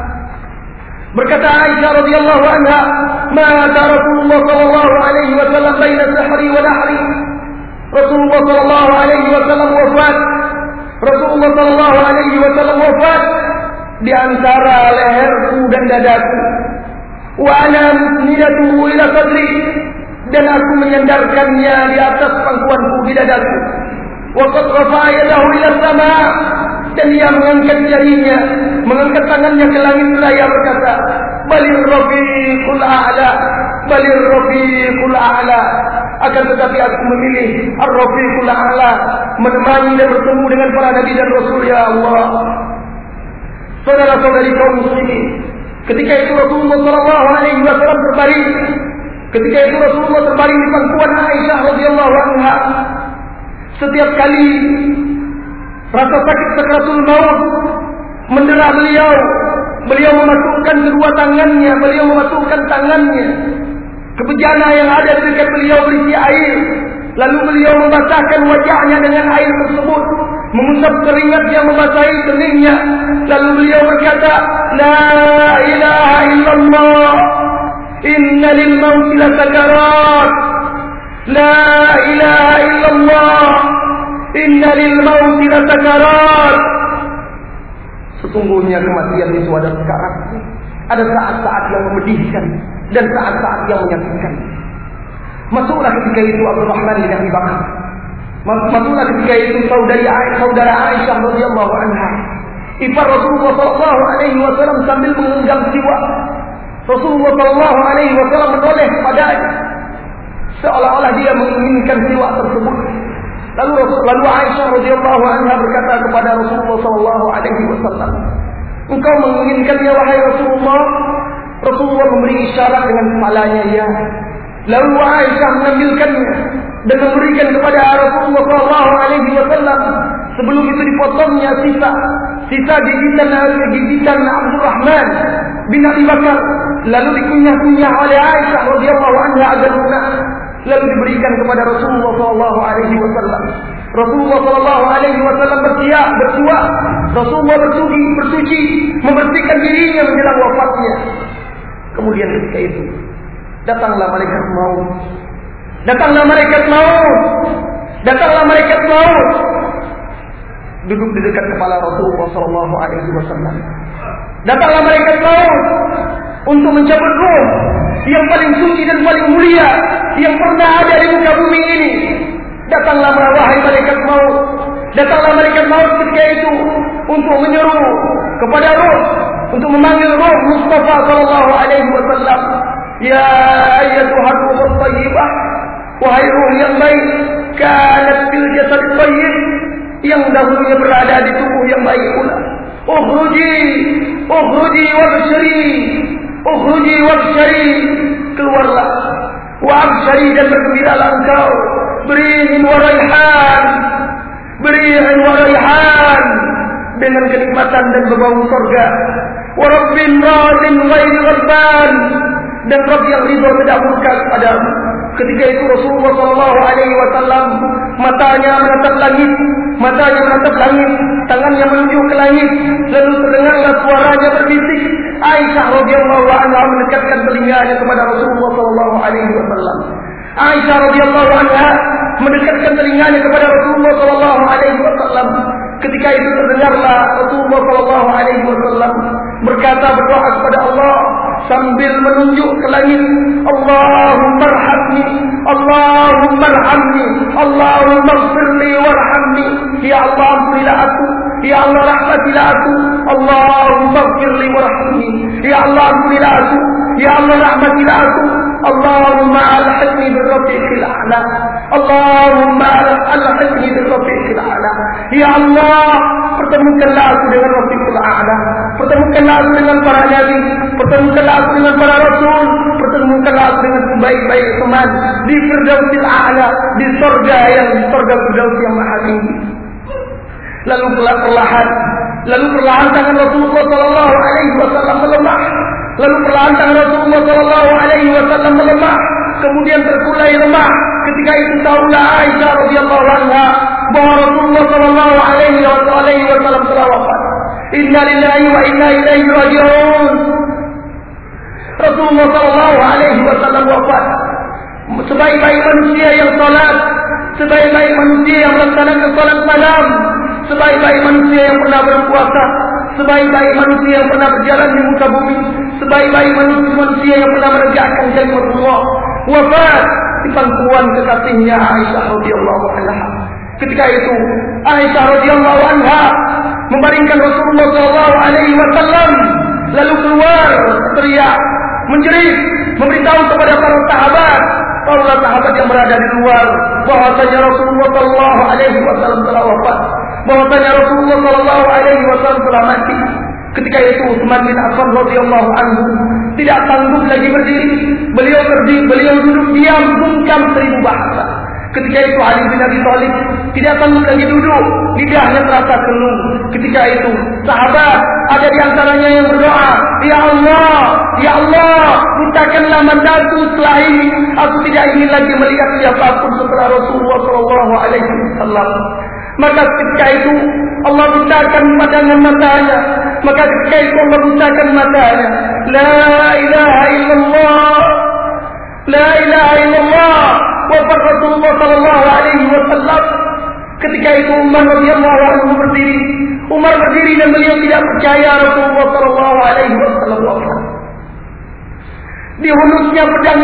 mata Rasulullah SAW baina sahri wa nahri. Rasulullah SAW wafat. Rasulullah SAW wafat di antara leherku dan dadaku. Wa ana musnidatuhu ila sadri, dan aku menyandarkannya di atas pangkuanku di dadaku. Wa qad rafa'a yadahu ila sama', dan dia mengangkat jarinya, mengangkat tangannya ke langit seraya berkata, balir rafiqul a'la, balir rafiqul a'la. Akan tetapi aku memilih ar-rafiqul a'la, menemani dan bertemu dengan para nabi dan rasul. Ya Allah, saudara-saudari kaum muslimin, ketika itu Rasulullah SAW terbaring. Ketika itu Rasulullah terbaring di pangkuan Aisyah radhiyallahu anha. Setiap kali rasa sakit sakaratul maut mendera beliau, beliau memasukkan kedua tangannya, beliau memasukkan tangannya ke bejana yang ada di dekat beliau berisi air, lalu beliau membasahkan wajahnya dengan air tersebut, mengusap keringat yang membasahi keningnya, lalu beliau berkata, la ilaha illallah, inna lil mauti lasakarat, la ilaha illallah, inna lil mauti lasakarat. Sesungguhnya kematian itu ada sekarat, ada saat-saat yang memedihkan dan saat-saat yang menyakitkan. Masuklah ketika itu Abdurrahman bin Abi Bakar. Masuklah ketika itu saudara Aisyah radhiyallahu anha, ipar Rasulullah SAW, sambil menggenggam siwak. Rasulullah SAW menoleh kepadanya, seolah-olah dia menginginkan siwak tersebut. Lalu Aisyah radhiyallahu anha berkata kepada Rasulullah SAW, engkau menginginkannya wahai Rasulullah? Rasulullah memberi isyarat dengan kepalanya, ya. Lalu Aisyah mengambilkannya dan memberikan kepada Rasulullah SAW. Sebelum itu dipotongnya sisa gigitan Abdurrahman bin Abi Bakar, lalu dikunyah-kunyah oleh Aisyah radhiyallahu anha agar lunak, lalu diberikan kepada Rasulullah SAW. Rasulullah SAW bersuah. Rasulullah bersuci, membersihkan dirinya menjelang wafatnya. Kemudian ketika itu datanglah malaikat maut. Duduk di dekat kepala Rasulullah SAW. Datanglah malaikat maut untuk mencabut ruh yang paling suci dan paling mulia yang pernah ada di muka bumi ini. Datanglah wahai malaikat maut. Datanglah malaikat maut ketika itu untuk menyeru kepada ruh, untuk memanggil ruh Mustafa SAW. Ya ayyatuhar ruhut thayyibah, wahai ruh yang baik, kanat fil jasad thayyib, yang dahulunya berada di tubuh yang baik pula. Ukhruji wabshari, keluarlah, wa abshari, dan bergembiralah engkau, beri'in wa raihan, dengan kenikmatan dan berbau surga. Wa rabbin radin ghairi ghadban, dan Rabb yang ridha tidak murka kepadamu. Ketika itu Rasulullah SAW matanya menatap langit, tangannya menunjuk ke langit, lalu terdengarlah suaranya berbisik. Aisyah radhiyallahu anha mendekatkan telinganya kepada Rasulullah SAW. Aisyah radhiyallahu anha mendekatkan telinganya kepada Rasulullah SAW. Ketika itu terdengarlah Rasulullah SAW berdoa kepada Allah sambil menunjuk ke langit, Allahumma arhamni, Allahumma arhamni, Allahumma ighfirli warhamni. Ya Allah, ampunilah aku, ya Allah rahmatilah aku, Allahumma ighfirli warhamni. Ya Allah, ampunilah aku, ya Allah rahmatilah aku, Allahumma alhiqni birrafiqil a'la, Allahumma alhiqni birrafiqil a'la. Ya Allah, pertemukanlah aku dengan Rafiqul A'la, pertemukanlah aku dengan para nabi, pertemukanlah aku dengan para rasul, pertemukanlah aku dengan sebaik-baik teman di Firdausil A'la, di surga Firdaus yang maha tinggi. Lalu perlahan tangan Rasulullah SAW melemah. Kemudian terkulai lemah. Ketika itu tahulah Aisyah radhiyallahu anha bahwa Rasulullah sallallahu alaihi wasallam telah wafat. Inna lillahi wa inna ilaihi raji'un. Rasulullah sallallahu alaihi wasallam wafat. Sebaik-baik manusia yang salat, sebaik-baik manusia yang melaksanakan salat malam, sebaik-baik manusia yang pernah berpuasa, sebaik-baik manusia yang pernah berjalan di muka bumi, sebaik-baik manusia yang pernah menegakkan kalimatullah, wafat di pangkuan kekasihnya Aisyah radhiyallahu anha. Ketika itu Aisyah radhiyallahu anha membaringkan Rasulullah sallallahu alaihi wasallam, lalu keluar teriak, menjerit, memberitahu kepada para sahabat yang berada di luar bahwasanya Rasulullah sallallahu alaihi wasallam telah wafat, bahwasanya Rasulullah sallallahu alaihi wasallam telah mati. Ketika itu Utsman bin Affan radhiyallahu anhu tidak sanggup lagi berdiri. Beliau duduk diam bungkam 1000 bahasa. Ketika itu Ali bin Abi Thalib tidak sanggup lagi duduk, lidahnya terasa keluh. Ketika itu sahabat ada di antaranya yang berdoa, Ya Allah, mintakanlah mandatku setelah ini. Aku tidak ingin lagi melihat siapapun setelah Rasulullah sallallahu alaihi wasallam. Maka ketika itu Allah bukakan pandangan matanya. Maka ketika itu Allah bukakan matanya. La ilaha illallah, la ilaha illallah. Wafat Rasulullah sallallahu alaihi wasallam. Ketika itu Umar radhiyallahu anhu berdiri. Umar berdiri dan beliau tidak percaya Rasulullah sallallahu alaihi wasallam wafat. Dihunusnya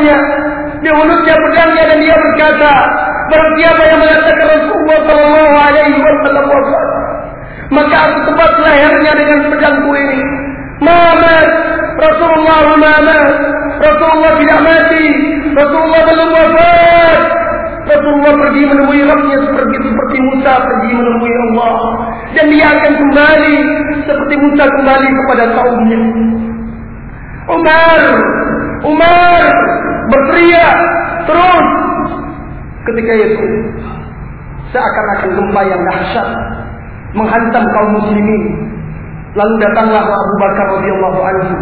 pedangnya dan dia berkata, barang siapa yang mengatakan Rasulullah sallallahu alaihi wasallam wafat, maka aku tebas lehernya dengan pedangku ini. Mamat Rasulullah, Rasulullah tidak mati, Rasulullah belum wafat. Rasulullah pergi menemui Rabbnya seperti Musa pergi menemui Allah, dan dia akan kembali seperti Musa kembali kepada kaumnya. Umar berteriak terus. Ketika itu seakan-akan gempa yang dahsyat menghantam kaum muslimin. Lalu datanglah Abu Bakar radhiyallahu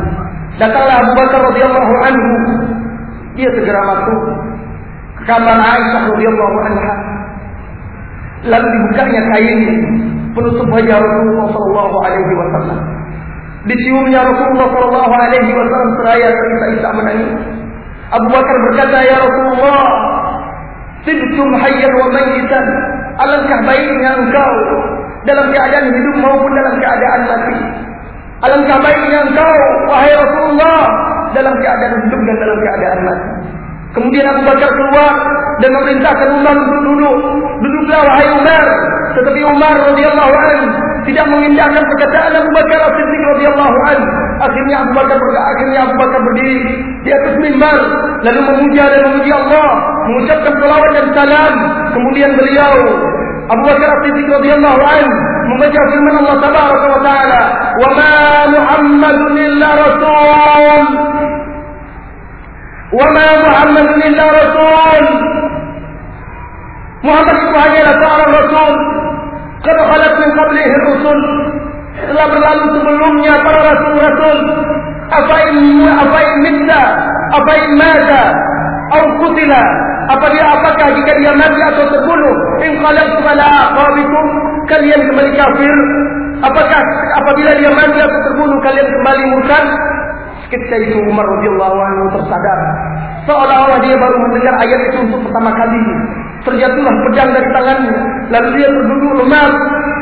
anhu. Dia segera masuk ke kamar Aisyah radhiyallahu anha. Lalu dibukanya kain penutup wajah Rasulullah sallallahu alaihi wasallam. Diciumnya Rasulullah sallallahu alaihi wasallam seraya terisak-isak menangis. Abu Bakar berkata, Ya Rasulullah, tibtum hayyan wa mayyitan. Alangkah baiknya engkau dalam keadaan hidup maupun dalam keadaan mati. Alangkah baiknya engkau, wahai Rasulullah, dalam keadaan hidup dan dalam keadaan mati. Kemudian Abu Bakar keluar dan memerintahkan Umar untuk duduk. Duduklah wahai Umar. Tetapi Umar radhiyallahu anhu tidak mengindahkan perkataan Abu Bakar As-Siddiq radhiyallahu anhu. Akhirnya Abu Bakar berdiri di atas mimbar lalu memuja dan memuji Allah, mengucapkan salawat dan salam. Kemudian beliau Abu Bakar As-Siddiq radhiyallahu anhu membaca firman Allah tabaraka wa taala, "Wa ma Muhammadun illa rasul." Wa ma Muhammadun illa rasul. Muhammad itu hanyalah seorang rasul. Qad khalat min qablihi ar-rusul. telah berlalu sebelumnya para rasul-rasul. Afain mitta, afain mata, au qutila. Apakah jika dia mati atau terbunuh, in qalabtum ala aqabikum, kalian kembali kafir? Apakah apabila dia mati atau terbunuh kalian kembali murtad? Ketika itu Umar radhiyallahu anhu tersadar, seolah-olah dia baru mendengar ayat itu untuk pertama kali. Terjatuhlah pedang dari tangannya, lalu dia terduduk lemas.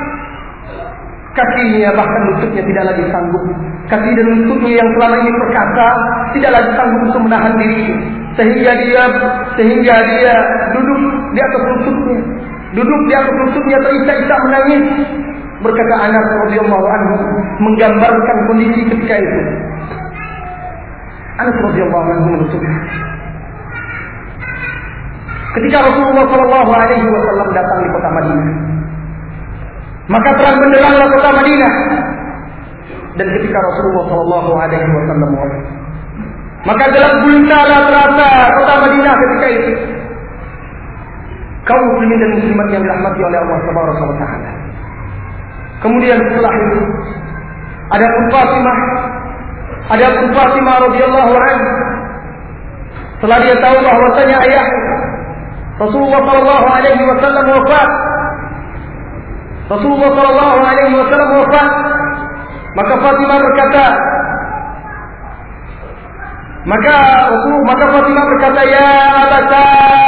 Kakinya bahkan lututnya tidak lagi sanggup. Kaki dan lututnya yang selama ini perkasa tidak lagi sanggup untuk menahan diri, sehingga dia duduk di atas lututnya. Duduk di atas lututnya terisak-isak menangis. Berkata Anas radhiyallahu anhu menggambarkan kondisi ketika itu. Anas radhiyallahu anhu menuturkan, ketika Rasulullah sallallahu alaihi wasallam datang di kota Madinah, maka terang benderanglah kota Madinah. Dan ketika Rasulullah sallallahu alaihi wasallam wafat, maka gelap gulita terasa kota Madinah ketika itu. Kaum muslimin dan muslimat yang dirahmati oleh Allah Subhanahu wa taala. Kemudian setelah itu ada Fatimah radhiyallahu anha. Setelah dia tahu bahwasanya ayah Rasulullah sallallahu alaihi wasallam wafat, maka Fatimah berkata, Fatimah berkata, ya abata,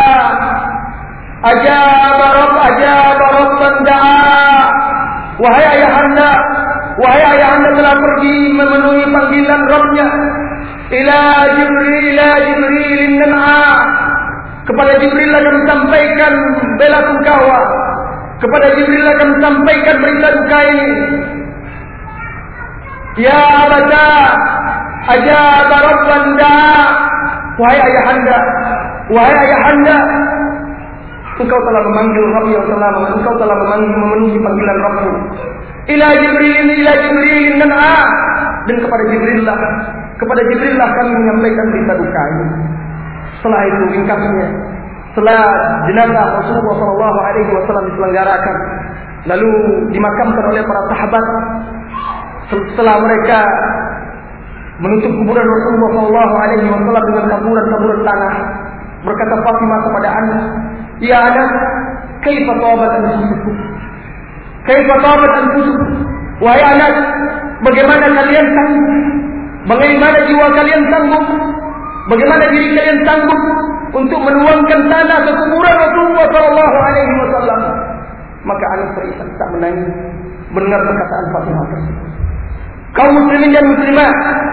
ajaba rabban da'a. Wahai ayahanda telah pergi memenuhi panggilan Rabbnya. Ila Jibril nan'a. Kepada Jibril akan sampaikan bela sungkawa. Kepada Jibril akan sampaikan berita duka ini. Ya abada, ajaba rabban da'a. Wahai ayahanda, engkau telah memanggil Rabb yang engkau telah memenuhi panggilan Rabbmu. Ila Jibril nan'a. Dan kepada Jibril lah kami menyampaikan berita duka ini. Setelah itu ringkasnya, setelah jenazah Rasulullah sallallahu alaihi wasallam diselenggarakan, lalu dimakamkan oleh para sahabat. Setelah mereka menutup kuburan Rasulullah sallallahu alaihi wasallam dengan taburan-taburan tanah, berkata Fatimah kepada Anas, ya Anas, kaifa tawabat anfusukum? Wahai Anas, bagaimana kalian sanggup? Bagaimana jiwa kalian sanggup? Bagaimana diri kalian sanggup untuk menuangkan tanah ke kuburan Rasulullah sallallahu alaihi wasallam? Maka Anas terisak menangis mendengar perkataan Fatimah tersebut. Kaum muslimin dan muslimat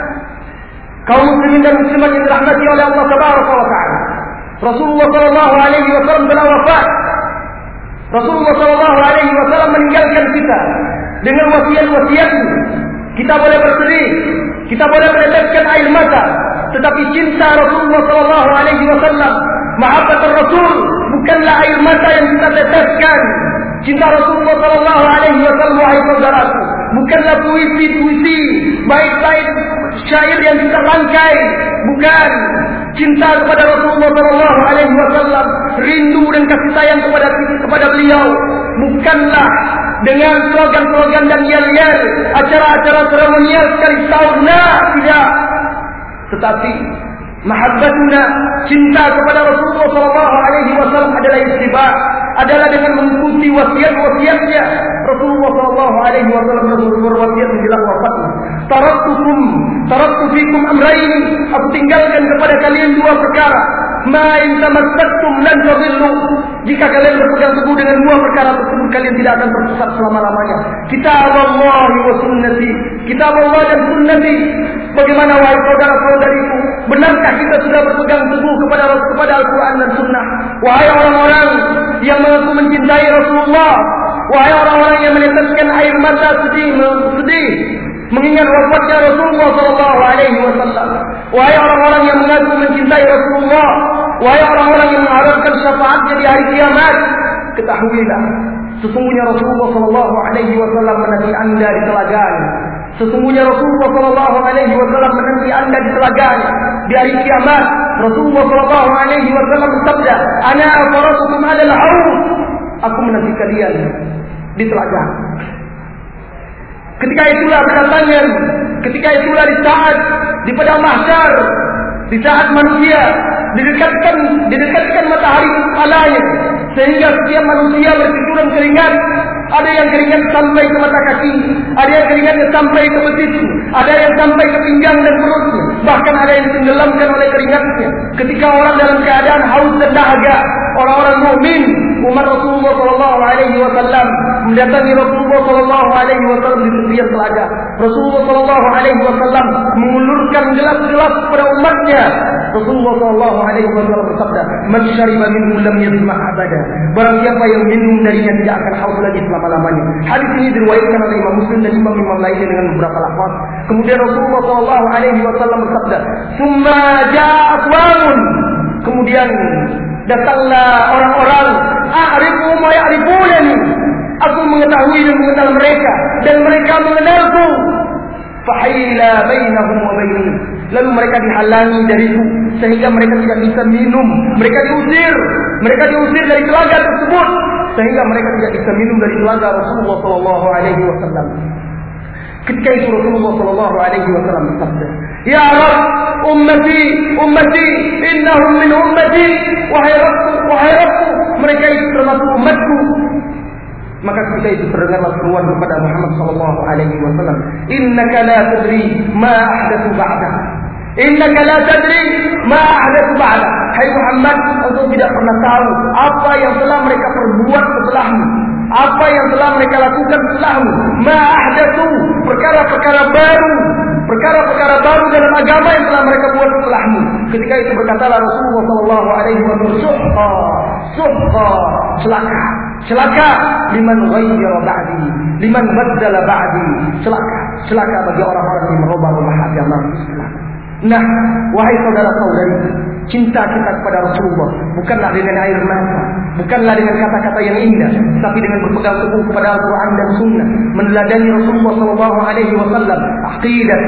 yang dirahmati oleh Allah Subhanahu wa taala. Rasulullah sallallahu alaihi wasallam telah wafat. Rasulullah sallallahu alaihi wasallam meninggalkan kita dengan wasiat-wasiatnya. Kita boleh bersedih, kita boleh meneteskan air mata, tetapi cinta Rasulullah sallallahu alaihi wasallam, mahabbat Rasul bukanlah air mata yang kita teteskan. Cinta Rasulullah sallallahu alaihi wasallam, wahai saudaraku, bukanlah puisi-puisi, bait-bait syair yang kita rangkai, bukan. Cinta kepada Rasulullah sallallahu alaihi wasallam, rindu dan kasih sayang kepada beliau bukanlah dengan slogan-slogan dan yel-yel, acara-acara seremonial sekali setahun, tidak. Tetapi mahabbatuna, cinta kepada Rasulullah sallallahu alaihi wasallam adalah ittiba, adalah dengan mengikuti wasiat-wasiatnya. Rasulullah sallallahu alaihi wasallam berwasiat menjelang wafatnya, taraktu fikum amrayn, aku tinggalkan kepada kalian dua perkara. Ma in tamassaktum lan tadillu, jika kalian berpegang teguh dengan dua perkara tersebut kalian tidak akan tersesat selama-lamanya. Kitab Allah wa sunnati, kitab Allah dan sunnati. Bagaimana wahai saudara-saudariku, benarkah kita sudah berpegang teguh kepada Al-Quran dan Sunnah? Wahai orang-orang yang mengaku mencintai Rasulullah, wahai orang-orang yang meneteskan air mata sedih mengingat wafatnya Rasulullah sallallahu alaihi wasallam, wahai orang-orang yang mengaku mencintai Rasulullah, wahai orang-orang yang mengharapkan syafaatnya di hari kiamat, ketahuilah sesungguhnya Rasulullah sallallahu alaihi wasallam menanti Anda di telaganya. Sesungguhnya Rasulullah sallallahu alaihi wasallam menanti Anda di telaganya di hari kiamat. Rasulullah sallallahu alaihi wasallam bersabda, "Ana faratukum 'alal 'aud." Aku menanti kalian di telaga. Ketika itulah kedatangan, ketika itulah di padang mahsyar, di saat manusia didekatkan matahari ke kepalanya, sehingga setiap manusia bercucuran keringat. Ada yang keringat sampai ke mata kaki, ada yang keringatnya sampai ke betis, ada yang sampai ke pinggang dan perutnya, bahkan ada yang tenggelamkan oleh keringatnya. Ketika orang dalam keadaan haus dan dahaga, orang-orang mukmin umat Rasulullah sallallahu alaihi wasallam mendatangi Rasulullah sallallahu alaihi wasallam di tepian telaga. Rasulullah sallallahu alaihi wasallam mengulurkan gelas-gelas kepada umatnya. Rasulullah sallallahu alaihi wasallam bersabda, "Man syariba minhu lam yazma' abada." Barang siapa yang minum darinya tidak akan haus lagi selama-lamanya. Hadis ini diriwayatkan oleh Imam Muslim dan imam-imam lainnya dengan beberapa lafaz. Kemudian Rasulullah sallallahu alaihi wasallam bersabda, "Summa ja'a aqwamun." Kemudian datanglah orang-orang, "A'rifuhum wa ya'rifunani." Aku mengetahui dan mengenal mereka dan mereka mengenalku. Fahila bainahum wa baini. Lalu mereka dihalangi dariku sehingga mereka tidak bisa minum. Mereka diusir dari telaga tersebut sehingga mereka tidak bisa minum dari telaga Rasulullah sallallahu alaihi wasallam. Ketika itu Rasulullah sallallahu alaihi wasallam bersabda, "Ya Rabb, ummati, innahum min ummati." Wahai Rabbku, mereka itu termasuk umatku. Maka ketika itu terdengarlah seruan kepada Muhammad sallallahu alaihi wasallam, "Innaka la tadri ma ahdatsu ba'dak. Innaka la tadri ma ahdatsu ba'dak." Hai Muhammad, engkau tidak pernah tahu apa yang telah mereka perbuat setelahmu, apa yang telah mereka lakukan setelahmu. Ma ahdatsu, perkara-perkara baru dalam agama yang telah mereka buat setelahmu. Ketika itu berkatalah Rasulullah sallallahu alaihi wasallam, "Suhqa, celaka liman ghayyara ba'di, liman baddala ba'di." Celaka bagi orang-orang yang merubah-rubah agama Islam. Nah, wahai saudara-saudari, cinta kita kepada Rasulullah bukanlah dengan air mata, bukanlah dengan kata-kata yang indah, tapi dengan berpegang teguh kepada Al-Quran dan Sunnah, meneladani Rasulullah sallallahu alaihi wasallam, aqidah,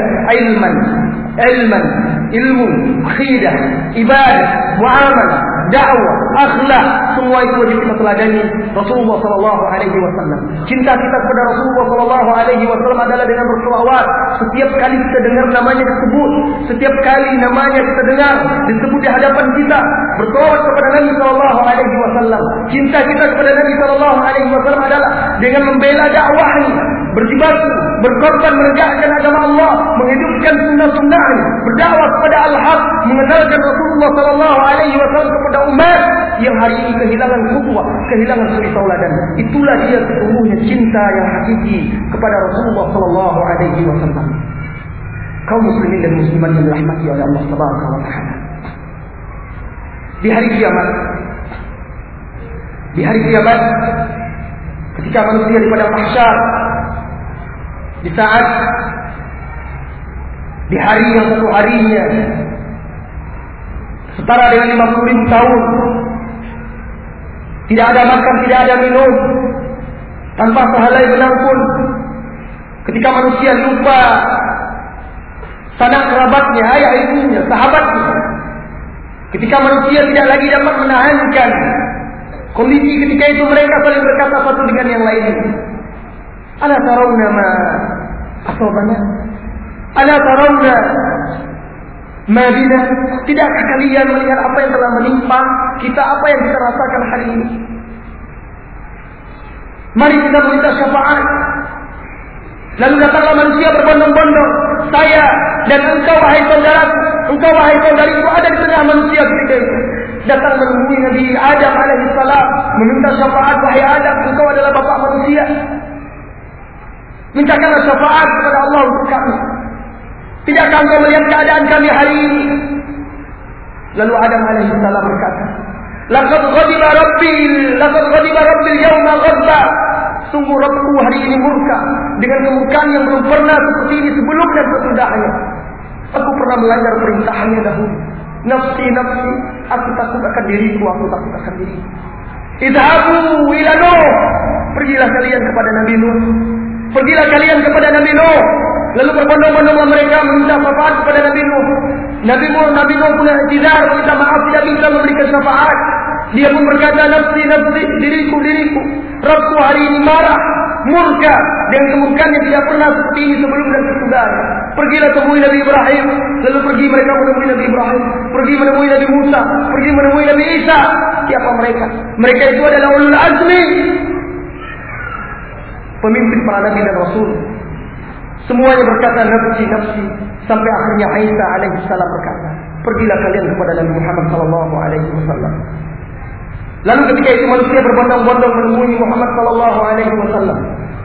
ilmu, aqidah, ibadah, muamalah, dakwah, akhlak, semua itu wajib kita teladani Rasulullah sallallahu alaihi wasallam. Cinta kita kepada Rasulullah sallallahu alaihi wasallam adalah dengan berselawat. Setiap kali kita dengar namanya disebut, setiap kali namanya kita dengar disebut di hadapan kita, berselawat kepada Nabi sallallahu alaihi wasallam. Cinta kita kepada Nabi sallallahu alaihi wasallam adalah dengan membela dakwahnya, berjibaku, berkorban menegakkan agama Allah, menghidupkan sunnah-sunnahnya, berdakwah kepada al-haq, mengenalkan Rasulullah sallallahu alaihi wasallam kepada umat yang hari ini kehilangan qudwah, kehilangan suri tauladan. Itulah dia sesungguhnya cinta yang hakiki kepada Rasulullah sallallahu alaihi wasallam. Kaum muslimin dan muslimat yang dirahmati oleh Allah Subhanahu wa taala. Di hari kiamat, ketika manusia di padang mahsyar, di saat di hari yang satu harinya setara dengan 50.000 tahun, tidak ada makan, tidak ada minum, tanpa sehelai benang pun, ketika manusia lupa sanak kerabatnya, ayah ibunya, sahabatnya, ketika manusia tidak lagi dapat menahankan kondisi ketika itu, mereka saling berkata satu dengan yang lain, "Ala tarawna ma asabana? Ala tarawna ma bina?" Tidakkah kalian melihat apa yang telah menimpa kita, apa yang kita rasakan hari ini? Mari kita minta syafaat. Lalu datanglah manusia berbondong-bondong, saya dan engkau wahai saudaraku, engkau wahai saudariku, ada di tengah manusia ketika itu. Datang menemui Nabi Adam alaihissalam, meminta syafaat, "Wahai Adam, engkau adalah bapak manusia. Mintakanlah syafaat kepada Allah untuk kami. Tidakkah engkau melihat keadaan kami hari ini?" Lalu Adam alaihissalam berkata, Laqad ghadiba Rabbi al-yawma ghadba." Sungguh Rabbku hari ini murka dengan kemurkaan yang belum pernah seperti ini sebelum dan sesudahnya. Aku pernah melanggar perintahnya dahulu. Nafsi, aku takut akan diriku, Idhabu ila Nuh. Pergilah kalian kepada Nabi Nuh. Lalu berbondong-bondong mereka meminta syafaat kepada Nabi Nuh. Nabi Nuh punya iktidar, minta maaf, tidak bisa memberikan syafaat. Dia pun berkata, "Nafsi, diriku. Rabbku hari ini marah. murka dengan kemurkaan yang tidak pernah seperti ini sebelum dan sesudah. Pergilah temui Nabi Ibrahim, lalu pergi mereka menemui Nabi Ibrahim, pergi menemui Nabi Musa, pergi menemui Nabi Isa. Siapa mereka? Mereka itu adalah ulul azmi, pemimpin para nabi dan rasul. Semuanya berkata nafsi nafsi, sampai akhirnya Isa alaihi salam berkata, pergilah kalian kepada Nabi Muhammad sallallahu alaihi wasallam. Lalu ketika itu manusia berbondong-bondong menemui Muhammad sallallahu alaihi wasallam.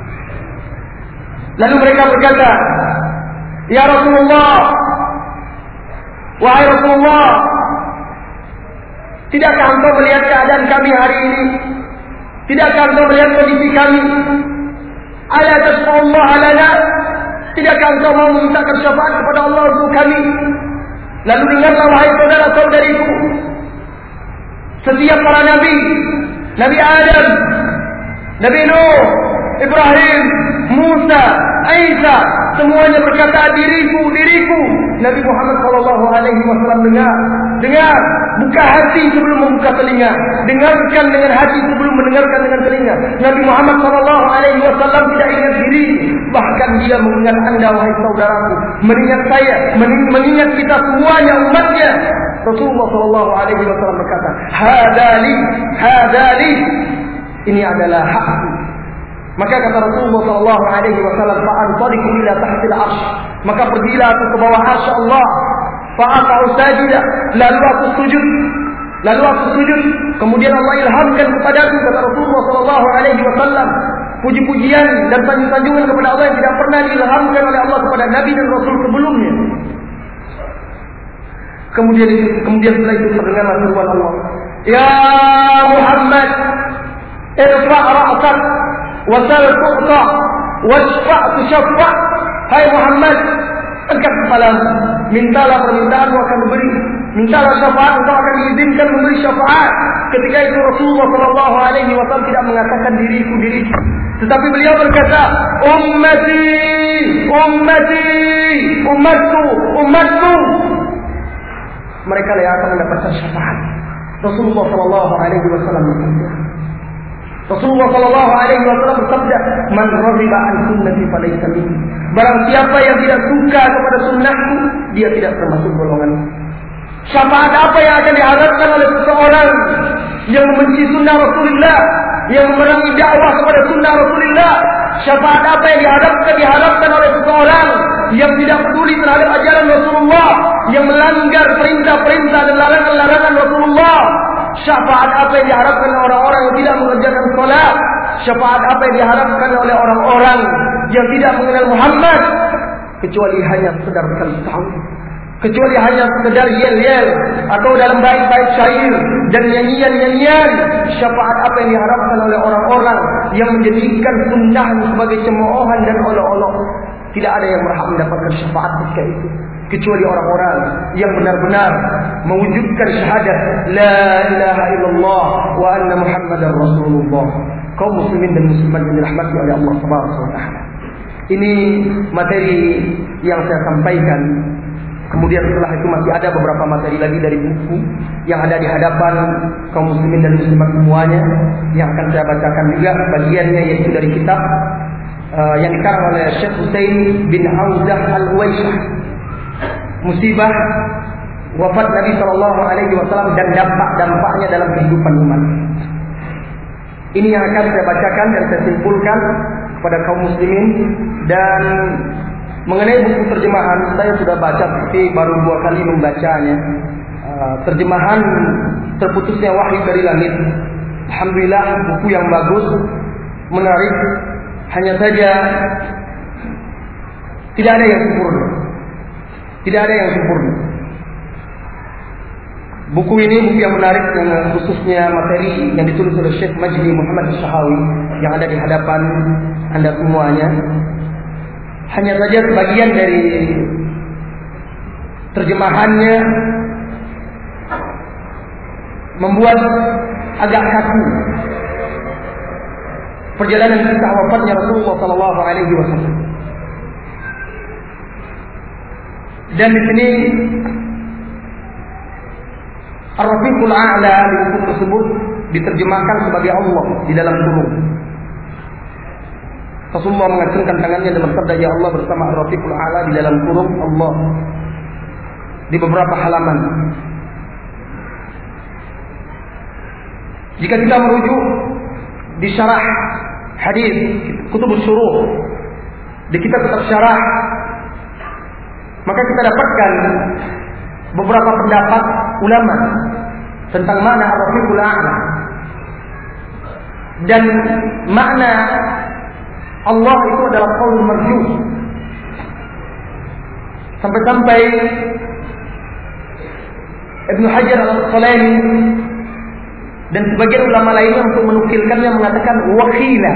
Lalu mereka berkata, "Ya Rasulullah, wahai Rasulullah, tidakkah engkau melihat keadaan kami hari ini? Tidakkah engkau melihat kondisi kami? Ala tasfa'ullah lana? Tidakkah engkau mau memintakan syafaat kepada Allah untuk kami?" Lalu dengarlah wahai saudara-saudariku, setiap para nabi, Nabi Adam, Nabi Nuh, Ibrahim, Musa, Isa, semuanya berkata diriku, diriku. Nabi Muhammad sallallahu alaihi wasallam dengar, buka hati sebelum membuka telinga, dengarkan dengan hati sebelum mendengarkan dengan telinga. Nabi Muhammad sallallahu alaihi wasallam tidak ingat diri, bahkan dia mengingat Anda wahai saudaraku, mengingat saya, mengingat kita semuanya umatnya. Rasulullah sallallahu alaihi wasallam berkata, hadali, ini adalah hakku. Maka kata Rasulullah sallallahu alaihi wasallam, fa'antaliqu ila tahtil arsy, maka pergilah aku ke bawah arsy Allah, fa'aqa'u sajida, lalu aku sujud, kemudian Allah ilhamkan kepadaku, kata Rasulullah sallallahu alaihi wasallam, puji-pujian dan sanjung-sanjungan kepada Allah yang tidak pernah diilhamkan oleh Allah kepada nabi dan rasul sebelumnya. Kemudian setelah itu terdengarlah seruan Allah, "Ya Muhammad, irfa' ra'sak wasal tu'ta washfa' tushaffa." Hai Muhammad, angkat kepalamu, mintalah permintaanmu akan diberi, mintalah syafaat, engkau akan diizinkan memberi syafaat. Ketika itu Rasulullah sallallahu alaihi wasallam tidak mengatakan diriku, tetapi beliau berkata, umatku. Mereka yang akan mendapatkan syafaat. Rasulullah sallallahu alaihi wasallam bersabda, "Man raghiba an sunnati falaysa minni." Barang siapa yang tidak suka kepada sunnahku, dia tidak termasuk golonganku. Syafaat apa yang akan diharapkan oleh seseorang yang membenci sunnah Rasulullah, yang memerangi dakwah kepada sunnah Rasulullah? Syafaat apa yang diharapkan oleh seseorang yang tidak peduli terhadap ajaran Rasulullah, yang melanggar perintah-perintah dan larangan-larangan Rasulullah? Syafaat apa yang diharapkan oleh orang-orang yang tidak mengerjakan salat? Syafaat apa yang diharapkan oleh orang-orang yang tidak mengenal Muhammad? Kecuali hanya sekedar sekali tahu, kecuali hanya sekedar yel-yel atau dalam bait-bait syair dan nyanyian-nyanyian. Syafaat apa yang diharapkan oleh orang-orang yang menjadikan sunnah sebagai cemoohan dan olok-olok? Tidak ada yang berhak mendapatkan syafaat ketika itu, kecuali orang-orang yang benar-benar mewujudkan syahadat la ilaha illallah wa anna muhammadar rasulullah. Kaum muslimin dan muslimat yang dirahmati oleh Allah Subhanahu wa taala, ini materi yang saya sampaikan. Kemudian setelah itu masih ada beberapa materi lagi dari buku yang ada di hadapan kaum muslimin dan muslimat semuanya, yang akan saya bacakan juga bagiannya, yaitu dari kitab yang dikarang oleh Syekh Husain bin Hauzah Al-Huwaisyah, Musibah Wafat Nabi sallallahu alaihi wasallam dan dampak-dampaknya dalam kehidupan umat. Ini yang akan saya bacakan dan saya simpulkan kepada kaum muslimin. Dan mengenai buku terjemahan, saya sudah baca, tapi baru 2 kali membacanya. Terjemahan Terputusnya Wahyu dari Langit, alhamdulillah buku yang bagus, menarik. Hanya saja tidak ada yang sempurna. Buku ini buku yang menarik, yang khususnya materi yang ditulis oleh Syekh Majdi Muhammad Syahawi yang ada di hadapan Anda semuanya. Hanya saja sebagian dari terjemahannya membuat agak kaku perjalanan kisah wafatnya Rasulullah sallallahu alaihi wasallam. Dan di sini Ar-Rafiqul A'la di buku tersebut diterjemahkan sebagai Allah di dalam kurung. Rasulullah mengacungkan tangannya dalam sabda ya Allah bersama Ar-Rafiqul A'la di dalam kurung Allah di beberapa halaman. Jika kita merujuk di syarah hadis Kutubus Syuruh, di kitab syarah, maka kita dapatkan beberapa pendapat ulama tentang makna Ar-Rafiqul A'la dan makna Allah itu adalah qaul marju. Sampai-sampai Ibnu Hajar Al-Asqalani dan sebagian ulama lainnya untuk menukilkannya mengatakan wakhila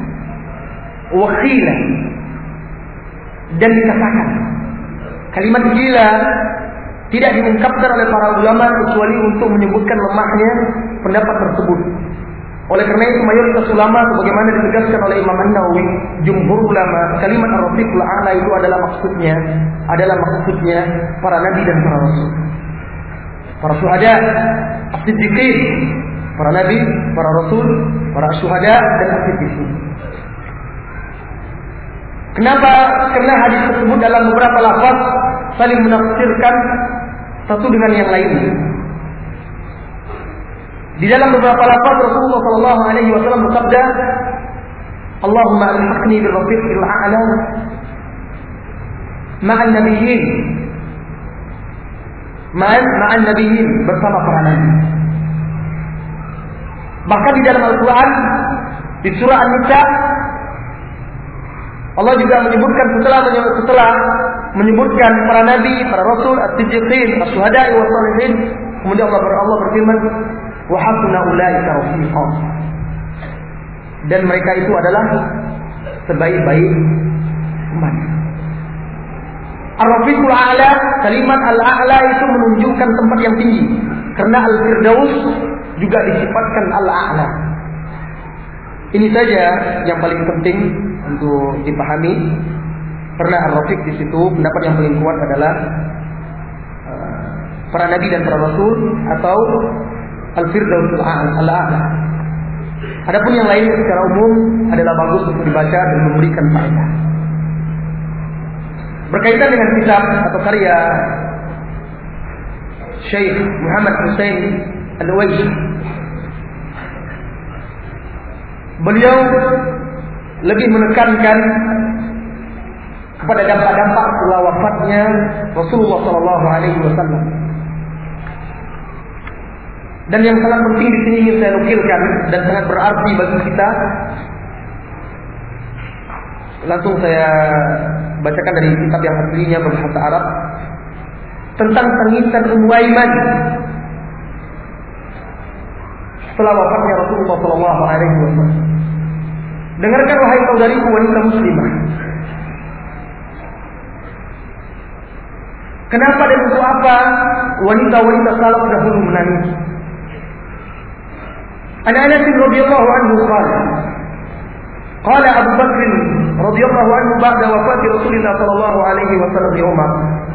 dan dikatakan kalimat gila tidak diungkapkan oleh para ulama kecuali untuk menyebutkan lemahnya pendapat tersebut. Oleh karena itu mayoritas ulama sebagaimana ditegaskan oleh Imam An-Nawawi, jumhur ulama, kalimat Ar-Rafiqul A'la itu adalah maksudnya para nabi dan para rasul. Para syuhada, as-siddiqin, para nabi, para rasul, para syuhada dan as-siddiqin. Kenapa? Karena hadis tersebut dalam beberapa lafaz saling menafsirkan satu dengan yang lainnya. Di dalam beberapa lafaz Rasulullah sallallahu alaihi wasallam bersabda, "Allahumma alhiqni bil rafiqil a'la ma'an nabiyyin." Ma'an nabiyyin bersama para nabi. Bahkan di dalam Al-Qur'an di surah An-Nisa Allah juga menyebutkan setelah menyebutkan para nabi, para rasul, as-siddiqin, as-syuhada'i was-shalihin, kemudian Allah berfirman, wa hasuna ulaika rafiqa. Dan mereka itu adalah sebaik-baik umat. Ar-Rafiqul A'la, kalimat Al-A'la itu menunjukkan tempat yang tinggi. Karena Al-Firdaus juga disifatkan Al-A'la. Ini saja yang paling penting untuk dipahami. Karena Ar-Rafiq di situ pendapat yang paling kuat adalah para nabi dan para rasul atau Al-Firdausul A'la. Adapun yang lain secara umum adalah bagus untuk dibaca dan memberikan faedah. Berkaitan dengan kitab atau karya Syekh Muhammad Hussein Al-Uwais, beliau lebih menekankan kepada dampak-dampak setelah wafatnya Rasulullah sallallahu alaihi wasallam. Dan yang sangat penting di sini ingin saya nukilkan dan sangat berarti bagi kita. Langsung saya bacakan dari kitab yang aslinya berbahasa Arab tentang tangisan Ummu Aiman setelah wafatnya Rasulullah sallallahu alaihi wasallam. Dengarkan wahai saudariku wanita muslimah. Kenapa dan untuk apa wanita-wanita salaf dahulu menangis? An Anas radhiyallahu anhu qala Abu Bakr radhiyallahu anhu ba'da wafati Rasulullah sallallahu alaihi wasallam di Umar.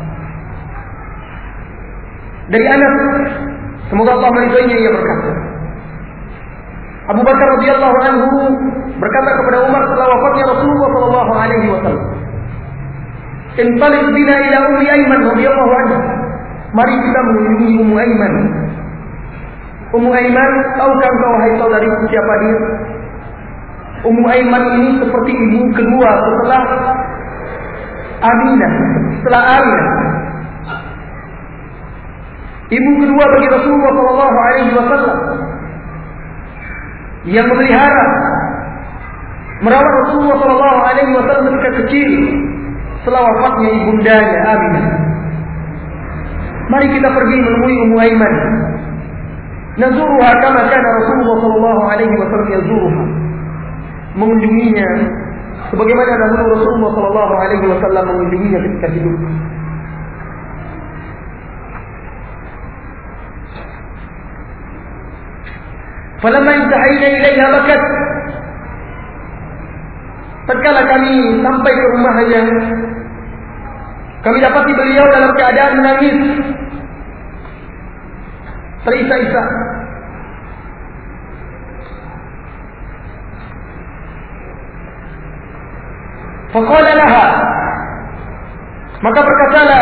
Dari Anas, semoga Allah meridainya, ia berkata, Abu Bakar radhiyallahu anhu berkata kepada Umar setelah wafatnya Rasulullah sallallahu alaihi wasallam, "Intaliq bina ila Ummi Aiman radhiyallahu anha." Mari kita mengunjungi Ummu Aiman. Ummu Aiman, tahukah engkau wahai saudariku siapa dia? Ummu Aiman ini seperti ibu kedua setelah Aminah, setelah Aminah. Ibu kedua bagi Rasulullah sallallahu alaihi wasallam yang memelihara, merawat Rasulullah sallallahu alaihi wasallam ketika kecil setelah wafatnya ibundanya Aminah. Mari kita pergi menemui Ummu Aiman. Nazuruha kama kana Rasulullah sallallahu alaihi wasallam yazuruha. Mengunjunginya sebagaimana dahulu Rasulullah sallallahu alaihi wasallam mengunjunginya ketika hidup. Falamma intahayna ilaiha bakat. Tatkala kami sampai ke rumahnya, kami dapati beliau dalam keadaan menangis, terisak-isak. Faqala laha, maka berkatalah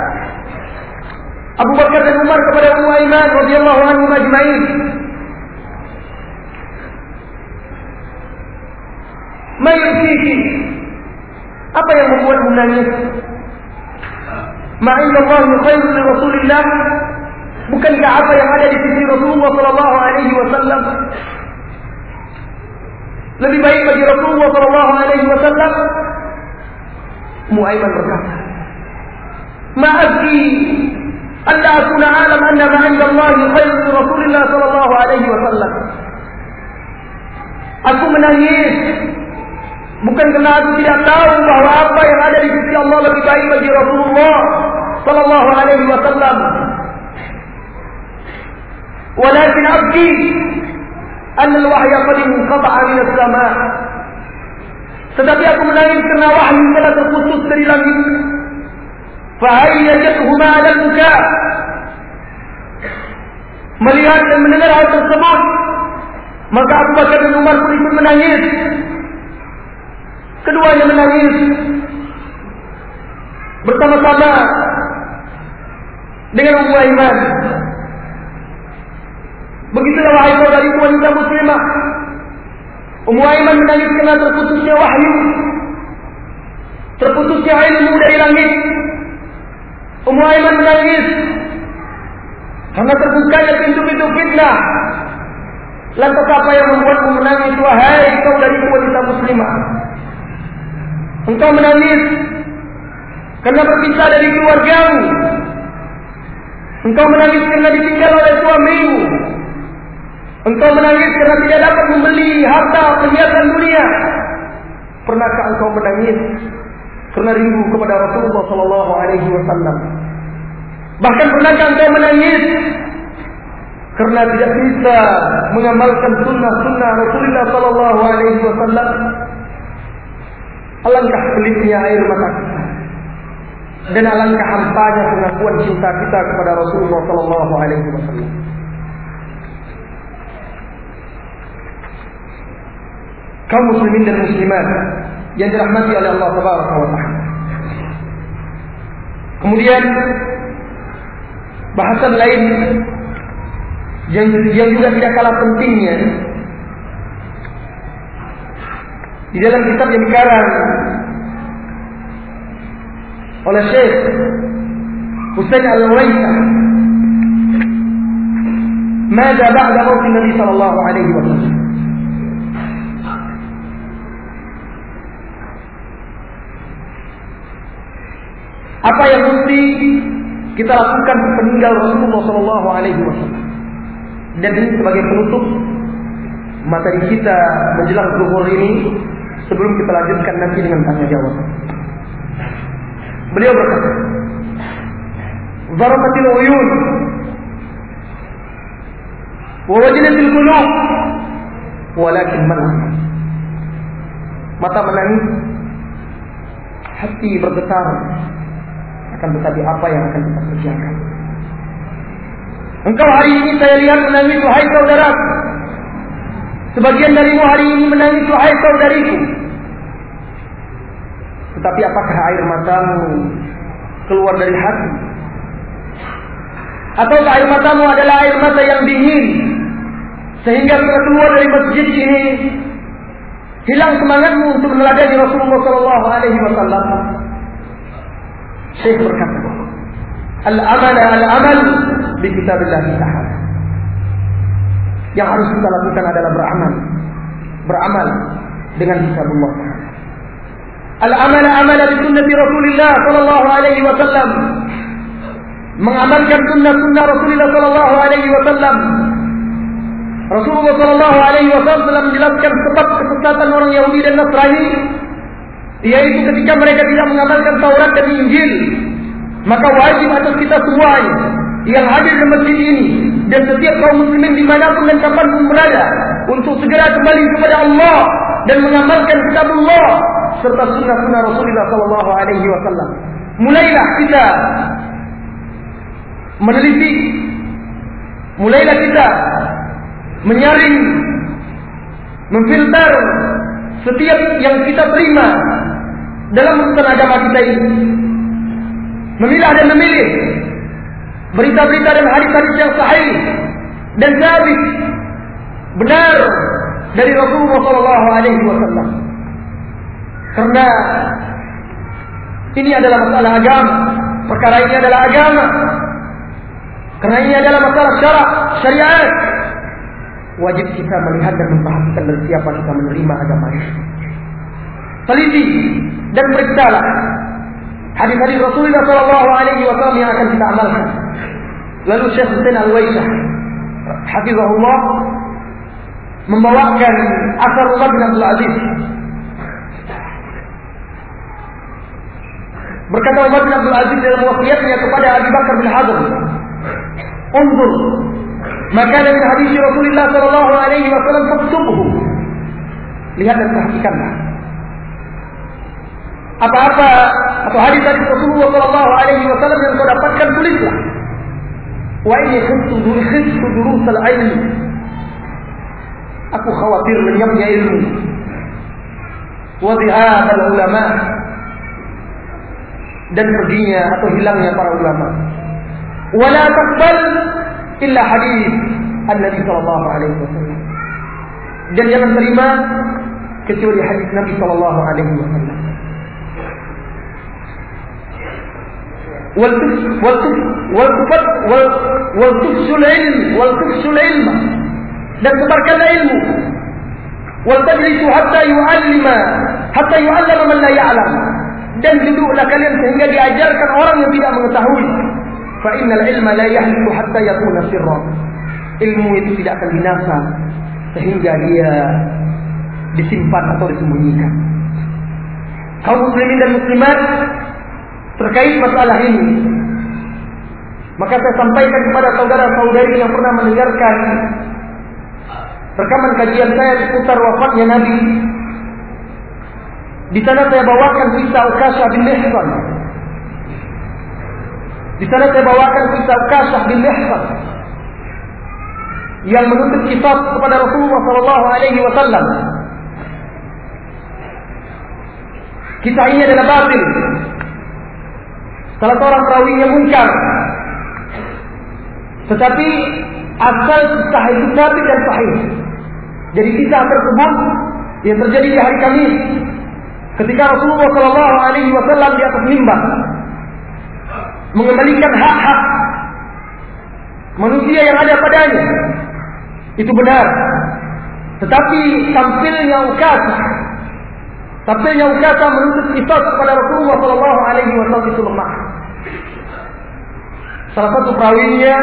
Abu Bakar dan Umar kepada Ummu Aiman radhiyallahu anhum ajma'in, ma yubkiki, apa yang membuatmu menangis? Ma indallahi khairun li Rasulillah, bukankah apa yang ada di sisi Rasulullah sallallahu alaihi wasallam lebih baik bagi Rasulullah sallallahu alaihi wasallam? Ummu Aiman berkata, ma abki alla akuna alam anna ma indallahi khairun li Rasulillah sallallahu alaihi wasallam. Aku menangis bukan karena aku tidak tahu bahwa apa yang ada di sisi Allah lebih baik bagi Rasulullah sallallahu alaihi wasallam, walakin abki anna al-wahya qad inqata'a min as-sama'. Tetapi aku menangis karena wahyu telah terputus dari langit. Fahayyatuhuma 'ala al-buka. Melihat dan mendengar hal tersebut, maka Abu Bakar dan Umar pun ikut menangis. Keduanya menangis bersama-sama dengan Ummu Aiman. Begitulah wahai saudariku wanita muslimah, Ummu Aiman menangis karena terputusnya wahyu, terputusnya ilmu dari langit. Ummu Aiman menangis karena terbukanya pintu-pintu fitnah. Lantas apa yang membuatmu menangis wahai saudariku wanita muslimah? Engkau menangis karena berpisah dari keluargamu. Engkau menangis karena ditinggal oleh suamimu. Engkau menangis karena tidak dapat membeli harta perhiasan dunia. Pernahkah engkau menangis karena rindu kepada Rasulullah sallallahu alaihi wasallam? Bahkan pernahkah engkau menangis karena tidak bisa mengamalkan sunnah-sunnah Rasulullah sallallahu alaihi wasallam? Alangkah pelitnya air mata kita, dan alangkah hampanya pengakuan cinta kita kepada Rasulullah sallallahu alaihi wasallam. Kaum muslimin dan muslimat yang dirahmati oleh Allah Tabaraka wa Ta'ala. Kemudian bahasan lain yang juga tidak kalah pentingnya di dalam kitab yang dikarang oleh Syekh Husain Al-Waisah, Mada ba'da mauti Nabi sallallahu alaihi wasallam. Apa yang mesti kita lakukan sepeninggal Rasulullah sallallahu alaihi wasallam? Dan ini sebagai penutup materi kita menjelang zuhur ini, sebelum kita lanjutkan nanti dengan tanya jawab. Beliau berkata, "Zarafatil uyun wa wajlatil qulub, walakin man." Mata menangis, hati bergetar, akan tetapi apa yang akan kita kerjakan? Engkau hari ini saya lihat menangis wahai saudara. Sebagian darimu hari ini menangis wahai saudariku. Tetapi apakah air matamu keluar dari hati? Atau air matamu adalah air mata yang dingin, sehingga setelah keluar dari masjid ini hilang semangatmu untuk meneladani Rasulullah sallallahu alaihi wasallam? Syekh berkata, Al-amal bi kitabillah ta'ala. Yang harus kita lakukan adalah beramal dengan kitabullah. Al-amal bi sunnati Rasulillah sallallahu alaihi wasallam. Mengamalkan sunnah-sunnah Rasulullah sallallahu alaihi wasallam. Rasulullah sallallahu alaihi wasallam telah menjelaskan sebab kesesatan orang Yahudi dan Nasrani, yaitu ketika mereka tidak mengamalkan Taurat dan Injil. Maka wajib atas kita semuanya yang hadir di masjid ini dan setiap kaum muslimin dimanapun dan kapanpun berada untuk segera kembali kepada Allah dan mengamalkan kitabullah serta sunnah-sunnah Rasulullah sallallahu alaihi wasallam. Mulailah kita meneliti, mulailah kita menyaring, memfilter setiap yang kita terima dalam urusan agama kita ini. Memilah dan memilih berita-berita dan hadis-hadis yang sahih dan sabit benar dari Rasulullah SAW. Karena ini adalah masalah agama, perkara ini adalah agama. Karena ini adalah masalah syariat. Wajib kita melihat dan memperhatikan dari siapa kita menerima agama ini. Teliti dan periksalah hadis-hadis Rasulullah SAW yang akan kita amalkan. Lalu Syekh Husain Al-Waisah hafizahullah membawakan asar Umar bin Abdul Aziz. Berkata Umar bin Abdul Aziz dalam wasiatnya kepada Abu Bakar bin Hazm, "Unzur, maka dari hadis Rasulullah SAW faktubhu." Lihat dan perhatikanlah. Apa-apa atau hadis-hadis Rasulullah SAW yang kau dapatkan, tulislah. Wa ini khiftu durus al-ilm. Aku khawatir lenyapnya ilmu. Wa dhahab al-ulama, dan perginya atau hilangnya para ulama. Wa la taqbal illa hadis An-Nabi sallallahu alaihi wasallam. Dan jangan terima kecuali hadis Nabi sallallahu alaihi wasallam. Wal tufsul ilm, dan sebarkanlah ilmu. Wal tajlisu hatta yu'allama man la ya'lam, dan duduklah kalian sehingga diajarkan orang yang tidak mengetahui. Fa innal ilma la yahlu hatta yakuna sirran. Ilmu itu tidak akan binasa sehingga dia disimpan atau disembunyikan. Kaum muslimin dan muslimat, terkait masalah ini, maka saya sampaikan kepada saudara-saudari yang pernah mendengarkan rekaman kajian saya seputar wafatnya Nabi. Di sana saya bawakan kisah Ukashah bin Mihsan. Yang menuntut kisah kepada Rasulullah SAW. Kisah ini adalah batil. Salah seorang perawinya munkar. Tetapi asal kisah itu sabit dan sahih. Jadi kisah tersebut yang terjadi di hari Kamis, ketika Rasulullah SAW di atas mimbar mengembalikan hak-hak manusia yang ada padanya, itu benar. Tetapi tampilnya Ukashah menuntut kisah kepada Rasulullah SAW itu lemah. Salah satu perawinya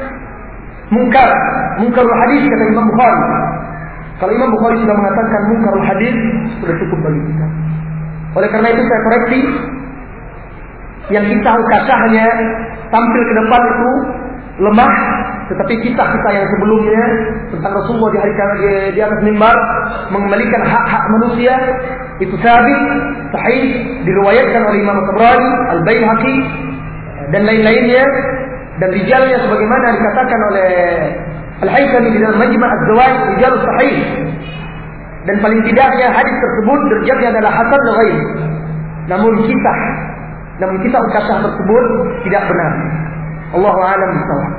munkarul hadis, kata Imam Bukhari. Kalau Imam Bukhari sudah mengatakan munkarul hadis, sudah cukup bagi kita. Oleh karena itu saya koreksi, yang kisah Ukashahnya tampil ke depan itu lemah, tetapi kisah-kisah yang sebelumnya tentang Rasulullah di atas mimbar mengembalikan hak-hak manusia itu sabit, sahih, diriwayatkan oleh Imam Tabrani, Al-Baihaqi dan lain-lainnya, dan rijalnya sebagaimana dikatakan oleh Al-Haythami di dalam Majma' Az-Zawaid, rijal sahih. Dan paling tidaknya hadis tersebut derajatnya adalah hasan ghaib. Namun kisah Ukashah tersebut tidak benar. Allahu a'lam bishawab.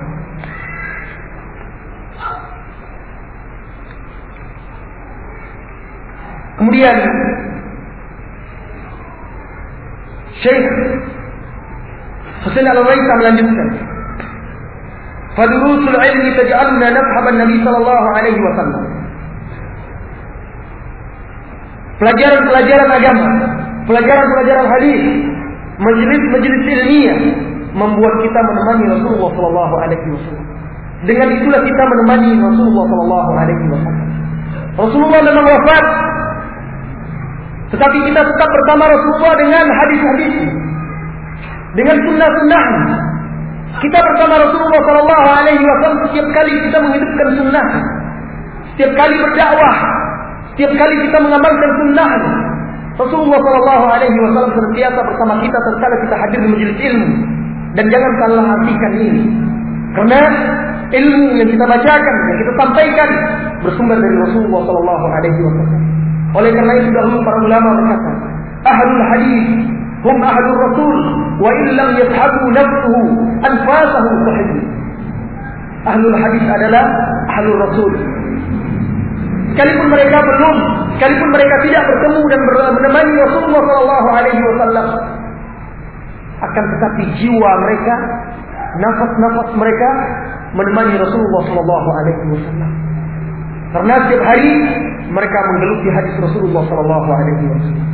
Kemudian Syekh Husain Al-Waisah melanjutkan, "Fadurusul ilmi taj'alna nafhaban Nabi sallallahu alaihi wasallam." Pelajaran-pelajaran agama, pelajaran-pelajaran hadis, majelis-majelis ilmiah membuat kita menemani Rasulullah sallallahu alaihi wasallam. Dengan itulah kita menemani Rasulullah sallallahu alaihi wasallam. Rasulullah memang wafat, tetapi kita tetap bersama Rasulullah dengan hadis-hadis, dengan sunnah-sunnah. Kita bersama Rasulullah sallallahu alaihi wasallam setiap kali kita menghidupkan sunnah, setiap kali berdakwah, setiap kali kita mengamalkan sunnah. Rasulullah sallallahu alaihi wasallam senantiasa bersama kita tatkala kita hadir di majelis ilmu. Dan jangan salah artikan ini, karena ilmu yang kita bacakan, yang kita sampaikan bersumber dari Rasulullah sallallahu alaihi wasallam. Oleh karena itu dahulu para ulama berkata, ahlul hadis hum ahlur rasul wa in lam yashabu nafsuhu anfasahu sahih. Ahlul hadis adalah ahlur rasul. Sekalipun mereka tidak bertemu dan menemani Rasulullah sallallahu alaihi wasallam, akan tetapi jiwa mereka, nafas-nafas mereka menemani Rasulullah sallallahu alaihi wasallam. Karena setiap hari mereka menggeluti hadis Rasulullah sallallahu alaihi wasallam.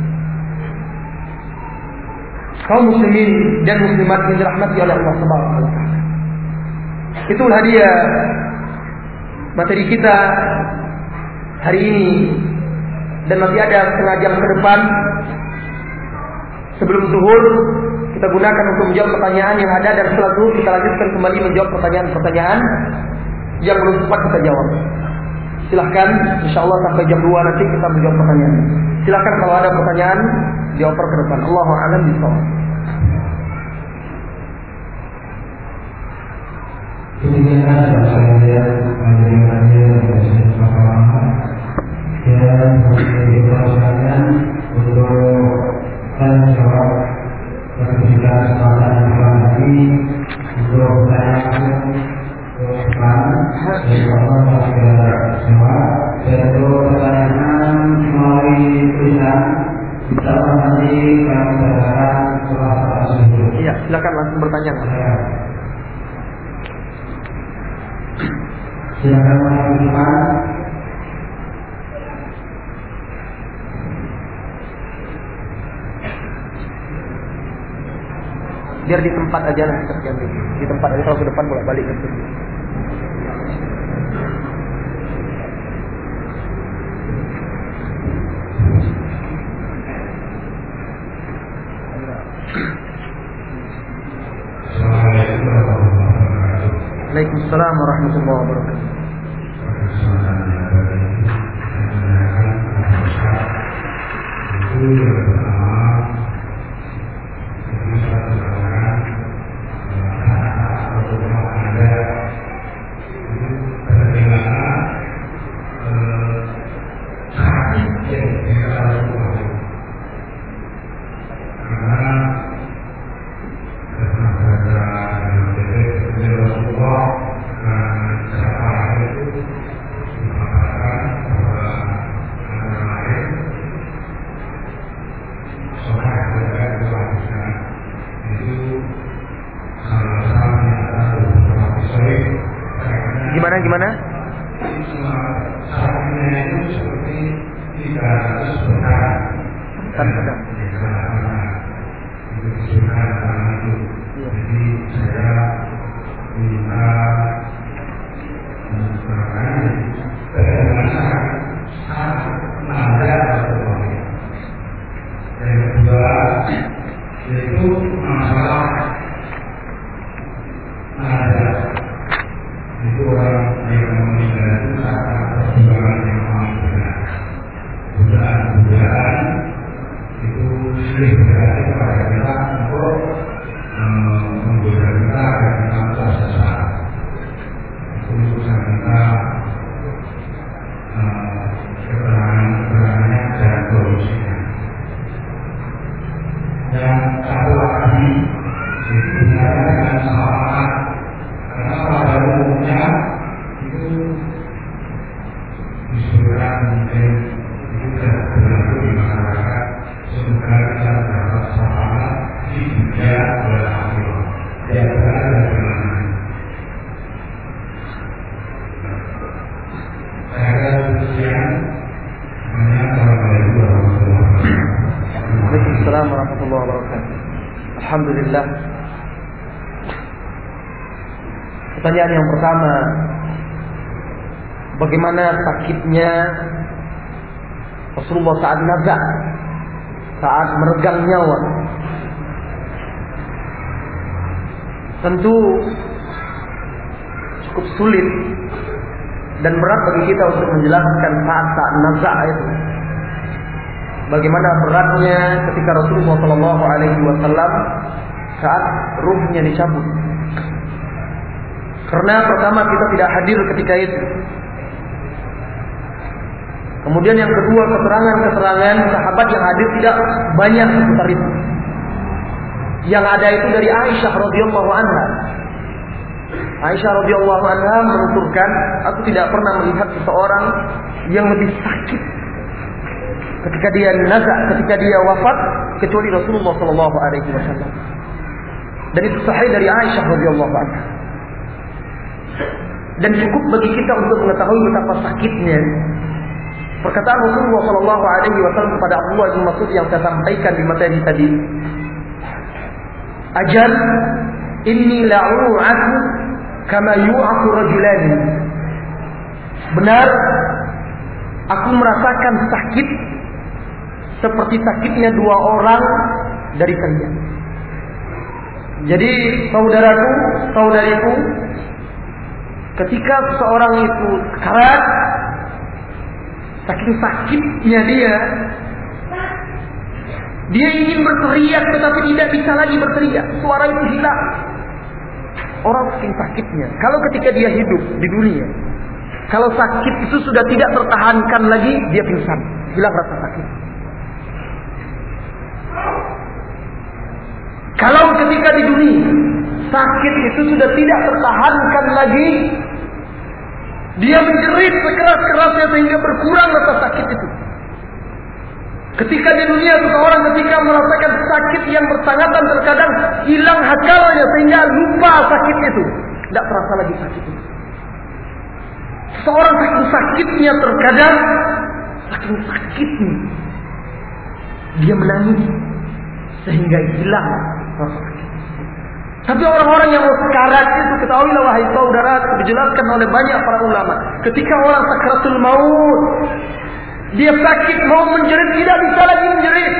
Kaum muslimin dan muslimat yang dirahmati oleh Allah Subhanahu wa taala. Itulah dia materi kita hari ini, dan masih ada setengah jam ke depan sebelum zuhur kita gunakan untuk menjawab pertanyaan yang ada, dan setelah itu kita lanjutkan kembali menjawab pertanyaan-pertanyaan yang belum sempat kita jawab. Silahkan, insyaallah sampai jam 2 nanti kita menjawab pertanyaan. Silahkan kalau ada pertanyaan dioper ke depan. Allahu a'lam bishawab. Demikianlah saya dan sekalian untuk menjawab ketika kesempatan ini untuk pertanyaan semua yaitu pertanyaan melalui tulisan bisa nanti kami bacakan setelah tersebut. Iya, silakan langsung bertanya. Silakan menyampaikan. Biar di tempat aja lah, di tempat aja, kalau ke depan bolak balik gitu. Waalaikumsalam warahmatullahi wabarakatuh. Gimana? Waalaikumsalam warahmatullahi wabarakatuh. Alhamdulillah. Pertanyaan yang pertama, bagaimana sakitnya Rasulullah saat nazak, saat meregang nyawa? Tentu cukup sulit dan berat bagi kita untuk menjelaskan saat nazak itu. Bagaimana beratnya ketika Rasulullah Shallallahu Alaihi Wasallam saat ruhnya dicabut. Karena pertama kita tidak hadir ketika itu. Kemudian yang kedua, keterangan sahabat yang hadir tidak banyak seputar itu. Yang ada itu dari Aisyah radhiyallahu anha. Aisyah radhiyallahu anha menuturkan, aku tidak pernah melihat seseorang yang lebih sakit ketika dia ketika dia wafat kecuali Rasulullah sallallahu alaihi wasallam. Dan itu sahih dari Aisyah radhiyallahu anha. Dan cukup bagi kita untuk mengetahui betapa sakitnya perkataan Rasulullah sallallahu alaihi wasallam kepada Abdullah bin Mas'ud yang saya sampaikan di materi tadi. Ajal inni la'u'atu kama yu'atu rajulani. Benar, aku merasakan sakit seperti sakitnya dua orang dari kalian. Jadi saudariku, ketika seseorang itu sekarat, saking sakitnya dia ingin berteriak tetapi tidak bisa lagi berteriak, suara itu hilang. Orang saking sakitnya. Kalau ketika dia hidup di dunia, kalau sakit itu sudah tidak tertahankan lagi, dia pingsan, hilang rasa sakit. Kalau ketika di dunia sakit itu sudah tidak tertahankan lagi, dia menjerit sekeras-kerasnya sehingga berkurang rasa sakit itu. Ketika di dunia seseorang ketika merasakan sakit yang bersangatan, terkadang hilang akalnya sehingga lupa sakit itu, tidak terasa lagi sakit itu. Seorang saking sakitnya, terkadang saking sakitnya dia menangis sehingga hilang rasa sakit. Tapi orang-orang yang sekarat itu, ketahuilah wahai saudara, dijelaskan oleh banyak para ulama, ketika orang sakaratul maut, dia sakit mau menjerit tidak bisa lagi menjerit.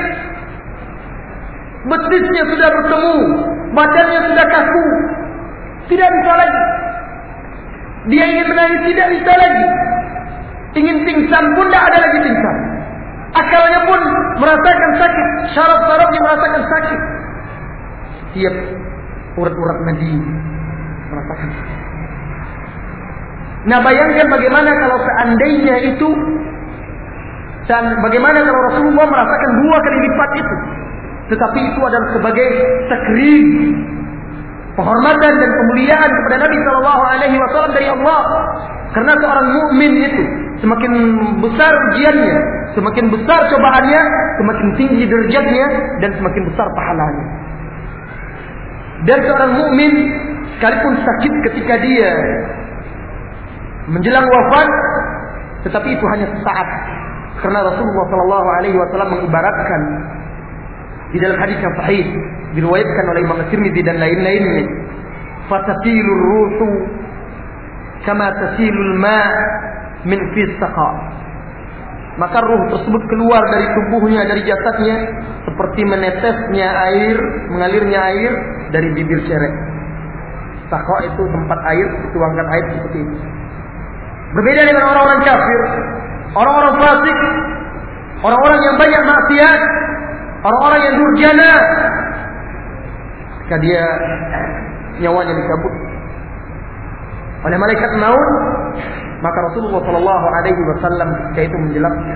Betisnya sudah bertemu, badannya sudah kaku, tidak bisa lagi. Dia ingin menangis tidak bisa lagi. Ingin pingsan pun tidak ada lagi pingsan. Akalnya pun merasakan sakit, syaraf-syarafnya merasakan sakit. Setiap urat-urat nadi merasakan sakit. Nah, bayangkan bagaimana kalau seandainya itu, dan bagaimana kalau Rasulullah merasakan 2 kali lipat itu. Tetapi itu adalah sebagai takrim, penghormatan dan kemuliaan kepada Nabi sallallahu alaihi wasallam dari Allah. Karena seorang mukmin itu semakin besar ujiannya, semakin besar cobaannya, semakin tinggi derajatnya dan semakin besar pahalanya. Dan seorang mukmin sekalipun sakit ketika dia menjelang wafat, tetapi itu hanya sesaat. Karena Rasulullah sallallahu alaihi wasallam mengibaratkan di dalam hadis yang sahih diriwayatkan oleh Imam Tirmidzi dan lain-lainnya, fatatilur ruhu kama tasilul ma' min fis saqa. Maka ruh tersebut keluar dari tubuhnya, dari jasadnya, seperti menetesnya air, mengalirnya air dari bibir cerek. Saqa itu tempat air, tuangkan air seperti itu. Berbeda dengan orang-orang kafir, orang-orang fasik, orang-orang yang banyak maksiat, orang-orang yang durjana. Ketika dia nyawanya dicabut oleh malaikat maut, maka Rasulullah sallallahu alaihi wasallam ketika itu menjelaskan,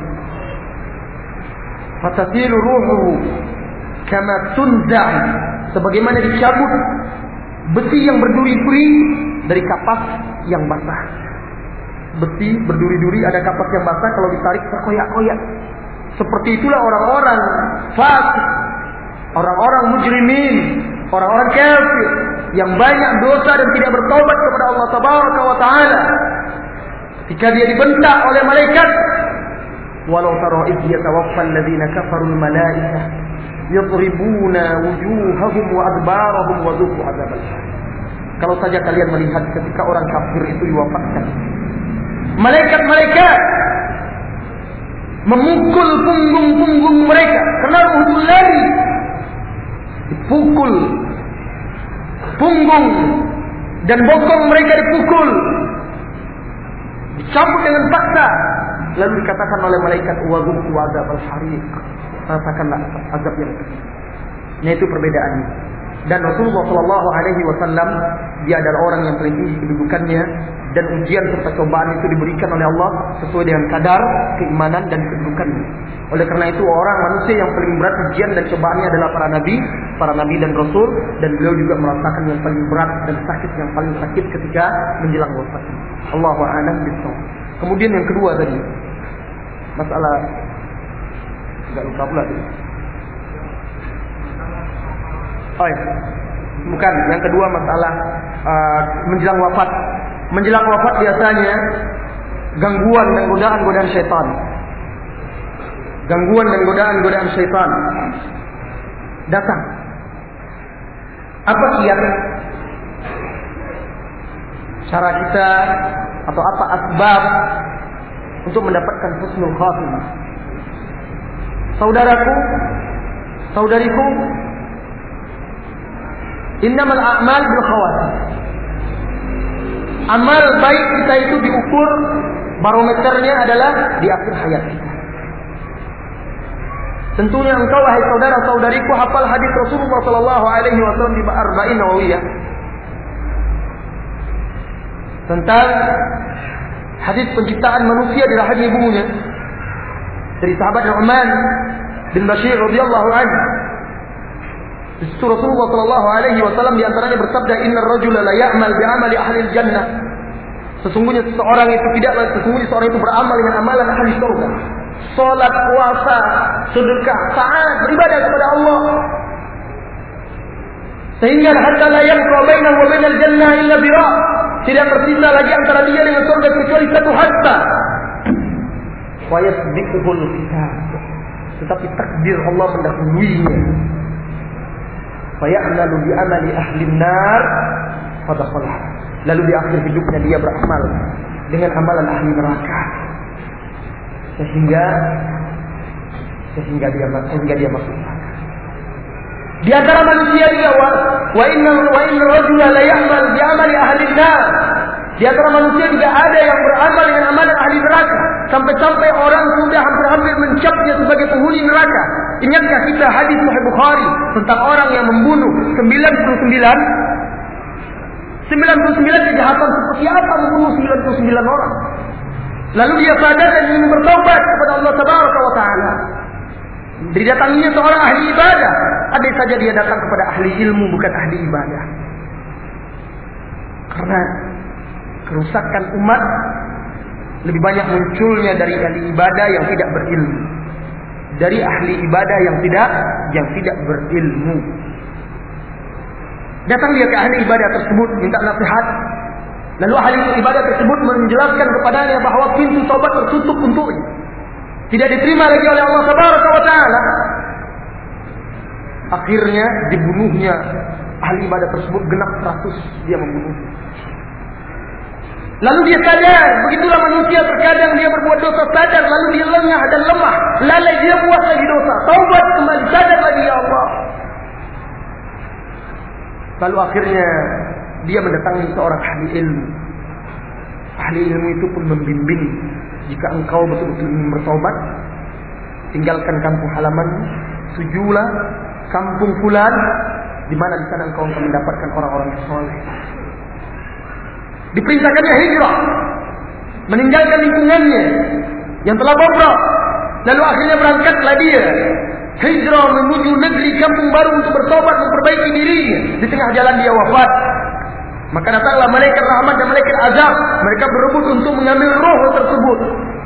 fatasilu ruhuhu kama tunza', sebagaimana dicabut besi yang berduri-duri dari kapas yang basah. Besi berduri-duri, ada kapas yang basah, kalau ditarik terkoyak-koyak. Seperti itulah orang-orang fasik, orang-orang mujrimin, orang-orang kafir yang banyak dosa dan tidak bertobat kepada Allah Tabaraka wa Ta'ala. Ketika dia dibentak oleh malaikat, walau tara idh yatawaffal ladzina kafarul malaikah yadribuna wujuhahum wa adbarahum wa dhuqu adzabal nar. Kalau saja kalian melihat ketika orang kafir itu diwafatkan, malaikat-malaikat memukul punggung-punggung mereka karena ruh lari, dipukul punggung dan bokong mereka dipukul, dicabut dengan paksa, lalu dikatakan oleh malaikat wadzuqu adzabal hariq, rasakanlah azab yang pedih. Nah, itu perbedaannya. Dan Rasulullah sallallahu alaihi wasallam, dia adalah orang yang paling tinggi kedudukannya dan ujian serta cobaan itu diberikan oleh Allah sesuai dengan kadar keimanan dan kedudukannya. Oleh karena itu orang manusia yang paling berat ujian dan cobaannya adalah para nabi dan rasul, dan beliau juga merasakan yang paling berat dan sakit yang paling sakit ketika menjelang wafat. Allahu a'lam bishawab. Kemudian yang kedua tadi masalah enggak lupa pula tadi. Oh ya. Bukan, yang kedua masalah menjelang wafat. Menjelang wafat biasanya gangguan dan godaan-godaan syaitan. Gangguan dan godaan-godaan syaitan datang. Apa kiat cara kita atau apa asbab untuk mendapatkan husnul khatimah? Saudaraku, saudariku, innamal a'mal bil khawatim. Amal baik kita itu diukur, barometernya adalah di akhir hayat kita. Tentunya engkau wahai saudara-saudariku hafal hadis Rasulullah sallallahu alaihi wasallam di Arba'in Nawawiyah tentang hadis penciptaan manusia di rahim ibunya dari sahabat Nu'man bin Bashir radhiyallahu anhu. Rasulullah sallallahu alaihi wasallam di antaranya bersabda, "Innar rajula la ya'mal bi 'amali ahli al-jannah." Sesungguhnya seorang itu beramal dengan amalan ahli surga. Salat, puasa, sedekah, taat, beribadah kepada Allah. Sehingga hatta la yabqa bainahu wa bainal jannah illa zira'. Tidak tersisa lagi antara dia dengan surga kecuali satu hatta. Wa yasbiquhul kitab. Tetapi takdir Allah mendahuluinya. Fa ya'malu bi amali ahli an-nar fadakhalah. Lalu di akhir hidupnya dia beramal dengan amalan ahli neraka. Sehingga dia masuk neraka. Di antara manusia juga wa inna rajula la ya'mal bi amali ahli an-nar. Di antara manusia juga ada yang beramal dengan amalan ahli neraka, sampai-sampai orang sudah hampir-hampir mencapnya sebagai penghuni neraka. Ingatkah kita hadis Sahih Bukhari tentang orang yang membunuh 99 kejahatan seperti apa membunuh 99 orang? Lalu dia sadar dan ingin bertaubat kepada Allah Tabaraka wa Ta'ala. Didatanginya seorang ahli ibadah. Andai saja dia datang kepada ahli ilmu bukan ahli ibadah. Karena kerusakan umat lebih banyak munculnya dari ahli ibadah yang tidak berilmu. Dari ahli ibadah yang tidak berilmu. Datang dia ke ahli ibadah tersebut minta nasihat. Lalu ahli ibadah tersebut menjelaskan kepadanya bahwa pintu taubat tertutup untuknya. Tidak diterima lagi oleh Allah Tabaraka wa Ta'ala. Akhirnya dibunuhnya ahli ibadah tersebut, genap 100 dia membunuh. Lalu dia sadar, begitulah manusia terkadang dia berbuat dosa sadar, lalu dia lengah dan lemah, lalai dia buat lagi dosa, taubat kembali, sadar lagi ya Allah. Lalu akhirnya dia mendatangi seorang ahli ilmu. Ahli ilmu itu pun membimbing, jika engkau betul-betul ingin bertaubat, tinggalkan kampung halaman, tujulah kampung fulan, di mana di sana engkau akan mendapatkan orang-orang yang soleh. Diperintahkannya hijrah, meninggalkan lingkungannya yang telah bobrok. Lalu akhirnya berangkatlah dia hijrah menuju negeri kampung baru untuk bertobat, memperbaiki dirinya. Di tengah jalan dia wafat. Maka datanglah malaikat rahmat dan malaikat azab. Mereka berebut untuk mengambil roh tersebut.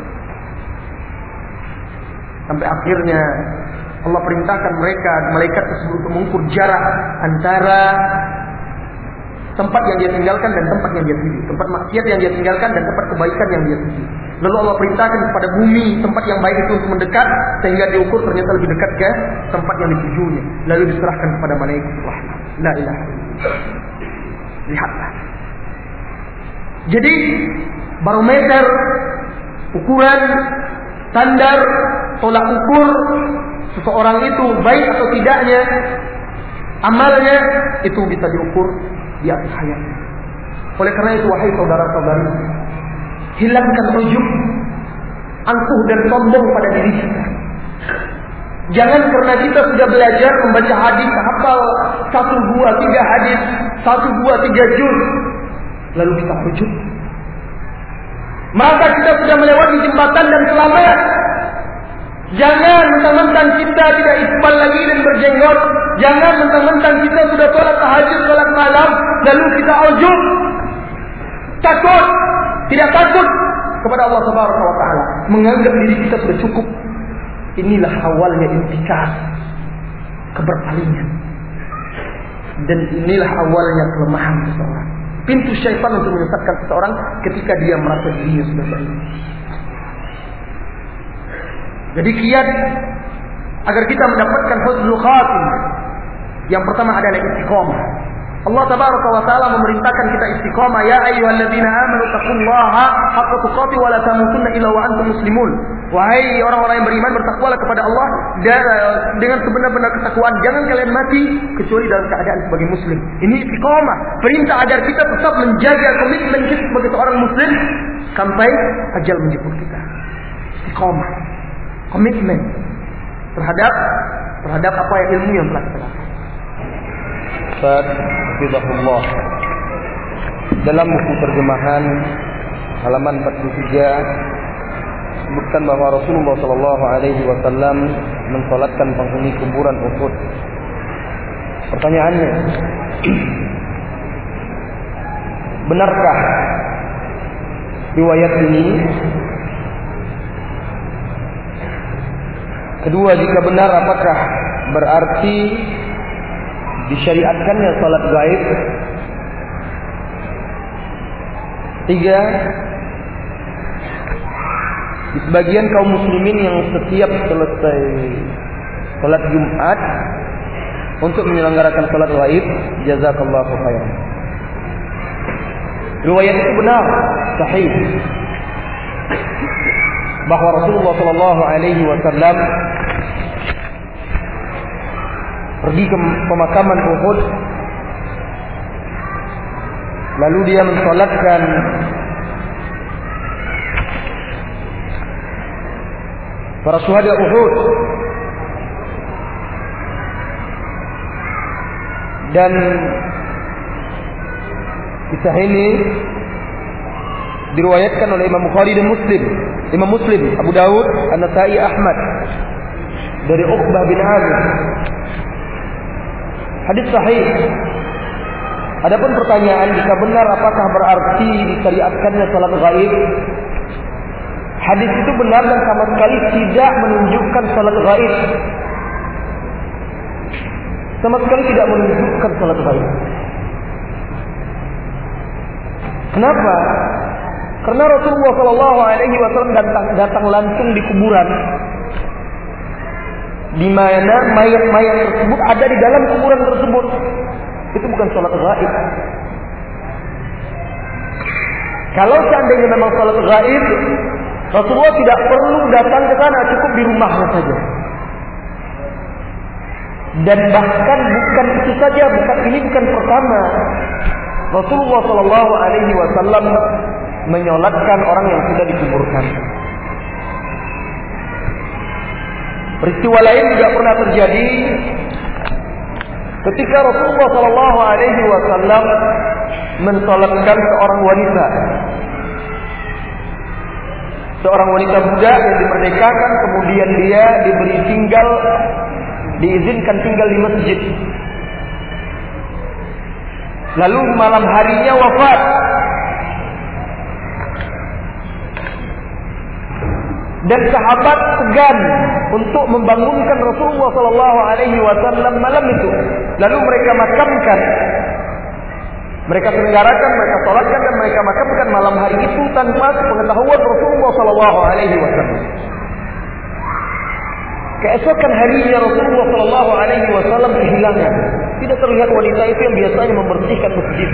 Sampai akhirnya Allah perintahkan malaikat tersebut untuk mengukur jarak antara tempat yang dia tinggalkan dan tempat yang dia tuju, tempat maksiat yang dia tinggalkan dan tempat kebaikan yang dia tuju. Lalu Allah perintahkan kepada bumi tempat yang baik itu untuk mendekat, sehingga diukur ternyata lebih dekat ke tempat yang ditujunya. Lalu diserahkan kepada malaikat rahmat. La ilaha illallah. Lihatlah. Jadi barometer, ukuran, standar, tolak ukur seseorang itu baik atau tidaknya amalnya itu bisa diukur di akhir hayatnya. Oleh karena itu wahai saudara-saudari, hilangkan ujub, angkuh dan sombong pada diri kita. Jangan karena kita sudah belajar membaca hadis, hafal 1, 2, 3 hadis, 1, 2, 3 juz, lalu kita ujub. maka kita sudah melewati jembatan dan selamat. Jangan mentang-mentang kita tidak isbal lagi dan berjenggot. Jangan mentang-mentang kita sudah sholat tahajud, sholat malam, lalu kita ujub, takut, tidak takut kepada Allah Subhanahu wa taala, menganggap diri kita sudah cukup. Inilah awalnya intikas, keberpalingan. Dan inilah awalnya kelemahan seseorang. Pintu syaitan untuk menyesatkan seseorang ketika dia merasa dirinya sudah baik. Jadi kiat agar kita mendapatkan husnul khatimah, yang pertama adalah istiqomah. Allah Tabaraka wa Ta'ala memerintahkan kita istiqomah. Ya ayyuhalladzina amanu taqullaha haqqa tuqatih wa la tamutunna illa wa antum muslimun. Wahai orang-orang yang beriman, bertakwalah kepada Allah dengan sebenar-benar ketakwaan. Jangan kalian mati kecuali dalam keadaan sebagai muslim. Ini istiqomah. Perintah agar kita tetap menjaga komitmen kita sebagai seorang muslim sampai ajal menjemput kita. Istiqomah, komitmen terhadap apa yang ilmu yang telah kita lakukan. Hafizahullah, dalam buku terjemahan halaman 43 sebutkan bahwa Rasulullah sallallahu alaihi wasallam mensolatkan penghuni kuburan Uhud. Pertanyaannya, benarkah riwayat ini? Kedua, jika benar, apakah berarti disyariatkannya salat gaib? 3, di sebagian kaum muslimin yang setiap selesai salat Jumat untuk menyelenggarakan salat gaib, jazakallahu khairan. Riwayat itu benar, sahih, bahwa Rasulullah sallallahu alaihi wasallam pergi ke pemakaman Uhud, lalu dia mensolatkan para syuhada Uhud, dan kisah ini diriwayatkan oleh Imam Bukhari dan Imam Muslim, Abu Dawud, An-Nasa'i, Ahmad dari Uqbah bin Amir. Hadis sahih. Adapun pertanyaan, jika benar, apakah berarti disyariatkannya salat gaib? Hadis itu benar dan sama sekali tidak menunjukkan salat gaib. Sama sekali tidak menunjukkan salat gaib. Kenapa? Karena Rasulullah sallallahu alaihi wasallam datang langsung di kuburan, di mana mayat-mayat tersebut ada di dalam kuburan tersebut. Itu bukan salat gaib. Kalau seandainya memang salat gaib, Rasulullah tidak perlu datang ke sana, cukup di rumahnya saja. Dan bahkan bukan itu saja, ini bukan pertama Rasulullah sallallahu alaihi wasallam menyolatkan orang yang sudah dikuburkan. Peristiwa lain juga pernah terjadi ketika Rasulullah sallallahu alaihi wasallam mensolatkan seorang wanita. Seorang wanita muda yang dimerdekakan, kemudian dia diizinkan tinggal di masjid. Lalu malam harinya wafat. Dan sahabat segan untuk membangunkan Rasulullah sallallahu alaihi wasallam malam itu. Lalu mereka makamkan. Mereka selenggarakan, mereka salatkan dan mereka makamkan malam hari itu tanpa pengetahuan Rasulullah sallallahu alaihi wasallam. Keesokan harinya Rasulullah sallallahu alaihi wasallam kehilangan. Tidak terlihat wanita itu yang biasanya membersihkan masjid.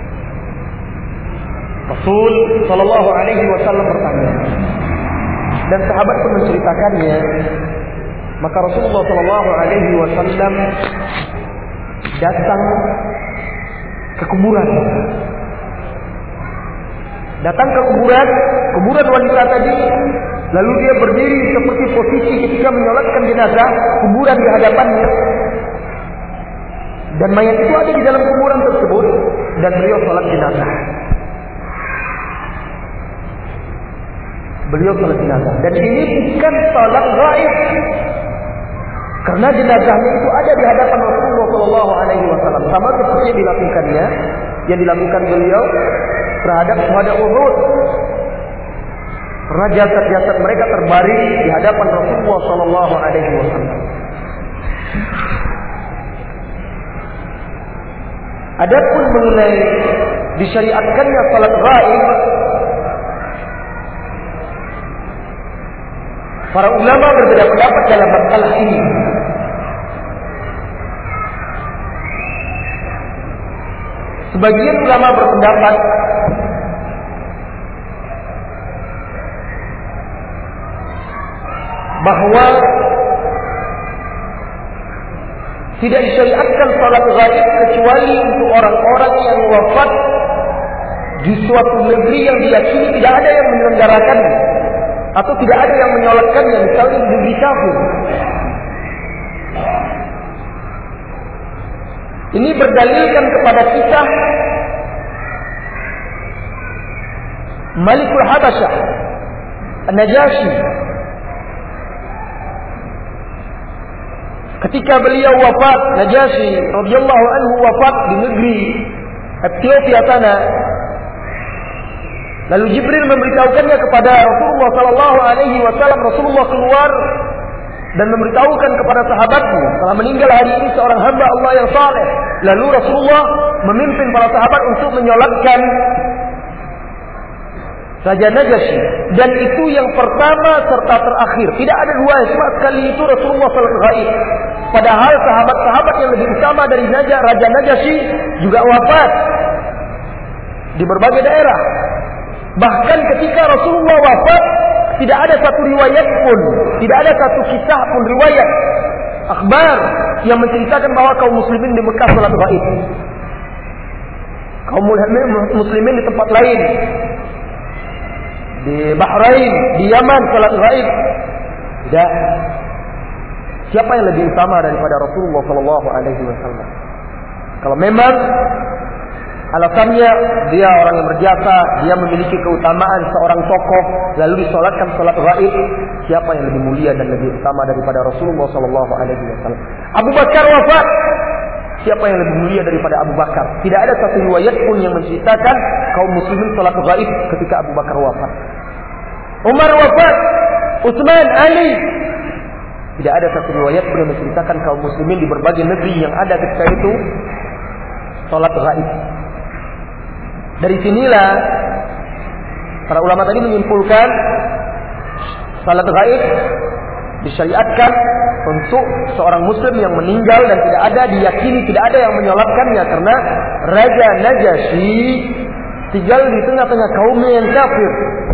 Rasul sallallahu alaihi wasallam bertanya. Dan sahabat pun menceritakannya. Maka Rasulullah sallallahu alaihi wasallam datang ke kuburan. Datang ke kuburan wanita tadi. Lalu dia berdiri seperti posisi ketika menyolatkan jenazah, kuburan di hadapannya. Dan mayat itu ada di dalam kuburan tersebut, dan beliau sholat jenazah. beliau salat jenazah. Dan ini bukan salat gaib, karena jenazahnya itu ada di hadapan Rasulullah Shallallahu Alaihi Wasallam, sama seperti yang dilakukan beliau terhadap syuhada Uhud. Karena jasad-jasad mereka terbaring di hadapan Rasulullah Shallallahu Alaihi Wasallam. Adapun mengenai disyariatkannya salat gaib, para ulama berbeda pendapat dalam masalah ini. Sebagian ulama berpendapat bahwa tidak disyariatkan salat gaib kecuali untuk orang-orang yang wafat di suatu negeri yang diyakini tidak ada yang menyelenggarakannya atau tidak ada yang menyolatkannya, misalnya di negeri kafir. Ini berdalilkan kepada kisah Malikul Habasyah An-Najasyi. Ketika beliau wafat, Najasyi radhiyallahu anhu wafat di negeri Ethiopia sana. Lalu Jibril memberitahukannya kepada Rasulullah sallallahu alaihi wasallam. Rasulullah keluar dan memberitahukan kepada sahabatnya, telah meninggal hari ini seorang hamba Allah yang saleh. Lalu Rasulullah memimpin para sahabat untuk menyolatkan Raja Najasyi, dan itu yang pertama serta terakhir. Tidak ada dua, cuma sekali itu Rasulullah salat gaib. Padahal sahabat-sahabat yang lebih utama dari Raja Najasyi juga wafat di berbagai daerah. Bahkan ketika Rasulullah wafat, tidak ada satu riwayat pun, tidak ada satu kisah pun riwayat akhbar yang menceritakan bahwa kaum muslimin di Mekah salat gaib. Kaum muslimin di tempat lain, di Bahrain, di Yaman salat gaib. Tidak. Siapa yang lebih utama daripada Rasulullah sallallahu alaihi wasallam? Kalau memang alasannya dia orang yang berjasa, dia memiliki keutamaan seorang tokoh, lalu disolatkan salat gaib, siapa yang lebih mulia dan lebih utama daripada Rasulullah sallallahu alaihi wasallam? Abu Bakar wafat, siapa yang lebih mulia daripada Abu Bakar? Tidak ada satu riwayat pun yang menceritakan kaum muslimin salat gaib ketika Abu Bakar wafat. Umar wafat, Utsman, Ali, tidak ada satu riwayat pun yang menceritakan kaum muslimin di berbagai negeri yang ada ketika itu salat gaib. Dari sinilah para ulama tadi menyimpulkan salat gaib disyariatkan untuk seorang muslim yang meninggal dan tidak ada, diyakini tidak ada yang menyolatkannya, karena Raja Najasyi tinggal di tengah-tengah kaumnya yang kafir.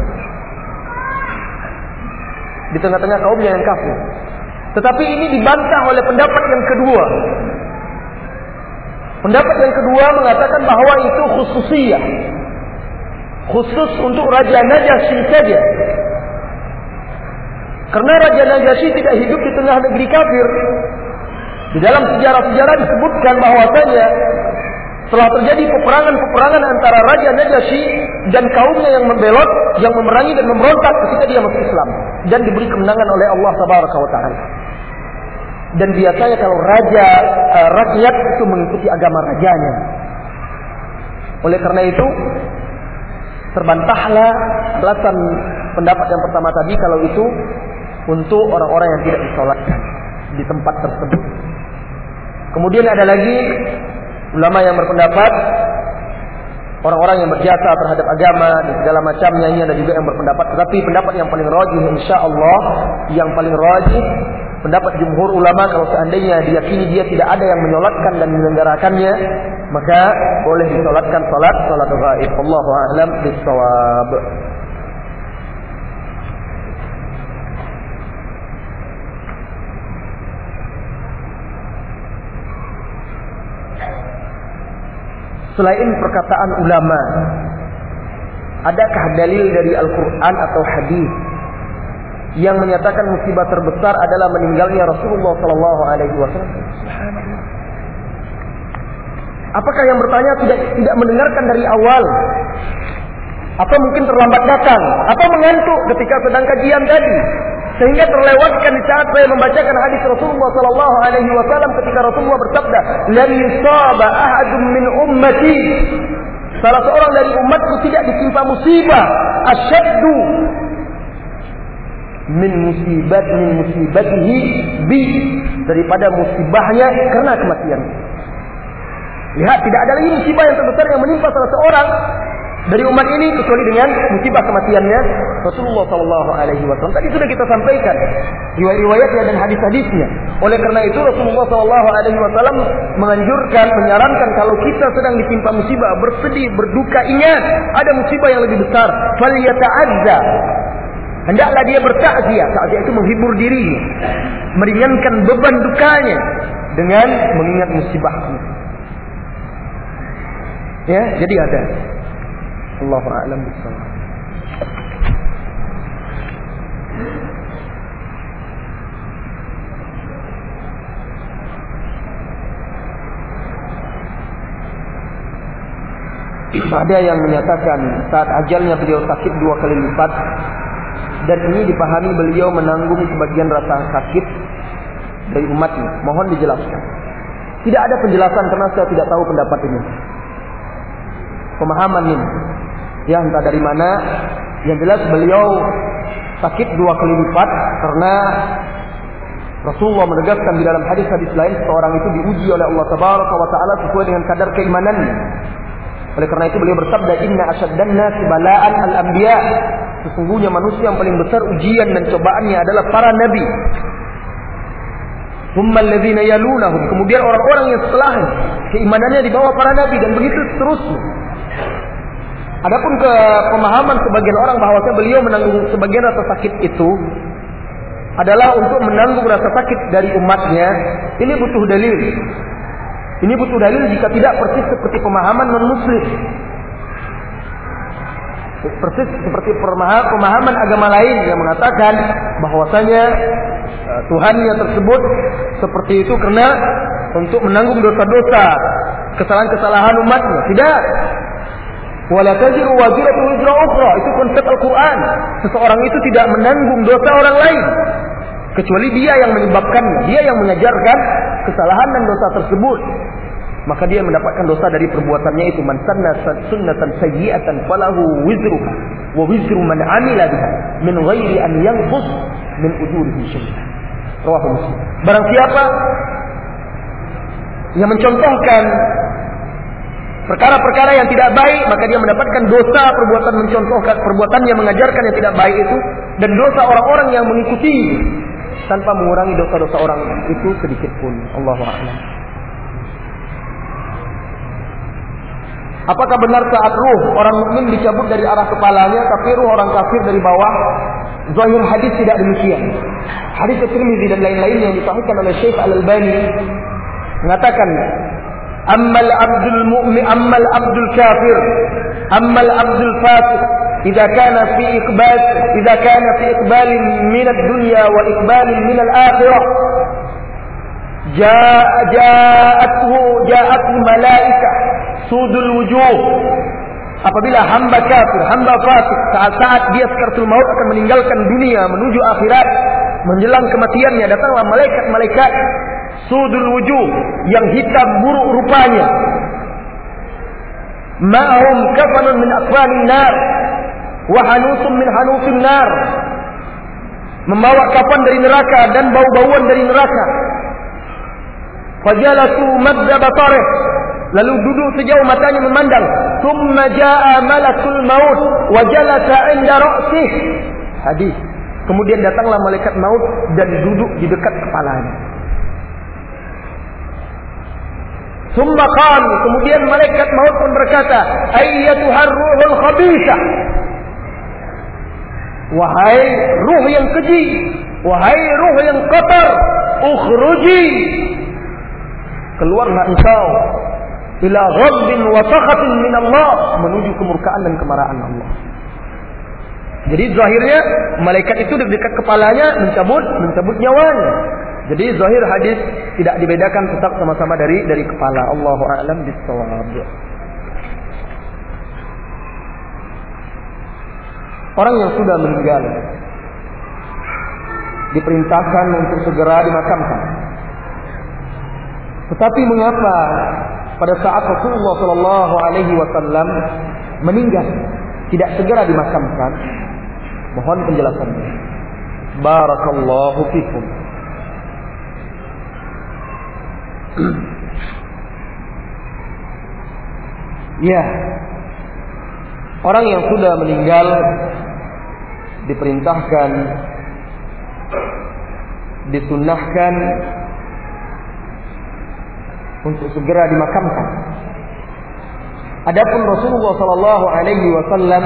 Di tengah-tengah kaumnya yang kafir. Tetapi ini dibantah oleh pendapat yang kedua. Pendapat yang kedua mengatakan bahwa itu khususiyah, khusus untuk Raja Najasyi saja. Karena Raja Najasyi tidak hidup di tengah negeri kafir. Di dalam sejarah-sejarah disebutkan bahwasanya setelah terjadi peperangan antara Raja Najasyi dan kaumnya yang membelot, yang memerangi dan memberontak ketika dia masuk Islam, dan diberi kemenangan oleh Allah Subhanahu wa taala. Dan biasanya kalau rakyat itu mengikuti agama rajanya. Oleh karena itu terbantahlah alasan pendapat yang pertama tadi kalau itu untuk orang-orang yang tidak disolatkan di tempat tersebut. Kemudian ada lagi ulama yang berpendapat orang-orang yang berjasa terhadap agama dan segala macamnya, ini ada juga yang berpendapat. Tetapi pendapat yang paling rajih, insyaallah yang paling rajih, pendapat jumhur ulama, kalau seandainya diyakini dia tidak ada yang menyolatkan dan menyelenggarakannya, maka boleh disolatkan salat gaib. Allahu a'lam bis-shawab. Selain perkataan ulama, adakah dalil dari Al-Quran atau hadis yang menyatakan musibah terbesar adalah meninggalnya Rasulullah sallallahu alaihi wasallam? Apakah yang bertanya tidak mendengarkan dari awal? atau mungkin terlambat datang, atau mengantuk ketika sedang kajian tadi, sehingga terlewatkan di saat saya membacakan hadis Rasulullah sallallahu alaihi wasallam ketika Rasulullah bersabda, "Lan yusaba ahadun min ummati." Salah seorang dari umatku tidak ditimpa musibah asyaddu min musibatihi bi, daripada musibahnya karena kematian. Lihat, tidak ada lagi musibah yang terbesar yang menimpa salah seorang dari umat ini kecuali dengan musibah kematiannya Rasulullah sallallahu alaihi wasallam. Tadi sudah kita sampaikan riwayat-riwayatnya dan hadis-hadisnya. Oleh karena itu Rasulullah sallallahu alaihi wasallam menganjurkan, menyarankan kalau kita sedang ditimpa musibah, bersedih, berduka, ingat ada musibah yang lebih besar. Falyata'azza. Hendaklah dia bertakziah. Takziah itu menghibur dirinya, meringankan beban dukanya dengan mengingat musibahnya. Ya, jadi ada. Allahu a'lam bishawab. Ada yang menyatakan saat ajalnya beliau sakit 2 kali lipat, dan ini dipahami beliau menanggung sebagian rasa sakit dari umatnya. Mohon dijelaskan. Tidak ada penjelasan karena saya tidak tahu pendapat ini. Pemahaman ini, ya entah dari mana. Yang jelas beliau sakit 2 kali lipat karena Rasulullah menegaskan di dalam hadis-hadis lain seorang itu diuji oleh Allah Tabaraka wa Taala sesuai dengan kadar keimanannya. Oleh karena itu beliau bersabda, "Inna asyaddan nasi bala'an al-anbiya." Sesungguhnya manusia yang paling besar ujian dan cobaannya adalah para nabi. Hummal ladzina yalunahum. Kemudian orang-orang yang setelahnya, keimanannya di bawah para nabi, dan begitu seterusnya. Adapun ke pemahaman sebagian orang bahwasanya beliau menanggung sebagian rasa sakit itu adalah untuk menanggung rasa sakit dari umatnya, ini butuh dalil. Ini butuh dalil jika tidak persis seperti pemahaman non-muslim. Persis seperti pemahaman agama lain yang mengatakan bahwasanya Tuhannya tersebut seperti itu karena untuk menanggung dosa-dosa, kesalahan-kesalahan umatnya. Tidak. Wala taziru waziratun wizra ukhra, itu konsep Al-Qur'an. Seseorang itu tidak menanggung dosa orang lain kecuali dia yang menyebabkannya, dia yang mengajarkan kesalahan dan dosa tersebut. Maka dia mendapatkan dosa dari perbuatannya itu. Man sanna sunnatan sayyi'atan falahu wizruha wa wizru man 'amila biha min ghairi an yanqus min ujurihi syai'an. Rawahu Muslim. Barang siapa yang mencontohkan perkara-perkara yang tidak baik, maka dia mendapatkan dosa perbuatan mencontohkan, perbuatan yang mengajarkan yang tidak baik itu, dan dosa orang-orang yang mengikuti tanpa mengurangi dosa-dosa orang itu sedikit pun. Allahu a'lam. Apakah benar saat ruh orang mukmin dicabut dari arah kepalanya, tapi ruh orang kafir dari bawah? Zahir hadis tidak demikian. Hadis Tirmizi dan lain-lain yang disahihkan oleh Syekh Al-Albani mengatakan, ammal abdul mu'min, ammal abdul kafir, ammal abdul fasiq, idza kana fi iqbal min ad-dunya wa iqbal min al-akhirah, ja'athu malaikah sudul wujuh. Apabila hamba kafir, hamba fasik, saat dia sakaratul maut akan meninggalkan dunia menuju akhirat, menjelang kematiannya, datanglah malaikat-malaikat sudul wujuh, yang hitam buruk rupanya. Ma'hum kafanun min akfanin nar wa hanusun min hanusin nar. Membawa kafan dari neraka dan bau-bauan dari neraka. Fajalasu madda basarih, lalu duduk sejauh matanya memandang. Thumma jaa malakul maut wa jalasa 'inda ra'sih. Hadis. Kemudian datanglah malaikat maut dan duduk di dekat kepalanya. Thumma qala, kemudian malaikat maut pun berkata, ayyatuhar ruhul khabithah. Wahai ruh yang keji, wahai ruh yang kotor, ukhruji, keluarlah engkau ila ghadbin wa sakhatin min Allah, menuju kemurkaan dan kemarahan Allah. Jadi zahirnya malaikat itu di dekat kepalanya mencabut nyawanya. Jadi zahir hadis tidak dibedakan, tetap sama-sama dari kepala. Allahu a'lam bishawab. orang yang sudah meninggal diperintahkan untuk segera dimakamkan. Tetapi mengapa pada saat Rasulullah Shallallahu Alaihi Wasallam meninggal tidak segera dimakamkan? Mohon penjelasannya. Barakallahu fikum. Ya, orang yang sudah meninggal diperintahkan, disunnahkan untuk segera dimakamkan. Adapun Rasulullah Sallallahu Alaihi Wasallam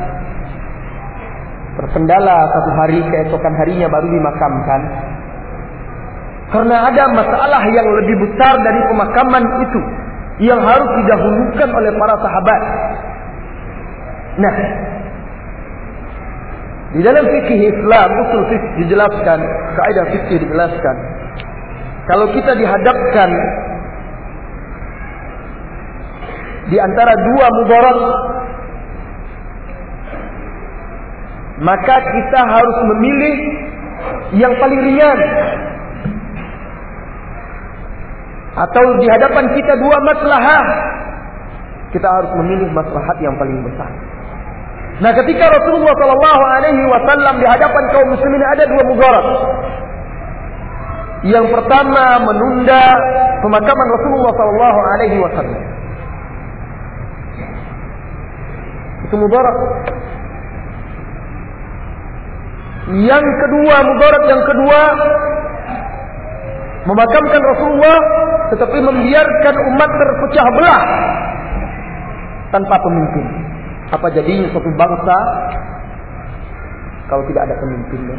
terkendala satu hari, keesokan harinya baru dimakamkan, karena ada masalah yang lebih besar dari pemakaman itu yang harus didahulukan oleh para sahabat. Nah, di dalam fikih Islam, usul fikih dijelaskan, kaidah fikih dijelaskan, kalau kita dihadapkan di antara dua mudarat, maka kita harus memilih yang paling ringan. Atau di hadapan kita dua maslahah, kita harus memilih maslahat yang paling besar. Nah, ketika Rasulullah Sallallahu Alaihi Wasallam di hadapan kaum muslimin ada dua mudarat. Yang pertama, menunda pemakaman Rasulullah Sallallahu Alaihi Wasallam. Itu mudarat. Yang kedua, mudarat yang kedua, memakamkan Rasulullah tetapi membiarkan umat terpecah belah tanpa pemimpin. Apa jadinya suatu bangsa kalau tidak ada pemimpinnya?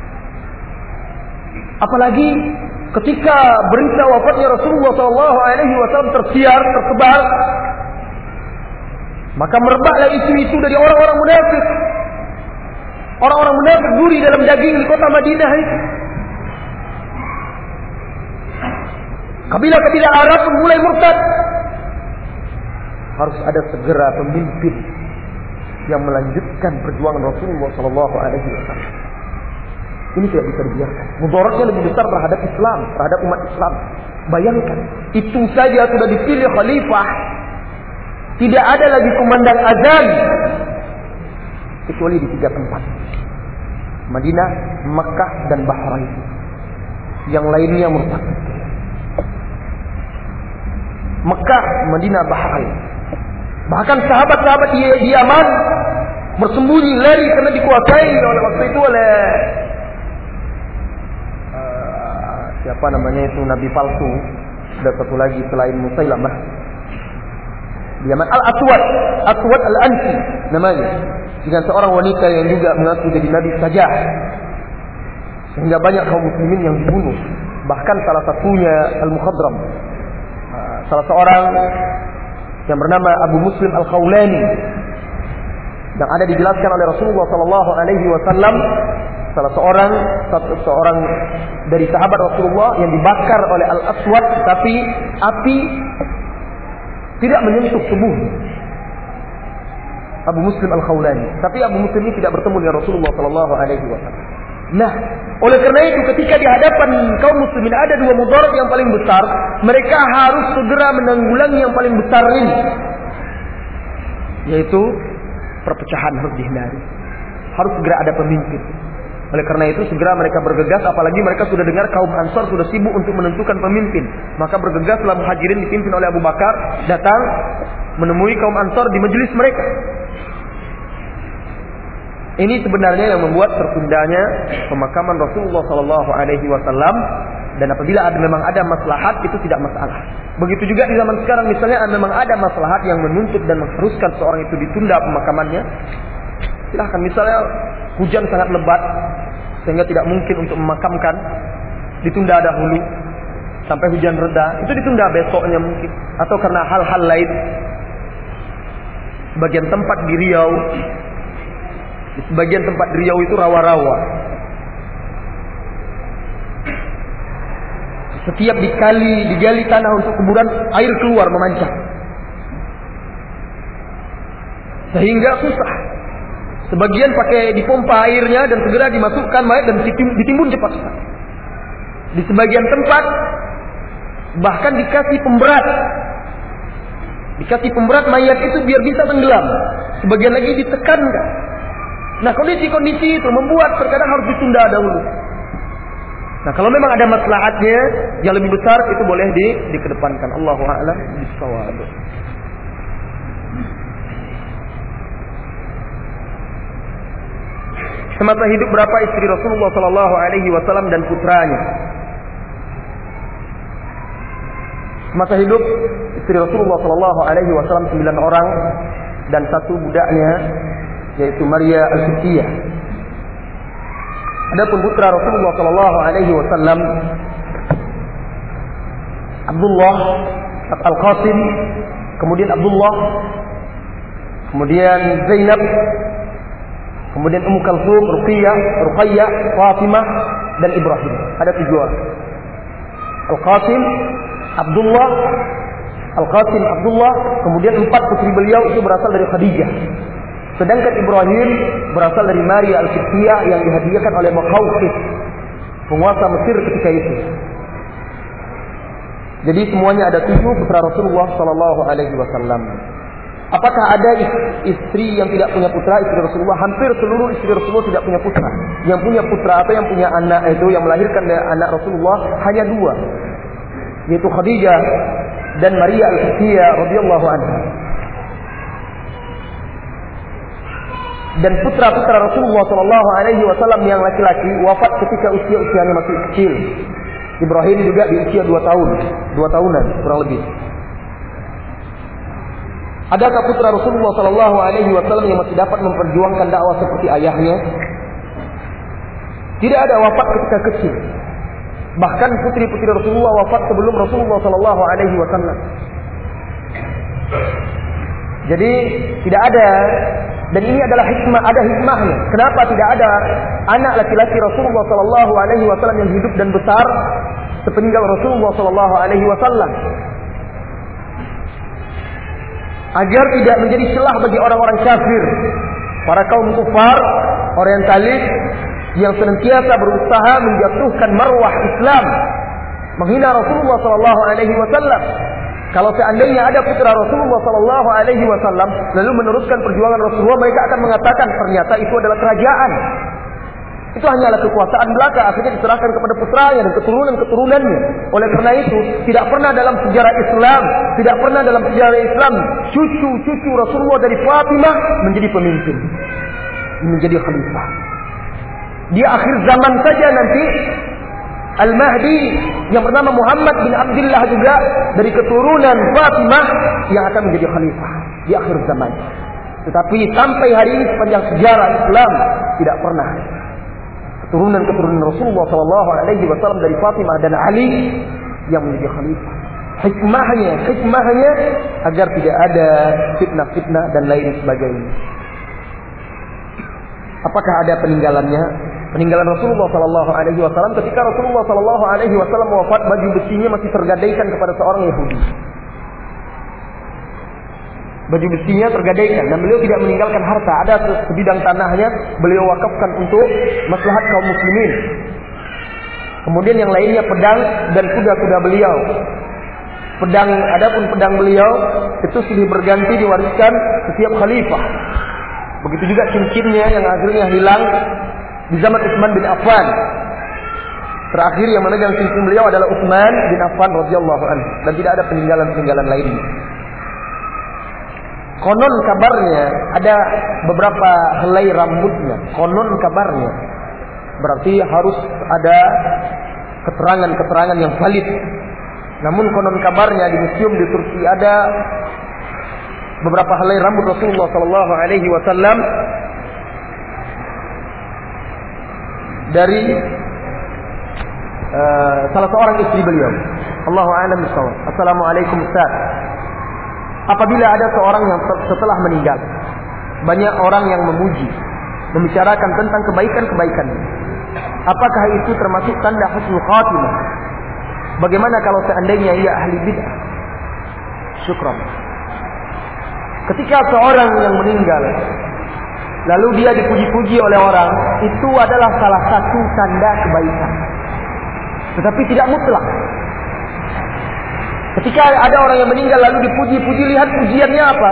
Apalagi ketika berita wafatnya Rasulullah Sallallahu Alaihi Wasallam tersiar, tersebar, maka merebaklah isu-isu dari orang-orang munafik. Orang-orang munafik duri dalam daging di kota Madinah itu. Kabilah-kabilah Arab pun mulai murtad. Harus ada segera pemimpin yang melanjutkan perjuangan Rasulullah Sallallahu Alaihi Wasallam. Ini tidak bisa dibiarkan. Mudaratnya lebih besar terhadap Islam, terhadap umat Islam. Bayangkan, itu saja sudah dipilih khalifah. Tidak ada lagi kumandang azan kecuali di 3 tempat: Madinah, Makkah, dan Bahrain. Yang lainnya murtad. Mekah, Madinah, Bahrain. Bahkan sahabat-sahabat di Yaman bersembunyi lari karena dikuasai oleh waktu itu oleh siapa namanya itu, nabi palsu. Ada satu lagi selain Musailamah di Yaman, Al-Aswad Al-Ansi namanya, dengan seorang wanita yang juga mengaku jadi nabi saja, sehingga banyak kaum muslimin yang dibunuh. Bahkan salah satunya Al-Mukhadram, salah seorang yang bernama Abu Muslim Al-Khawlani, yang ada dijelaskan oleh Rasulullah Sallallahu Alaihi Wasallam, salah seorang dari sahabat Rasulullah yang dibakar oleh Al-Aswad, tapi api tidak menyentuh tubuh Abu Muslim Al-Khawlani. Tapi Abu Muslim ini tidak bertemu dengan Rasulullah Sallallahu Alaihi Wasallam. Nah, oleh karena itu ketika di hadapan kaum muslimin ada dua mudarat yang paling besar, mereka harus segera menanggulangi yang paling besar ini, yaitu perpecahan harus dihindari. Harus segera ada pemimpin. Oleh karena itu segera mereka bergegas, apalagi mereka sudah dengar kaum Ansar sudah sibuk untuk menentukan pemimpin. Maka bergegaslah Muhajirin dipimpin oleh Abu Bakar datang menemui kaum Ansar di majelis mereka. Ini sebenarnya yang membuat tertundanya pemakaman Rasulullah Sallallahu Alaihi Wasallam. Dan apabila memang ada maslahat, itu tidak masalah. Begitu juga di zaman sekarang, misalnya memang ada maslahat yang menuntut dan mengharuskan seorang itu ditunda pemakamannya, silahkan. Misalnya hujan sangat lebat sehingga tidak mungkin untuk memakamkan, ditunda dahulu sampai hujan reda, itu ditunda besoknya mungkin. Atau karena hal-hal lain, sebagian tempat di Riau, sebagian tempat di Riau itu rawa-rawa. Setiap digali tanah untuk kuburan, air keluar memancar, sehingga susah. Sebagian pakai dipompa airnya dan segera dimasukkan mayat dan ditimbun cepat. Di sebagian tempat bahkan dikasih pemberat. Dikasih pemberat mayat itu biar bisa tenggelam. Sebagian lagi ditekankan. Nah, kondisi-kondisi itu membuat terkadang harus ditunda dahulu. Nah, kalau memang ada maslahatnya yang lebih besar, itu boleh dikedepankan. Allahu a'lam bishawab. Semasa hidup berapa istri Rasulullah sallallahu alaihi wasallam dan putranya? Semasa hidup istri Rasulullah sallallahu alaihi wasallam 9 orang dan 1 budaknya, yaitu Maria Al-Qibtiyah. Adapun putra Rasulullah sallallahu alaihi wasallam Abdullah Al-Qasim, kemudian Abdullah, kemudian Zainab, kemudian Ummu Kalsum, Ruqayyah, Fatimah dan Ibrahim. Ada 7 orang. Al-Qasim, Abdullah, Al-Qasim, Abdullah, kemudian 4 putri beliau itu berasal dari Khadijah. Sedangkan Ibrahim berasal dari Maria Al-Qibtiyah yang dihadiahkan oleh Muqawqis, penguasa Mesir ketika itu. Jadi semuanya ada 7 putra Rasulullah sallallahu alaihi wasallam. Apakah ada istri yang tidak punya putra? Istri Rasulullah, hampir seluruh istri Rasulullah tidak punya putra. Yang punya putra atau yang punya anak itu, yang melahirkan anak Rasulullah hanya 2, yaitu Khadijah dan Maria Al-Qibtiyah radhiyallahu anha. Dan putra-putra Rasulullah sallallahu alaihi wasallam yang laki-laki wafat ketika usia-usianya masih kecil. Ibrahim juga di usia 2 tahunan kurang lebih. Adakah putra Rasulullah sallallahu alaihi wasallam yang masih dapat memperjuangkan dakwah seperti ayahnya? Tidak ada, wafat ketika kecil. Bahkan putri-putri Rasulullah wafat sebelum Rasulullah sallallahu alaihi wasallam. Jadi tidak ada, dan ini adalah hikmah, ada hikmahnya. Kenapa tidak ada anak laki-laki Rasulullah sallallahu alaihi wasallam yang hidup dan besar sepeninggal Rasulullah sallallahu alaihi wasallam? Agar tidak menjadi celah bagi orang-orang kafir, para kaum kufar, orientalis yang senantiasa berusaha menjatuhkan marwah Islam, menghina Rasulullah sallallahu alaihi wasallam. Kalau seandainya ada putra Rasulullah sallallahu alaihi wasallam lalu meneruskan perjuangan Rasulullah, mereka akan mengatakan ternyata itu adalah kerajaan. Itu hanyalah kekuasaan belaka, akhirnya diserahkan kepada putranya dan keturunan-keturunannya. Oleh karena itu, tidak pernah dalam sejarah Islam cucu Rasulullah dari Fatimah menjadi pemimpin, menjadi khalifah. Di akhir zaman saja nanti Al-Mahdi yang bernama Muhammad bin Abdullah juga dari keturunan Fatimah yang akan menjadi khalifah di akhir zaman. Tetapi sampai hari ini sepanjang sejarah Islam tidak pernah keturunan Rasulullah sallallahu alaihi wasallam dari Fatimah dan Ali yang menjadi khalifah. Hikmahnya agar tidak ada fitnah-fitnah dan lain sebagainya. Apakah ada peninggalannya? Peninggalan Rasulullah sallallahu alaihi wasallam, ketika Rasulullah sallallahu alaihi wasallam wafat, baju besinya masih tergadaikan kepada seorang Yahudi. Baju besinya tergadaikan dan beliau tidak meninggalkan harta. Ada sebidang tanahnya beliau wakafkan untuk maslahat kaum muslimin. Kemudian yang lainnya pedang dan kuda-kuda beliau. Adapun pedang beliau itu silih berganti diwariskan setiap khalifah. Begitu juga cincinnya yang akhirnya hilang di zaman Utsman bin Affan. Terakhir yang memegang cincin beliau adalah Utsman bin Affan radhiyallahu anhu, dan tidak ada peninggalan-peninggalan lainnya. Konon kabarnya ada beberapa helai rambutnya. Konon kabarnya berarti harus ada keterangan-keterangan yang valid. Namun konon kabarnya di museum di Turki ada beberapa helai rambut Rasulullah sallallahu alaihi wasallam dari salah seorang istri beliau. Allahu a'lam bishawab. Assalamualaikum Ustaz. Apabila ada seorang yang setelah meninggal, banyak orang yang memuji, membicarakan tentang kebaikan-kebaikannya, apakah itu termasuk tanda husnul khatimah? Bagaimana kalau seandainya ia ahli bid'ah? Syukran. Ketika seorang yang meninggal lalu dia dipuji-puji oleh orang, itu adalah salah satu tanda kebaikan. Tetapi tidak mutlak. Ketika ada orang yang meninggal lalu dipuji-puji, lihat pujiannya apa?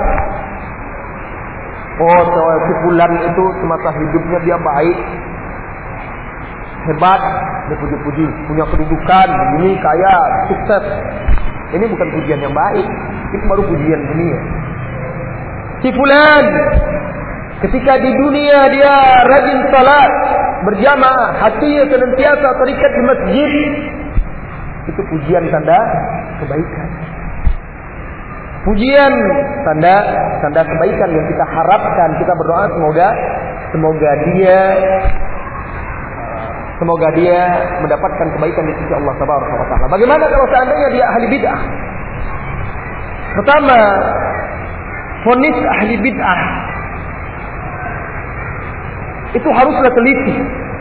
Oh, si fulan itu semasa hidupnya dia baik, hebat, dia puji-puji, punya kedudukan, begini, kaya, sukses. Ini bukan pujian yang baik, itu baru pujian dunia. Si fulan ketika di dunia dia rajin salat berjamaah, hatinya senantiasa terikat di masjid, itu pujian tanda kebaikan. Pujian tanda kebaikan yang kita harapkan, kita berdoa semoga dia mendapatkan kebaikan di sisi Allah Subhanahu wa taala. Bagaimana kalau seandainya dia ahli bid'ah? Pertama, vonis ahli bid'ah itu haruslah teliti.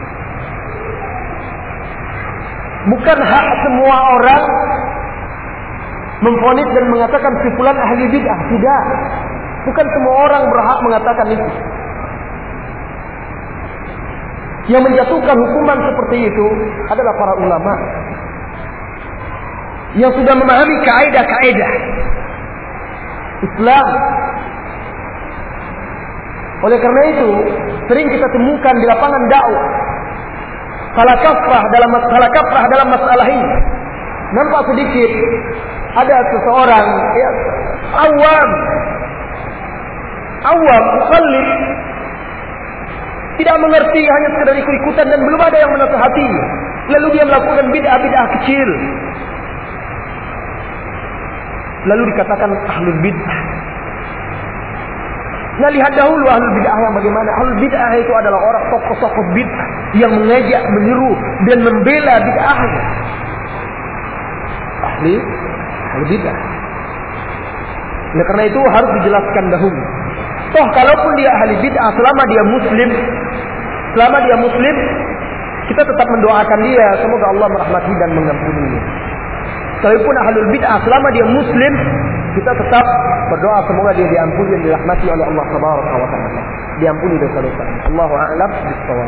Bukan hak semua orang memvonis dan mengatakan si fulan ahli bid'ah. Tidak. Bukan semua orang berhak mengatakan itu. Yang menjatuhkan hukuman seperti itu adalah para ulama yang sudah memahami kaidah-kaidah Islam. Oleh karena itu, sering kita temukan di lapangan dakwah salah kaprah dalam masalah ini. Nampak sedikit ada seseorang awam, mukallid, tidak mengerti, hanya sekedar ikut-ikutan dan belum ada yang menasihatinya. Lalu dia melakukan bid'ah kecil. Lalu dikatakan ahlul bid'ah. Nah, lihat dahulu ahlul bid'ah yang bagaimana. Ahlul bid'ah itu adalah orang tokoh-tokoh bid'ah yang mengajak, menyeru dan membela bid'ahnya. Ahli bid'ah. Oleh karena itu harus dijelaskan dahulu. Toh kalaupun dia ahli bid'ah, selama dia muslim, kita tetap mendoakan dia, semoga Allah merahmati dan mengampuninya. Kalaupun ahlul bid'ah, selama dia muslim, kita tetap berdoa semoga dia diampuni dan dirahmati oleh Allah Subhanahu wa taala. Diampuni dosa-dosa. Allahu a'lam bishawab.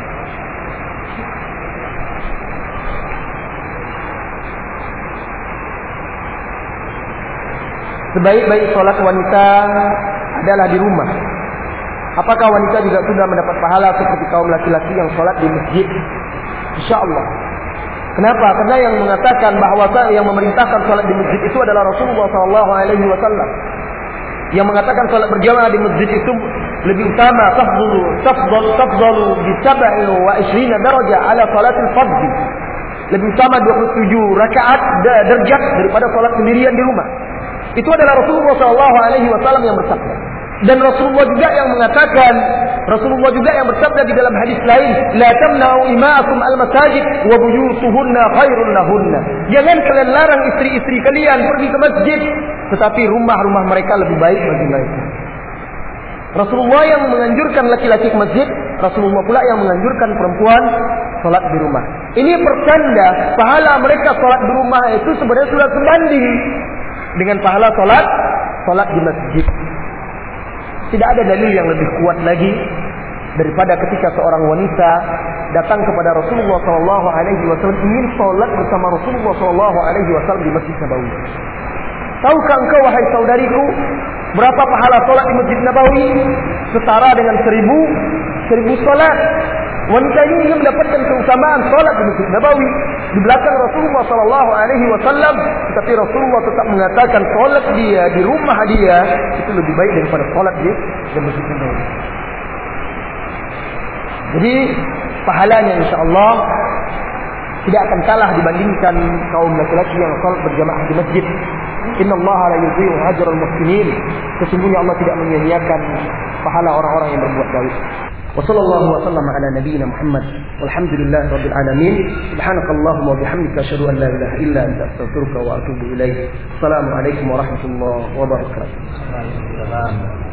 Sebaik-baik sholat wanita adalah di rumah. Apakah wanita juga sudah mendapat pahala seperti kaum laki-laki yang sholat di masjid? InsyaAllah. Kenapa? Karena yang mengatakan bahwa yang memerintahkan sholat di masjid itu adalah Rasulullah SAW. Yang mengatakan sholat berjamaah di masjid itu lebih utama. Tafdalu bi 27 darajah ala sholatil fardhi. Lebih utama 27 rakaat derajat daripada sholat sendirian di rumah. Itu adalah Rasulullah SAW yang bersabda. Dan Rasulullah juga yang bersabda di dalam hadis lain, la tamna'u ima'akum al-masajid wa buyutuhunna khairun lahunna. Jangan kalian larang istri-istri kalian pergi ke masjid, tetapi rumah-rumah mereka lebih baik bagi mereka. Rasulullah yang menganjurkan laki-laki ke masjid, Rasulullah pula yang menganjurkan perempuan salat di rumah. Ini pertanda pahala mereka salat di rumah itu sebenarnya sudah sebanding dengan pahala salat di masjid. Tidak ada dalil yang lebih kuat lagi daripada ketika seorang wanita datang kepada Rasulullah SAW ingin sholat bersama Rasulullah SAW di Masjid Nabawi. Tahukah engkau wahai saudariku berapa pahala sholat di Masjid Nabawi? Setara dengan 1000 sholat. Wanita ini ingin mendapatkan keutamaan sholat di Masjid Nabawi di belakang Rasulullah SAW, tetapi Rasulullah tetap mengatakan sholat dia di rumah dia itu lebih baik daripada sholat di Masjid Nabawi. Jadi pahalanya insyaAllah tidak akan kalah dibandingkan kaum laki-laki yang sholat berjamaah di masjid. Innallaha la yudhi'u ajral muhsinin. Sesungguhnya Allah tidak menyia-nyiakan pahala orang-orang yang berbuat baik. وصلى الله وسلم على نبينا محمد والحمد لله رب العالمين سبحانك اللهم وبحمدك أشهد أن لا إله إلا أنت أستغفرك وأتوب إليك السلام عليكم ورحمة الله وبركاته.